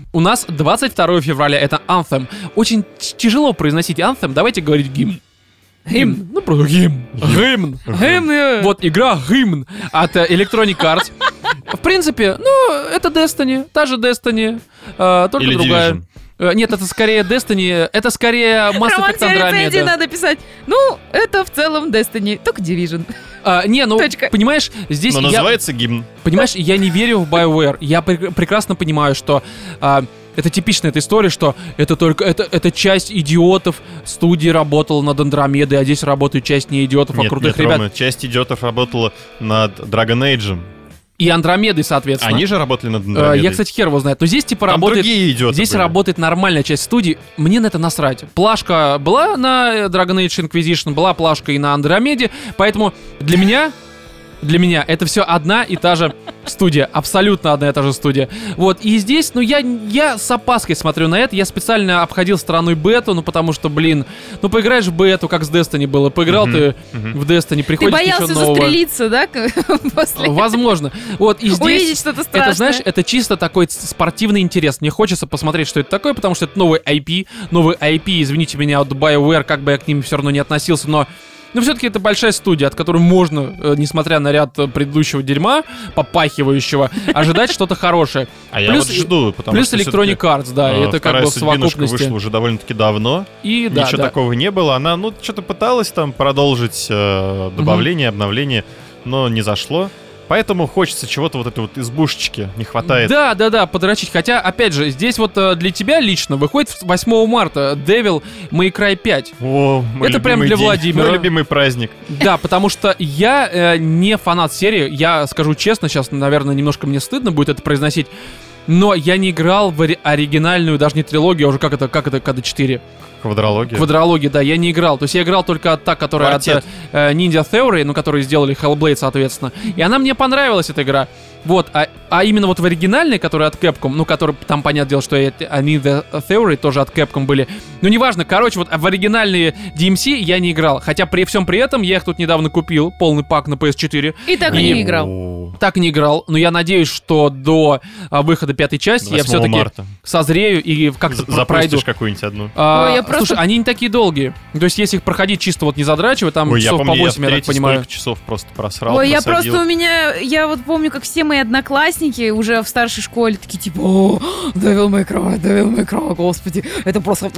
A: У нас двадцать второго февраля, это Anthem. Очень т- тяжело произносить Anthem, давайте говорить гимн.
C: Гимн.
A: Ну, просто гимн. Гимн.
C: Гимн.
A: Вот игра гимн от э, Electronic Arts. В принципе, ну, это Destiny, та же Destiny, э, только
B: Или
A: другая.
B: Division.
A: Э, Нет, это скорее Destiny, это скорее Mass
C: Роман,
A: Effect
C: тебе рецензии
A: Andromeda.
C: надо писать. Ну, это в целом Destiny, только Division.
A: А, не, ну,
C: Точка.
A: понимаешь, здесь
B: Но
A: я...
B: называется гимн.
A: Понимаешь, я не верю в BioWare. Я пр- прекрасно понимаю, что а, это типичная эта история, что это только это, это часть идиотов студии работала над Андромедой, а здесь работает часть не идиотов, а
B: Нет,
A: крутых
B: нет,
A: ребят.
B: Рома, часть идиотов работала над Dragon Age.
A: И Андромедой, соответственно.
B: Они же работали над
A: Э,
B: Андромедой.
A: Я, кстати, хер его знает. Но здесь типа
B: Там
A: работает.
B: другие идиоты
A: Здесь
B: были.
A: работает нормальная часть студии. Мне на это насрать. Плашка была на Dragon Age Inquisition, была плашка и на Андромеде. Поэтому для меня. Для меня это все одна и та же студия. Абсолютно одна и та же студия. Вот, и здесь, ну, я, я с опаской смотрю на это. Я специально обходил стороной бету, ну, потому что, блин, ну, поиграешь в бету, как с Destiny было. Поиграл
B: Мгм,
A: ты
B: мгм.
A: в Destiny,
C: Ты
A: приходит
C: боялся
A: еще нового.
C: застрелиться, да, после?
A: Возможно. Вот, и здесь...
C: Увидеть что-то страшное.
A: Это, знаешь, это чисто такой ц- спортивный интерес. Мне хочется посмотреть, что это такое, потому что это новый ай пи. Новый ай пи, извините меня, от BioWare, как бы я к ним все равно не относился, но... Но все-таки это большая студия, от которой можно, э, несмотря на ряд э, предыдущего дерьма, попахивающего, ожидать что-то хорошее.
B: А я
A: Плюс-
B: вот жду, потому
A: Плюс
B: что
A: Electronic
B: всё-таки,
A: Arts, да,
B: э,
A: это как
B: вторая
A: бы в
B: «Судьбинушка»
A: совокупности.
B: вышла уже довольно-таки давно.
A: И да,
B: Ничего
A: да.
B: такого не было. Она, ну, что-то пыталась там продолжить э, добавление, обновление, но не зашло. Поэтому хочется чего-то вот этой вот избушечки не хватает.
A: Да, да, да, подрочить. Хотя, опять же, здесь вот э, для тебя лично выходит восьмого марта Devil May Cry пять.
B: О, мой
A: Это прям
B: любимый
A: для
B: день,
A: Владимира.
B: Мой любимый праздник.
A: Да, потому что я э, не фанат серии. Я скажу честно, сейчас, наверное, немножко мне стыдно будет это произносить. Но я не играл в ори- оригинальную, даже не трилогию, а уже как это, как это, ка дэ четыре.
B: Квадрология.
A: Квадрология, да, я не играл. То есть я играл только от та, которая
B: Квартет.
A: от э, Ninja Theory, ну, которые сделали Hellblade, соответственно. И она мне понравилась, эта игра. Вот, а, а именно вот в оригинальной, которая от Capcom, ну, который, там, понятное дело, что и эти- а Ninja Theory тоже от Capcom были. Ну, неважно, короче, вот в оригинальные ди эм си я не играл. Хотя при всем при этом я их тут недавно купил, полный пак на пи эс четыре.
C: И так и
A: И-
C: не играл.
B: О,
A: Так не играл, но я надеюсь, что до а, выхода пятой части я
B: восьмого
A: все-таки
B: марта.
A: созрею и как-то
B: З-
A: пройду.
B: Запустишь какую-нибудь одну.
A: А,
C: Ой, я просто-
A: Слушай, они не такие долгие. То есть, если их проходить чисто вот не задрачивая, там
B: Ой, я
A: часов
B: помню,
A: по
B: я в
A: восемь, я, так
B: третий
A: понимаю.
B: столько часов просто просрал,
C: Ой, я
B: просадил.
C: просто у меня, я вот помню, как все мои одноклассники уже в старшей школе такие типа, о, Devil May Cry, Devil May Cry, господи, это просто...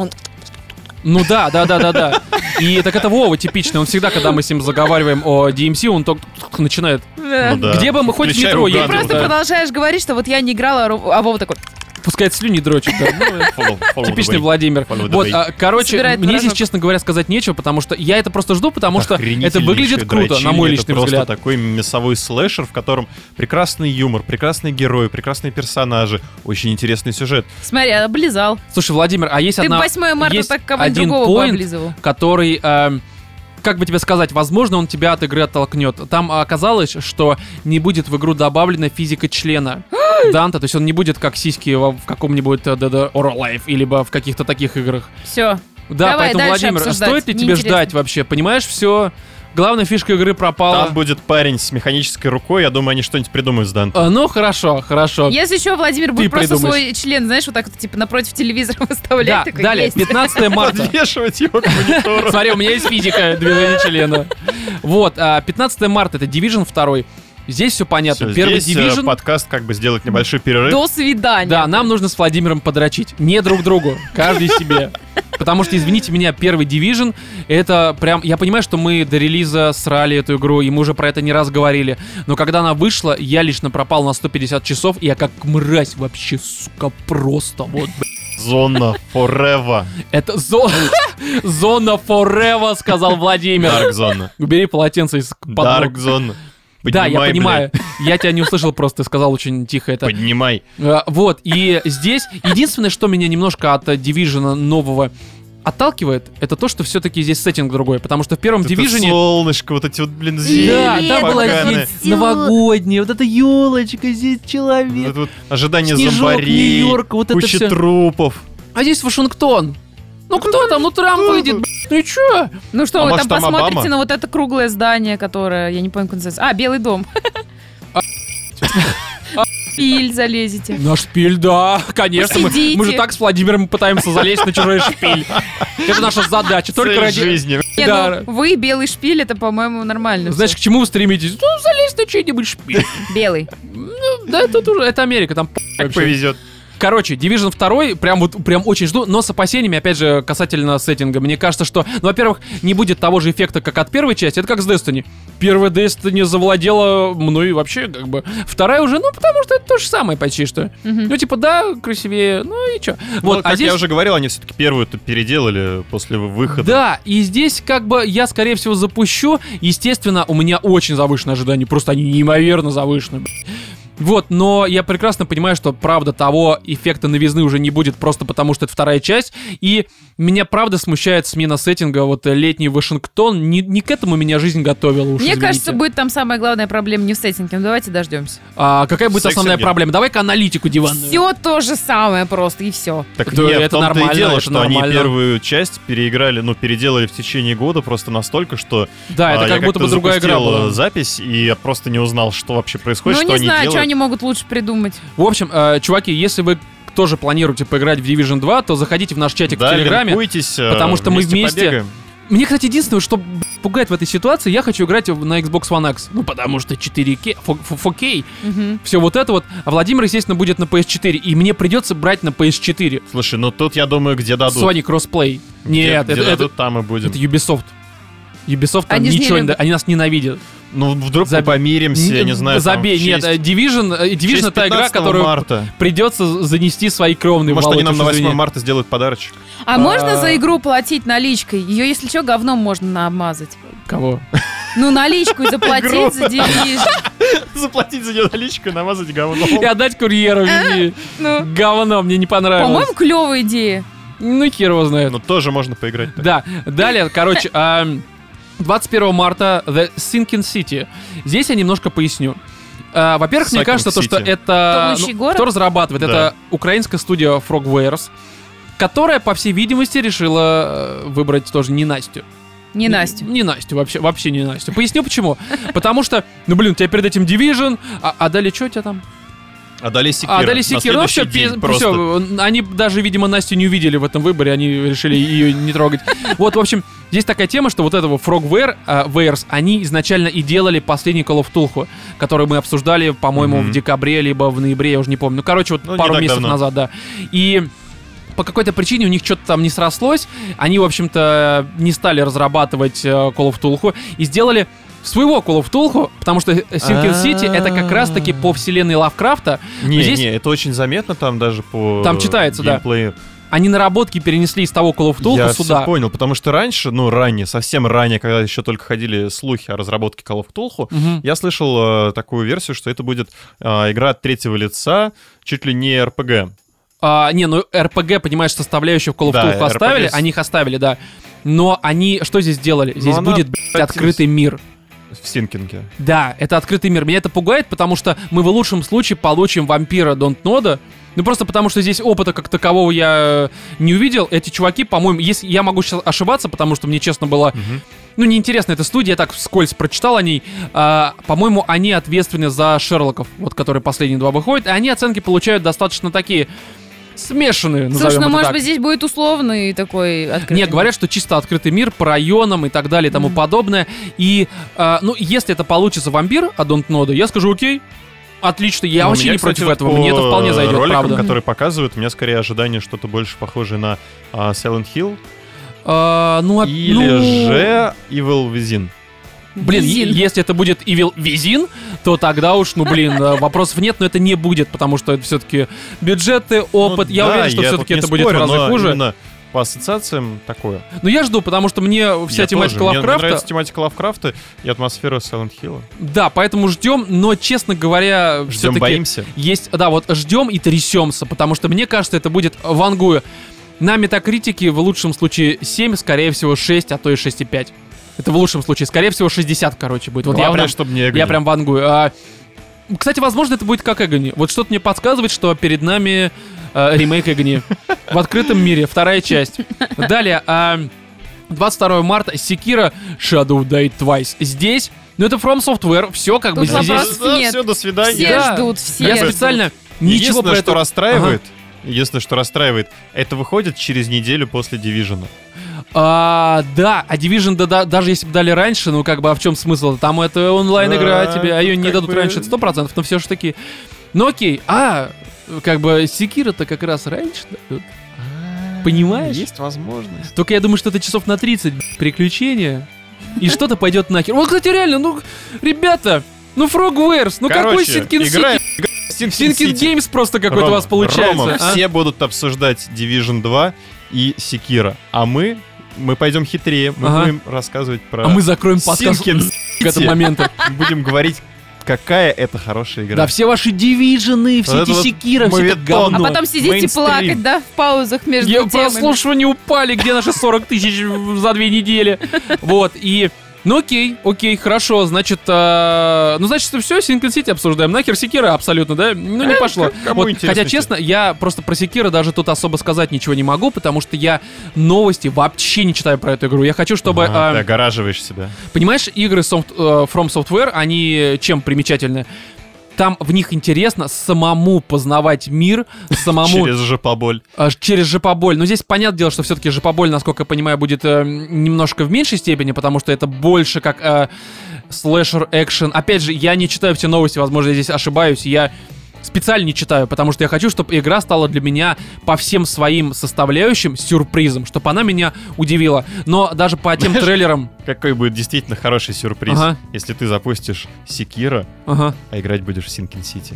A: Ну да, да, да, да, да. И так это Вова типичный. Он всегда, когда мы с ним заговариваем о ди эм си, он только начинает.
C: Да.
B: Ну да.
A: Где бы мы хоть в
B: Включай
A: метро
B: угадывай,
A: ехали,
C: Просто
A: да.
C: продолжаешь говорить, что вот я не играла, а Ру- а Вова такой,
A: Пускай слюни дрочит, да. Ну,
B: Follow- follow the
A: Типичный
B: way.
A: Владимир.
B: Follow the
A: Вот,
B: way.
A: а, короче,
C: Собирает
A: мне здесь,
C: творожок.
A: честно говоря, сказать нечего, потому что я это просто жду, потому что это
B: Охренительнейшее
A: выглядит круто, на мой
B: дрочильня.
A: личный
B: Это просто
A: взгляд.
B: такой мясовой слэшер, в котором прекрасный юмор, прекрасные герои, прекрасные персонажи, очень интересный сюжет.
C: смотри, облизал.
A: Слушай, Владимир, а есть
C: Ты
A: одна...
C: восьмое марта
A: есть
C: так кого-нибудь
A: один
C: другого
A: point,
C: облизывал.
A: который, э, как бы тебе сказать, возможно, он тебя от игры оттолкнет. Там оказалось, что не будет в игру добавлена физика члена Данта, то есть он не будет как сиськи во- в каком-нибудь э, Dead or Alive, или в каких-то таких играх.
C: Все.
A: Да,
C: Давай
A: поэтому,
C: дальше
A: Владимир,
C: обсуждать.
A: стоит ли тебе
C: Неинтересно.
A: ждать вообще? Понимаешь, все. Главная фишка игры пропала.
B: Там будет парень с механической рукой, я думаю, они что-нибудь придумают с Дантом.
A: Э, ну, хорошо, хорошо.
C: Если еще Владимир будет просто
A: придумаешь.
C: свой член, знаешь, вот так вот, типа, напротив телевизора выставлять.
A: Да,
C: такой,
A: далее,
C: есть.
A: пятнадцатое марта.
B: Подвешивать его к монитору.
A: Смотри, у меня есть физика движения члена. Вот, а, пятнадцатое марта, это Division два. Здесь все понятно.
B: Всё,
A: Первый
B: здесь, э,
A: Division...
B: подкаст как бы сделать небольшой перерыв.
C: До свидания.
A: Да, нам нужно с Владимиром подрочить. Не друг другу, каждый себе. Потому что, извините меня, первый Division, это прям... Я понимаю, что мы до релиза срали эту игру, и мы уже про это не раз говорили. Но когда она вышла, я лично пропал на сто пятьдесят часов, и я как мразь вообще, сука, просто вот, бля.
B: Зона Forever.
A: Это зо- зона forever, сказал Владимир.
B: Dark Zone.
A: Убери полотенце из под
B: Dark
A: ног.
B: Zone.
A: Да, я
B: Поднимай,
A: понимаю. Я тебя не услышал, просто ты сказал очень тихо это.
B: Поднимай.
A: А, Вот, и здесь единственное, что меня немножко от Division нового отталкивает, это то, что все-таки здесь сеттинг другой, потому что в первом
B: Это
A: Division...
B: солнышко, вот эти вот, блин,
A: Да,
B: зелень
A: там была
B: поганая.
A: здесь новогодняя, вот эта елочка, здесь человек.
B: Это вот ожидание
A: Снежок,
B: зомбарей,
A: Нью-Йорк, вот это
B: куча
A: всё.
B: трупов.
A: А здесь Вашингтон. Ну кто там? Ну Трамп выйдет, блядь, ну и чё?
C: Ну что,
B: А
C: вы
B: может,
C: там
B: там
C: посмотрите
B: Обама?
C: на вот это круглое здание, которое, я не помню, как называется. А, Белый дом. шпиль залезете.
A: На шпиль, да, конечно. Мы,
C: Посидите.
A: мы же так с Владимиром пытаемся залезть на чужой шпиль. Это наша задача. Только
B: Цель
A: ради...
B: жизни.
C: Не,
A: Да.
C: ну, вы белый шпиль, это, по-моему, нормально.
A: Знаешь, к чему вы стремитесь? Ну, залезть на чей-нибудь шпиль.
C: всё. Белый.
A: Да, тут уже, это Америка, там
B: Как
A: вообще.
B: повезет.
A: Короче, Division два, прям вот прям очень жду, но с опасениями, опять же, касательно сеттинга. Мне кажется, что, ну, во-первых, не будет того же эффекта, как от первой части. Это как с Destiny. Первая Destiny завладела мной вообще, как бы. Вторая уже, ну, потому что это то же самое почти что.
C: Мгм.
A: Ну, типа, да, красивее, ну и чё.
B: Вот,
A: Вот,
B: как
A: а здесь...
B: я уже говорил, они все-таки первую-то переделали после выхода.
A: Да, и здесь как бы я, скорее всего, запущу. Естественно, у меня очень завышенные ожидания. Просто они неимоверно завышены. блядь. Вот, но я прекрасно понимаю, что, правда, того эффекта новизны уже не будет просто потому, что это вторая часть. И меня, правда, смущает смена сеттинга. Вот э, летний Вашингтон, не, не к этому меня жизнь готовила уж,
C: Мне
A: извините.
C: кажется, будет там самая главная проблема не в сеттинге. Ну, давайте дождемся.
A: А какая будет
B: Сексинге.
A: основная проблема? Давай-ка аналитику диванную.
C: Все то же самое просто, и все.
B: Так
A: Да,
B: нет,
A: это
B: в том-то
A: нормально,
B: и дело,
A: это
B: что
A: нормально.
B: они первую часть переиграли, ну, переделали в течение года просто настолько, что
A: Да, это
B: а,
A: как
B: я
A: будто бы
B: как-то
A: другая игра
B: запустил,
A: была.
B: э, запись, и я просто не узнал, что вообще происходит,
C: Ну,
B: что
C: не
B: они
C: знаю, что
B: делают.
C: они могут лучше придумать.
A: В общем, э, чуваки, если вы тоже планируете поиграть в Division два, то заходите в наш чатик
B: Да,
A: в Телеграме.
B: линкуйтесь, э,
A: потому что мы вместе-
B: побегаем.
A: Мне, кстати, единственное, что б, пугает в этой ситуации, я хочу играть в- на Xbox One X. Ну, потому что четыре кей, фор кей,
C: Мгм.
A: все вот это вот. А Владимир, естественно, будет на пи эс четыре. И мне придется брать на пи эс четыре.
B: Слушай, ну тут, я думаю, где дадут.
A: Sony Crossplay.
B: Где-
A: Нет,
B: где
A: это, это,
B: дадут, там и будем.
A: это Ubisoft. Ubisoft там
C: Они ж не
A: ничего не...
C: любят.
A: да- Они нас ненавидят.
B: Ну, вдруг
A: Заб-
B: мы помиримся, я не знаю. там,
A: Забей,
B: в
A: нет,
B: честь-
A: э, Division, э,
B: в
A: Division
B: честь
A: это игра,
B: пятнадцатого
A: которую
B: марта.
A: придется занести свои кровные
B: Может, они
A: Володь,
B: нам
A: уж
B: на восьмое
A: извини.
B: марта сделают подарочек?
C: А
A: А.
C: можно за игру платить наличкой? Ее, если что, говном можно намазать.
A: Кого?
C: Ну, наличку и
B: Игру.
C: заплатить за Division.
B: Заплатить за нее наличку и намазать говном.
A: И отдать курьеру. извини.
C: Ну,
A: Говно, мне не понравилось.
C: по-моему, клевая идея.
A: Ну, хер его знает.
B: Ну, тоже можно поиграть. так.
A: Да, далее, короче, ам, двадцать первого марта The Sinking City. Здесь я немножко поясню. А, Во-первых, мне
B: Sucking
A: кажется, то, что
B: City.
A: это...
C: Тонущий
A: ну,
C: город?
A: кто разрабатывает?
B: Да.
A: Это украинская студия Frogwares, которая, по всей видимости, решила э, выбрать тоже не Настю.
C: Не Настю.
A: Не Настю, вообще, вообще не Настю. Поясню почему. Потому что, ну блин, у тебя перед этим Division, а, а далее что у тебя там?
B: А дали Секира.
A: А, дали
B: На
A: Секиру, ну все,
B: следующий день просто.
A: они даже, видимо, Настю не увидели в этом выборе, они решили ее не трогать. Вот, в общем, здесь такая тема, что вот этого Frogware, э, Wares, они изначально и делали последний Call of Cthulhu, который мы обсуждали, по-моему,
B: Мгм.
A: в декабре, либо в ноябре, я уже не помню. Ну, короче, вот
B: Ну, не
A: пару
B: так
A: месяцев
B: давно.
A: назад, да. И по какой-то причине у них что-то там не срослось, они, в общем-то, не стали разрабатывать э, Call of Cthulhu и сделали своего Call of Cthulhu, потому что Sinking City это как раз-таки по вселенной Лавкрафта.
B: Не,
A: Здесь-
B: не, это очень заметно там даже по
A: Там читается, да.
B: геймплею.
A: Они наработки перенесли из того Call of Cthulhu
B: Я
A: сюда.
B: всё понял, потому что раньше, ну ранее, совсем ранее, когда еще только ходили слухи о разработке Call of Cthulhu,
A: Мгм.
B: я слышал э, такую версию, что это будет э, игра от третьего лица, чуть ли не эр пи джи.
A: А, не, ну эр пи джи, понимаешь, составляющую в Call of
B: Да,
A: Cthulhu
B: эр пи джи
A: оставили,
B: с-
A: они их оставили, да. Но они что здесь сделали? Здесь
B: она
A: будет, блядь,
B: превратилась-
A: открытый мир.
B: В Синкинге.
A: Да, это открытый мир. Меня это пугает, потому что мы в лучшем случае получим вампира Донтнода. Ну просто потому что здесь опыта как такового я э, не увидел. Эти чуваки, по-моему, если я могу сейчас ошибаться, потому что мне честно было, ну неинтересно эта студия, я так вскользь прочитал о ней. А, по-моему, они ответственны за Шерлоков, вот которые последние два выходят, и они оценки получают достаточно такие смешанные, назовем
C: Слушай, ну
A: это
C: может
A: так.
C: быть здесь будет условный такой открытый.
A: Нет, говорят, что чисто открытый мир по районам и так далее и тому
C: Мгм.
A: подобное. И, э, ну, если это получится вампир от Донтнода, я скажу окей. Отлично, я
B: Ну,
A: вообще
B: меня,
A: не
B: кстати,
A: против
B: вот
A: этого,
B: по
A: мне это вполне зайдет,
B: роликам,
A: правда.
B: которые показывают, у меня скорее ожидание что-то больше похожее на а, Silent Hill
A: А, ну, а-
B: или
A: ну,
B: же Evil Within.
A: Блин,
C: Визин.
A: е- если это будет Evil Within, то тогда уж, ну, блин, э, вопросов нет, но это не будет, потому что это все-таки бюджеты, опыт.
B: Ну
A: я
B: да,
A: уверен, что
B: я
A: все-таки
B: тут
A: это
B: не
A: будет в
B: спорю,
A: разы
B: но
A: хуже.
B: именно по ассоциациям такое.
A: Но я жду, потому что мне вся
B: Я
A: тематика
B: тоже. Мне
A: Лавкрафта...
B: нравится тематика Лавкрафта и атмосфера Silent Hill.
A: Да, поэтому ждем, но, честно говоря,
B: Ждем,
A: все-таки...
B: боимся.
A: Есть, да, вот ждем и трясемся, потому что мне кажется, это будет вангую. На метакритике в лучшем случае семь, скорее всего шесть, а то и шесть и пять. Это в лучшем случае. Скорее всего шестьдесят, короче, будет. Вот я
B: Главное,
A: прям,
B: чтобы не
A: я
B: Эгони.
A: прям вангую. А, кстати, возможно, это будет как Эгони. Вот что-то мне подсказывает, что перед нами э, ремейк Эгони. В открытом мире, вторая часть. Далее, а, двадцать второго марта Sekiro Shadow Die Twice. Здесь Ну это From Software, все как бы
C: Тут
A: здесь...
C: вопрос-
B: Да,
C: нет.
B: все, до свидания.
C: Все
A: Да.
C: ждут, все
A: Я
C: ждут.
A: специально ничего
B: Единственное,
A: про
B: что
A: это...
B: расстраивает, единственное, что расстраивает, это выходит через неделю после Division.
A: А, да, а Division, да, да, даже если бы дали раньше, ну как бы, а в чем смысл? Там это онлайн-игра
B: Да,
A: тебе, а ее
B: тут
A: не
B: как
A: дадут
B: бы-
A: раньше, это сто процентов, но все же таки... Ну окей, а, как бы Секира-то как раз раньше дадут. Понимаешь?
B: Есть возможность.
A: Только я думаю, что это часов на тридцать, б***ь, приключения, и что-то пойдет нахер. Вот, кстати, реально, ну, ребята, ну Frogwares, ну какой
B: Короче,
A: Синкин
B: играем
A: Сити?
B: в Sinking
A: Синкин
B: City.
A: Геймс просто какой-то у
B: Рома,
A: вас получается.
B: Рома,
A: а?
B: все будут обсуждать Division два и Sekiro, а мы, мы пойдем хитрее, мы
A: Ага.
B: будем рассказывать про
A: А мы закроем подкаст
B: Sinking
A: к этому
B: City.
A: моменту.
B: Будем говорить, какая это хорошая игра.
A: Да, все ваши дивижены, все
B: Вот
A: эти
B: это вот
A: Секира, все это
B: моветон.
C: А
A: говно.
C: потом сидеть и
B: мейнстрим.
C: плакать, да, в паузах между
A: Я-
C: темами.
A: прослушивания упали, где наши сорок тысяч за две недели. Вот, и... Ну окей, окей, хорошо, значит, э, ну значит, все, Sinking City обсуждаем. Нахер Секира абсолютно, да? Ну не
B: Э,
A: пошло.
B: к- кому
A: Вот,
B: интересно
A: хотя,
B: тебе?
A: честно, я просто про Секира даже тут особо сказать ничего не могу, потому что я новости вообще не читаю про эту игру. Я хочу, чтобы...
B: Ага,
A: э,
B: ты огораживаешь себя.
A: Понимаешь, игры софт- э, From Software, они чем примечательны? Там в них интересно самому познавать мир, самому
B: Через жопоболь.
A: а, через жопоболь. Но здесь понятное дело, что все-таки жопоболь, насколько я понимаю, будет э, немножко в меньшей степени, потому что это больше как э, слэшер экшен. Опять же, я не читаю все новости, возможно, я здесь ошибаюсь. Я специально не читаю, потому что я хочу, чтобы игра стала для меня по всем своим составляющим сюрпризом, чтобы она меня удивила. Но даже по тем
B: Знаешь,
A: трейлерам...
B: Какой будет действительно хороший сюрприз,
A: Ага.
B: если ты запустишь Sekiro,
A: Ага.
B: а играть будешь в Sinking City.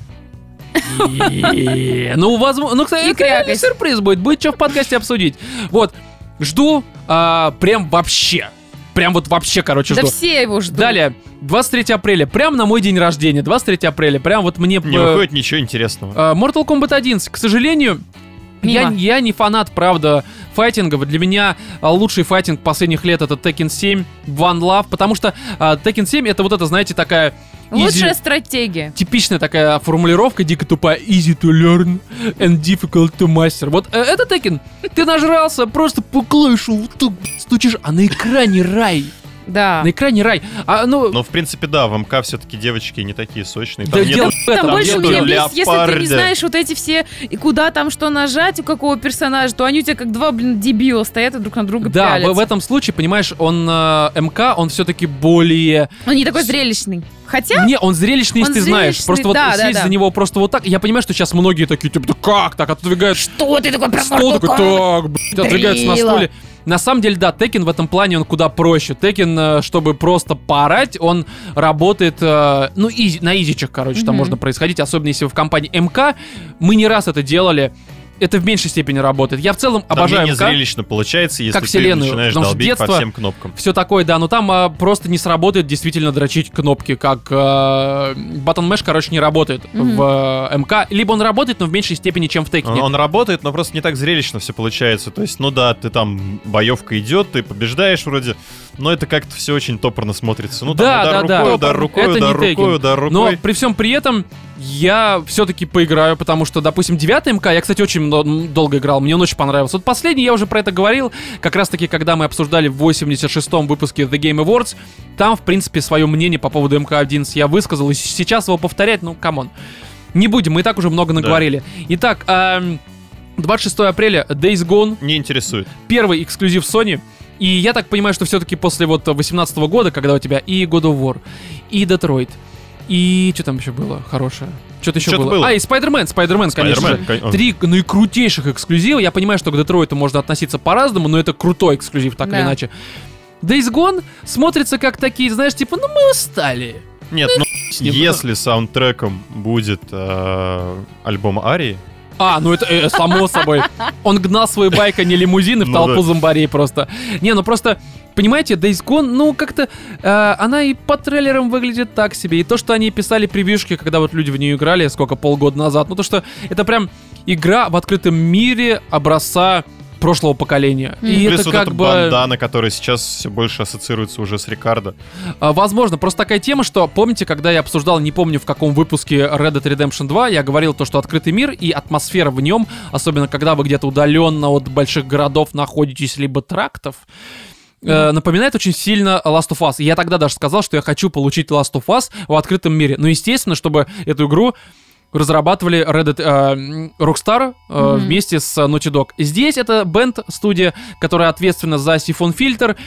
A: И- Ну, возможно, ну, кстати,
C: И
A: это реально
C: крякать.
A: сюрприз будет, будет что в подкасте обсудить. Вот, жду а, прям вообще, прям вот вообще, короче,
C: Да
A: жду.
C: все его ждут.
A: Далее, двадцать третьего апреля, прям на мой день рождения, двадцать третьего апреля, прям вот мне...
B: Не
A: э,
B: выходит ничего интересного.
A: э, Mortal Kombat один, к сожалению, я,
C: Мимо.
A: я не фанат, правда, файтингов. Для меня а, лучший файтинг последних лет это Tekken семь, One Love, потому что а, Tekken семь это вот это, знаете, такая... easy-
C: Лучшая стратегия.
A: Типичная такая формулировка, дико тупая. Easy to learn and difficult to master. Вот э, это Tekken. Ты нажрался, просто по клавишу вот так стучишь, а на экране рай.
C: Да.
A: На экране рай. А, ну,
B: Но, в принципе, да, в МК все-таки девочки не такие сочные.
A: Да
B: Там
A: дело
B: нет...
A: в этом.
C: Там больше
B: нету
C: меня бесит, если ты не
B: леопарда.
C: знаешь вот эти все, и куда там что нажать, у какого персонажа, то они у тебя как два, блин, дебила стоят и друг на друга
A: да, в,
C: пялятся.
A: в этом случае, понимаешь, он э, МК, он все-таки более...
C: Он не такой зрелищный. Хотя,
A: Не, он зрелищный, если
C: Он
A: ты знаешь.
C: зрелищный,
A: Просто вот
C: да, да,
A: сесть
C: да.
A: за него просто вот так. Я понимаю, что сейчас многие такие, типа, да как так? Отодвигают
C: что ты такой про
A: стол,
C: Mortal
A: такой,
C: Kombat?
A: так, блядь, отодвигаются на
C: Дрила.
A: стуле. На самом деле, да, Tekken в этом плане он куда проще. Tekken, э, чтобы просто поорать, он работает, э, ну, изи- на изичах, короче, там
C: Мгм.
A: можно происходить, особенно если вы в компании МК. Мы не раз это делали. Это в меньшей степени работает. Я в целом
B: Там
A: обожаю
B: менее
A: МК.
B: зрелищно получается, если
A: Как
B: ты
A: вселенную,
B: начинаешь
A: потому что
B: долбить по
A: детство-
B: всем кнопкам.
A: Все такое, да, но там а, просто не сработает действительно дрочить кнопки, как э, Button Mash, короче, не работает
C: Мгм.
A: в э, МК. Либо он работает, но в меньшей степени, чем в Tekken.
B: Он, он работает, но просто не так зрелищно все получается. То есть, ну да, ты там, боевка идет, ты побеждаешь вроде, но это как-то все очень топорно смотрится. Ну
A: Да,
B: там удар
A: да, да.
B: рукой, удар рукой,
A: Это не
B: удар
A: Tekken.
B: рукой, удар рукой.
A: Но при всем при этом я все-таки поиграю, потому что, допустим, девятый МК, я, кстати, очень мно- долго играл, мне он очень понравился. Вот последний, я уже про это говорил, как раз-таки, когда мы обсуждали в восемьдесят шестом выпуске The Game Awards, там, в принципе, свое мнение по поводу эм ка одиннадцать я высказал, и с- сейчас его повторять, ну, камон. Не будем, мы и так уже много наговорили. Итак, эм, двадцать шестого апреля, Days Gone,
B: Не интересует.
A: первый эксклюзив Sony. И я так понимаю, что все-таки после вот восемнадцатого года, когда у тебя и God of War, и Detroit, и что там еще было хорошее? Что-то еще
B: Что-то
A: было.
B: было.
A: А, и Spider-Man, Spider-Man, конечно же.
B: Spider-Man, кон-
A: Три наикрутейших эксклюзива. Я понимаю, что к Детройту можно относиться по-разному, но это крутой эксклюзив, так
C: Да.
A: или иначе. Days Gone смотрится как такие, знаешь, типа, ну мы устали.
B: Нет, ну
A: с ним.
B: если саундтреком будет э, альбом Арии,
A: А, ну это э, само собой. Он гнал свой байк, а не лимузин, и в
B: Ну
A: толпу
B: да.
A: зомбарей просто. Не, ну просто, понимаете, Days Gone, ну как-то, э, она и по трейлерам выглядит так себе. И то, что они писали превьюшки, когда вот люди в нее играли, сколько, полгода назад, ну то, что это прям игра в открытом мире образца прошлого поколения.
C: Мгм.
A: И
B: плюс
A: это
B: вот
A: как
B: эта
A: бы...
B: бандана, которая сейчас все больше ассоциируется уже с Рикардо.
A: А, Возможно, просто такая тема, что, помните, когда я обсуждал, не помню в каком выпуске Red Dead Redemption два, я говорил то, что открытый мир и атмосфера в нем, особенно когда вы где-то удаленно от больших городов находитесь, либо трактов, э, напоминает очень сильно Last of Us. И я тогда даже сказал, что я хочу получить Last of Us в открытом мире. Но, естественно, чтобы эту игру разрабатывали Red Dead, э, Rockstar э, mm-hmm. вместе с Naughty Dog. Здесь это Bend студия, которая ответственна за Siphon Filter.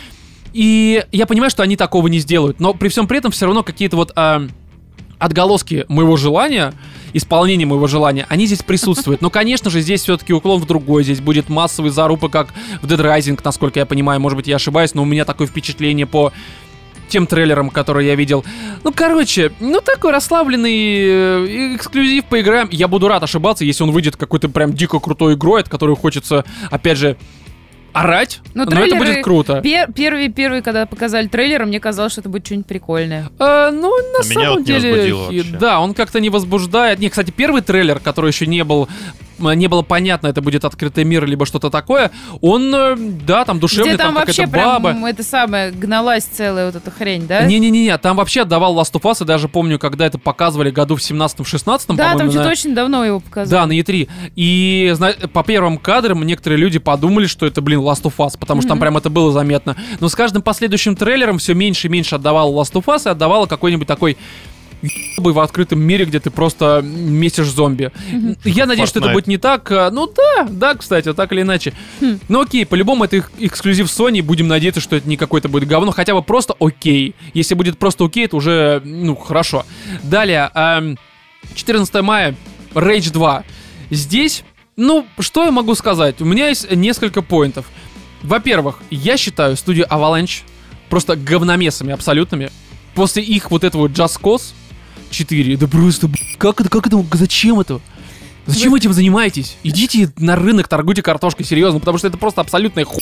A: И я понимаю, что они такого не сделают. Но при всем при этом все равно какие-то вот э, отголоски моего желания, исполнение моего желания, они здесь присутствуют. Но, конечно же, здесь все-таки уклон в другой. Здесь будет массовый зарубы, как в Dead Rising, насколько я понимаю. Может быть, я ошибаюсь, но у меня такое впечатление по тем трейлерам, которые я видел. Ну, короче, ну такой расслабленный эксклюзив, поиграем. Я буду рад ошибаться, если он выйдет какой-то прям дико крутой игрой, от которой хочется, опять же, орать, но, но это будет круто.
C: Пер- первый, первый, когда показали трейлер, мне казалось, что это будет что-нибудь прикольное.
A: А, ну, на
B: а
A: самом
B: меня вот
A: деле, да, он как-то не возбуждает. Не, кстати, первый трейлер, который еще не был, не было понятно, это будет открытый мир, либо что-то такое, он, да, там душевный,
C: где там,
A: там
C: вообще
A: какая-то баба.
C: Прям это самое, гналась целая вот эта хрень, да?
A: Не-не-не, там вообще отдавал Last of Us, и даже помню, когда это показывали году в семнадцатом-шестнадцатом,
C: да,
A: по-моему.
C: там что-то
A: на...
C: очень давно его показали.
A: Да, на и три. И зна... по первым кадрам некоторые люди подумали, что это, блин, Last of Us, потому что mm-hmm. там прям это было заметно. Но с каждым последующим трейлером все меньше и меньше отдавало Last of Us и отдавало какой-нибудь такой ебый в открытом мире, где ты просто месишь зомби. Mm-hmm. Я надеюсь, Fortnite. Что это будет не так. Ну да, да, кстати, так или иначе. Mm. Ну окей, по-любому это эксклюзив Sony, будем надеяться, что это не какое-то будет говно, хотя бы просто окей. Если будет просто окей, это уже, ну, хорошо. Далее, эм, четырнадцатого мая, Rage два. Здесь, ну, что я могу сказать? У меня есть несколько поинтов. Во-первых, я считаю студию Avalanche просто говномесами абсолютными. После их вот этого Just Cause четыре, да просто, как это, как это, зачем это? Зачем вы этим занимаетесь? Идите на рынок, торгуйте картошкой, серьезно, потому что это просто абсолютная ху...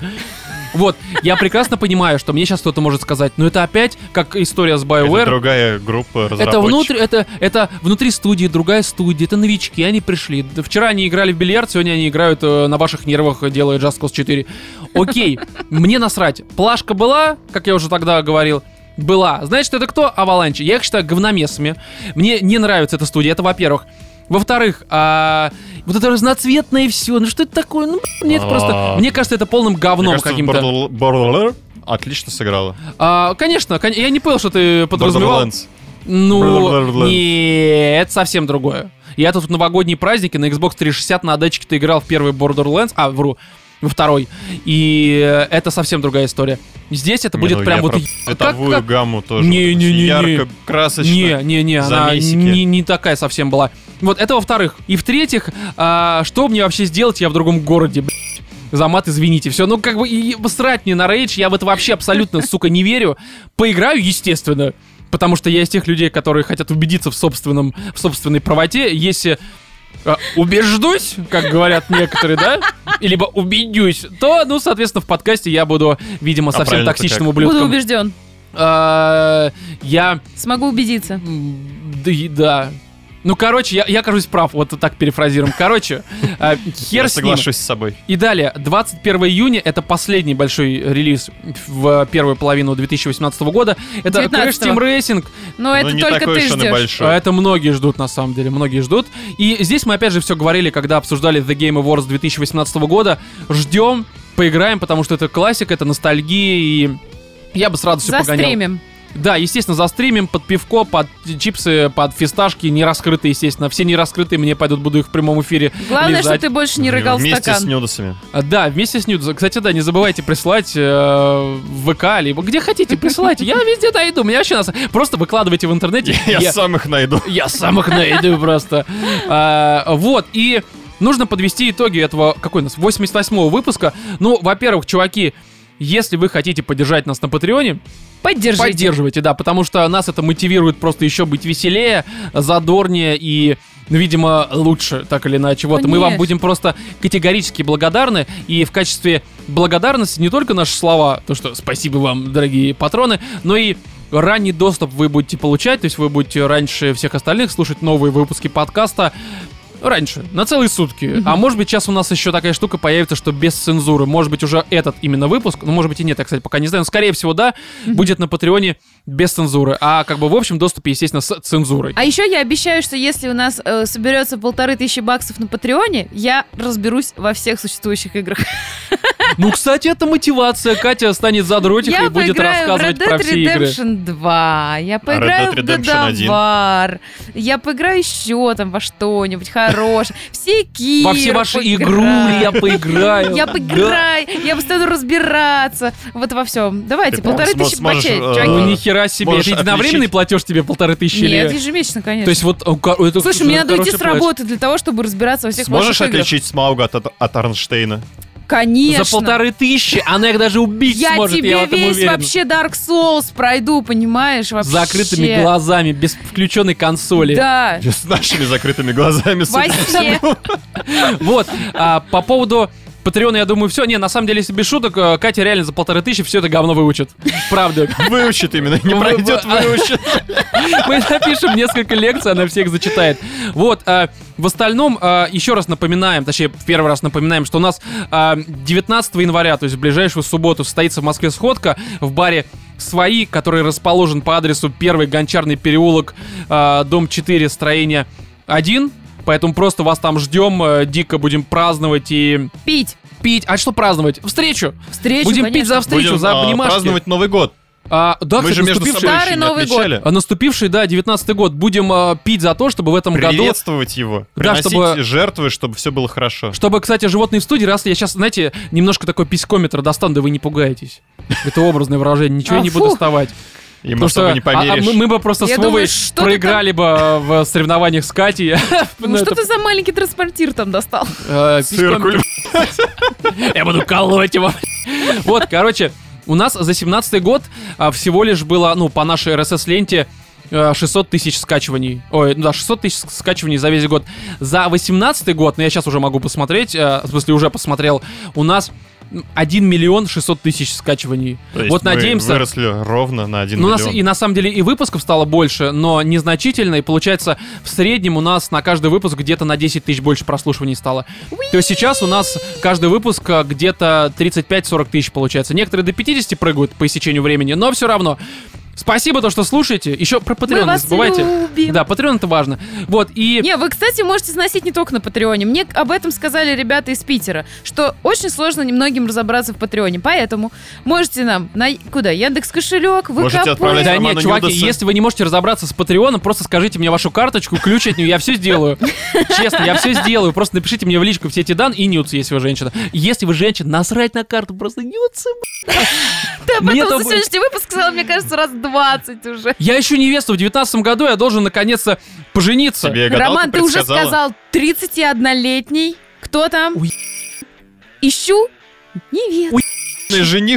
A: Вот, я прекрасно понимаю, что мне сейчас кто-то может сказать, но это опять как история с BioWare.
B: Это другая группа разработчиков.
A: Это внутри, это, это внутри студии, другая студия, это новички, они пришли. Вчера они играли в бильярд, сегодня они играют э, на ваших нервах, делая Just Cause четыре. Окей, мне насрать. Плашка была, как я уже тогда говорил, была. Знаете, что это кто? Avalanche. Я их считаю говномесами. Мне не нравится эта студия, это во-первых. Во-вторых, а, вот это разноцветное все, ну что это такое? Ну, мне это просто... Мне кажется, это полным говном каким-то.
B: Borderlands отлично сыграла.
A: А, конечно, кон... я не понял, что ты подразумевал.
B: Borderlands.
A: Ну, не, это совсем другое. Я тут в новогодние праздники на Xbox триста шестьдесят на датчике-то играл в первый Borderlands, а, вру, во второй. И это совсем другая история. Здесь это
B: не,
A: будет
B: ну,
A: прям вот...
B: Цветовую
A: как, как...
B: гамму тоже.
A: Не, не, не,
B: ярко, красочно.
A: Не-не-не, она не, не такая совсем была. Вот это во-вторых. И в-третьих, а, что мне вообще сделать, я в другом городе, блядь. За мат, извините. Все, ну как бы и срать мне на рейдж, я в это вообще абсолютно, сука, не верю. Поиграю, естественно. Потому что я из тех людей, которые хотят убедиться в, собственном, в собственной правоте. Если э, убеждусь, как говорят некоторые, да, либо убедюсь, то, ну, соответственно, в подкасте я буду, видимо,
B: а
A: совсем токсичным ублюдком.
C: Буду убежден.
A: А, я...
C: Смогу убедиться.
A: Да, да. Ну, короче, я, я кажусь прав, вот так перефразируем. Короче, э, хер
B: я
A: с ним.
B: соглашусь с собой.
A: И далее, двадцать первого июня, это последний большой релиз в первую половину две тысячи восемнадцатого года. Это Crash Team Racing.
C: Но это
B: не
C: только
B: такой
C: ты
B: уж он и
C: ждешь.
B: большой.
A: Это многие ждут, на самом деле, многие ждут. И здесь мы опять же все говорили, когда обсуждали The Game Awards две тысячи восемнадцатого года. Ждем, поиграем, потому что это классика, это ностальгия, и я бы с радостью погонял.
C: Застримим.
A: Да, естественно, застримим под пивко, под чипсы, под фисташки, не раскрытые, естественно. Все не раскрытые, мне пойдут, буду их в прямом эфире
C: Главное,
A: лизать.
C: что ты больше не рыгал в
B: вместе
C: стакан.
B: Вместе с нюдосами.
A: А, да, вместе с нюдосами. Кстати, да, не забывайте присылать э, в ВК, либо где хотите, присылайте. Я везде найду, меня вообще нас... Просто выкладывайте в интернете.
B: Я, я сам их найду.
A: Я сам их найду просто. А, вот, и нужно подвести итоги этого, какой у нас, восемьдесят восьмого выпуска. Ну, во-первых, чуваки, если вы хотите поддержать нас на Патреоне,
C: Поддержите.
A: Поддерживайте, да, потому что нас это мотивирует просто еще быть веселее, задорнее и, ну, видимо, лучше, так или иначе. Вот, и мы вам будем просто категорически благодарны. И в качестве благодарности не только наши слова, то, что спасибо вам, дорогие патроны, но и ранний доступ вы будете получать, то есть вы будете раньше всех остальных слушать новые выпуски подкаста. Раньше, на целые сутки. Mm-hmm. А может быть, сейчас у нас еще такая штука появится, что без цензуры. Может быть, уже этот именно выпуск, ну, может быть, и нет, я, кстати, пока не знаю, но, скорее всего, да, mm-hmm. будет на Патреоне без цензуры. А как бы в общем доступе, естественно, с цензурой.
C: А еще я обещаю, что если у нас э, соберется полторы тысячи баксов на Патреоне, я разберусь во всех существующих играх.
A: Ну, кстати, это мотивация. Катя станет задротикой и будет рассказывать про все игры.
C: Я поиграю в Red Dead Redemption два, я поиграю в God of War, я поиграю еще там во что-нибудь хорошее. Все Киры
A: Во все ваши игрули я поиграю.
C: Я поиграю, я стану разбираться. Вот во всем. Давайте, полторы тысячи бачей.
A: Ну, нихера себе. Это единовременный платеж тебе полторы тысячи?
C: Нет, ежемесячно, конечно.
A: То есть вот...
C: Слушай, мне надо уйти с работы для того, чтобы разбираться во всех ваших играх.
B: Сможешь отличить Смауга от Арнштейна?
C: Конечно.
A: За полторы тысячи она их даже убить
C: я
A: сможет,
C: тебе
A: я в этом
C: весь
A: уверен.
C: вообще Dark Souls пройду, понимаешь, вообще.
A: С закрытыми глазами, без включенной консоли.
C: Да.
B: С нашими закрытыми глазами.
C: Вообще.
A: Вот, по поводу... Патреона, я думаю, все. Не, на самом деле, если без шуток, Катя реально за полторы тысячи все это говно выучит. Правда.
B: Выучит именно, не пройдет, выучит.
A: Мы напишем несколько лекций, она всех зачитает. Вот, а, в остальном, а, еще раз напоминаем, точнее, в первый раз напоминаем, что у нас а, девятнадцатого января, то есть в ближайшую субботу, состоится в Москве сходка в баре «Свои», который расположен по адресу первый Гончарный переулок, а, дом четыре, строение один. Поэтому просто вас там ждем, э, дико будем праздновать и...
C: Пить.
A: Пить. А что праздновать? Встречу.
C: Встречу,
A: Будем
C: конечно.
A: пить за встречу,
B: будем,
A: за
B: а,
A: обнимашки.
B: праздновать Новый год.
A: А, да,
B: Мы
A: кстати,
B: же между
A: наступивший...
B: собой
C: Старый
B: еще не
C: Новый
B: отмечали.
A: А наступивший, да, девятнадцатый год. Будем э, пить за то, чтобы в этом году...
B: Приветствовать его.
A: Да,
B: Приносить
A: чтобы-
B: жертвы, чтобы все было хорошо.
A: Чтобы, кстати, животные в студии, раз я сейчас, знаете, немножко такой писькометр достану, да вы не пугаетесь. Это образное выражение, ничего я
C: А,
A: не буду
C: фу.
A: доставать.
B: Им
A: Потому
B: особо
A: что
B: не
A: а- а
B: поверишь.
A: мы, мы бы просто
C: Я
A: с Вовой
C: думаю, что ты
A: проиграли бы в соревнованиях с Катей.
C: Ну
A: Ну,
C: что
A: это,
C: ты за маленький транспортир там достал?
A: э,
B: Циркуль.
A: Я буду колоть его. Вот, короче, у нас за семнадцатый год а, всего лишь было, ну, по нашей эр эс эс-ленте э, шестьсот тысяч скачиваний. Ой, ну да, шестьсот тысяч скачиваний за весь год. За восемнадцатый год, ну я сейчас уже могу посмотреть, э, в смысле уже посмотрел, у нас один миллион шестьсот тысяч скачиваний.
B: То есть
A: Вот
B: мы
A: надеемся...
B: выросли ровно на один
A: Ну, у нас
B: миллион.
A: и на самом деле и выпусков стало больше, но незначительно. И получается, в среднем у нас на каждый выпуск где-то на десять тысяч больше прослушиваний стало. То есть сейчас у нас каждый выпуск а, где-то тридцать пять сорок тысяч получается. Некоторые до пятидесяти прыгают по истечению времени, но все равно. Спасибо, то, что слушаете. Еще про Patreon
C: Мы
A: не
C: вас
A: забывайте.
C: любим.
A: Да, Patreon это важно. Вот, и...
C: Не, вы, кстати, можете сносить не только на Патреоне. Мне об этом сказали ребята из Питера, что очень сложно немногим разобраться в Патреоне. Поэтому можете нам на... Куда? Яндекс кошелек,
B: Можете
C: ВК
B: отправлять
A: Да
B: Роману
A: нет, чуваки,
B: Нюдаса.
A: если вы не можете разобраться с Патреоном, просто скажите мне вашу карточку, ключ от нее, я все сделаю. Честно, я все сделаю. Просто напишите мне в личку все эти данные и нюцы, если вы женщина. Если вы женщина, насрать на карту, просто нюцы.
C: Ты об
A: Мне
C: этом
A: то
C: за
A: бы-
C: сегодняшний выпуск сказала, мне кажется, раз двадцать уже.
A: Я ищу невесту, в девятнадцатом году я должен наконец-то пожениться.
B: Тебе гадалка
C: Роман, ты уже
B: предсказала?
C: сказал тридцатиоднолетний. Кто там?
A: Уй.
C: Ищу невесту.
B: Жених.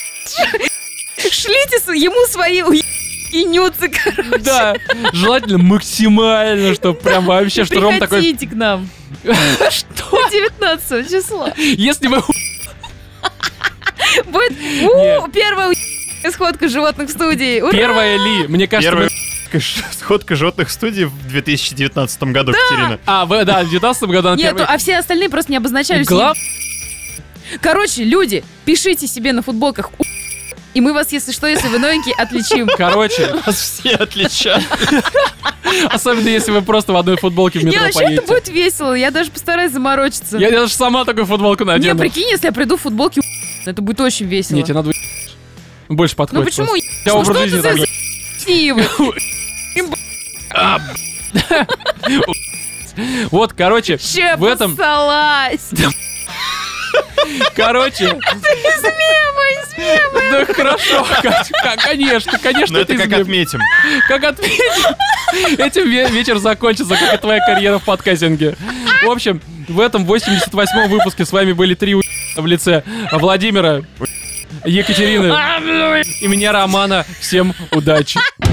C: Шлите с- ему свои уй- и нюцы, короче.
A: Да, желательно максимально, чтобы прям вообще, что Ром такой...
C: Приходите к нам.
A: Что?
C: девятнадцатого числа.
A: Если вы...
C: Будет у, первая уй- сходка животных в студии. Ура!
A: Первая ли? Мне кажется,
B: Первая
A: мы...
B: сходка животных в студии в две тысячи девятнадцатом году, Катерина.
A: А, в, да, в девятнадцатом году она
C: Нету,
A: первая.
C: а все остальные просто не обозначались.
A: Глав-
C: Короче, люди, пишите себе на футболках у- и мы вас, если что, если вы новенькие, отличим.
A: Короче,
B: Нас все отличают.
A: особенно если вы просто в одной футболке в
C: Не,
A: метро
C: вообще это
A: поедете.
C: будет весело. Я даже постараюсь заморочиться.
A: Я даже сама такую футболку
C: Не,
A: надену.
C: прикинь, если я приду в футболке у- это будет очень весело.
A: Не, тебе надо больше
C: Ну
A: подходит.
C: почему?
A: просто.
C: я-
A: тебя
C: Ну
A: образ
C: что
A: жизни
C: это за
A: такой.
C: красивый?
A: Вот, короче,
C: Че,
A: в этом,
C: поссалась?
A: короче,
C: Из мема, из мема.
A: да хорошо, Катя, к- конечно, конечно,
B: Но это
A: ты
B: как
A: измем-
B: отметим.
A: Как отметим, этим ве- вечер закончится, как и твоя карьера в подкастинге. В общем, в этом восемьдесят восьмом выпуске с вами были три у- в лице Владимира, Екатерины и меня, Романа. Всем удачи.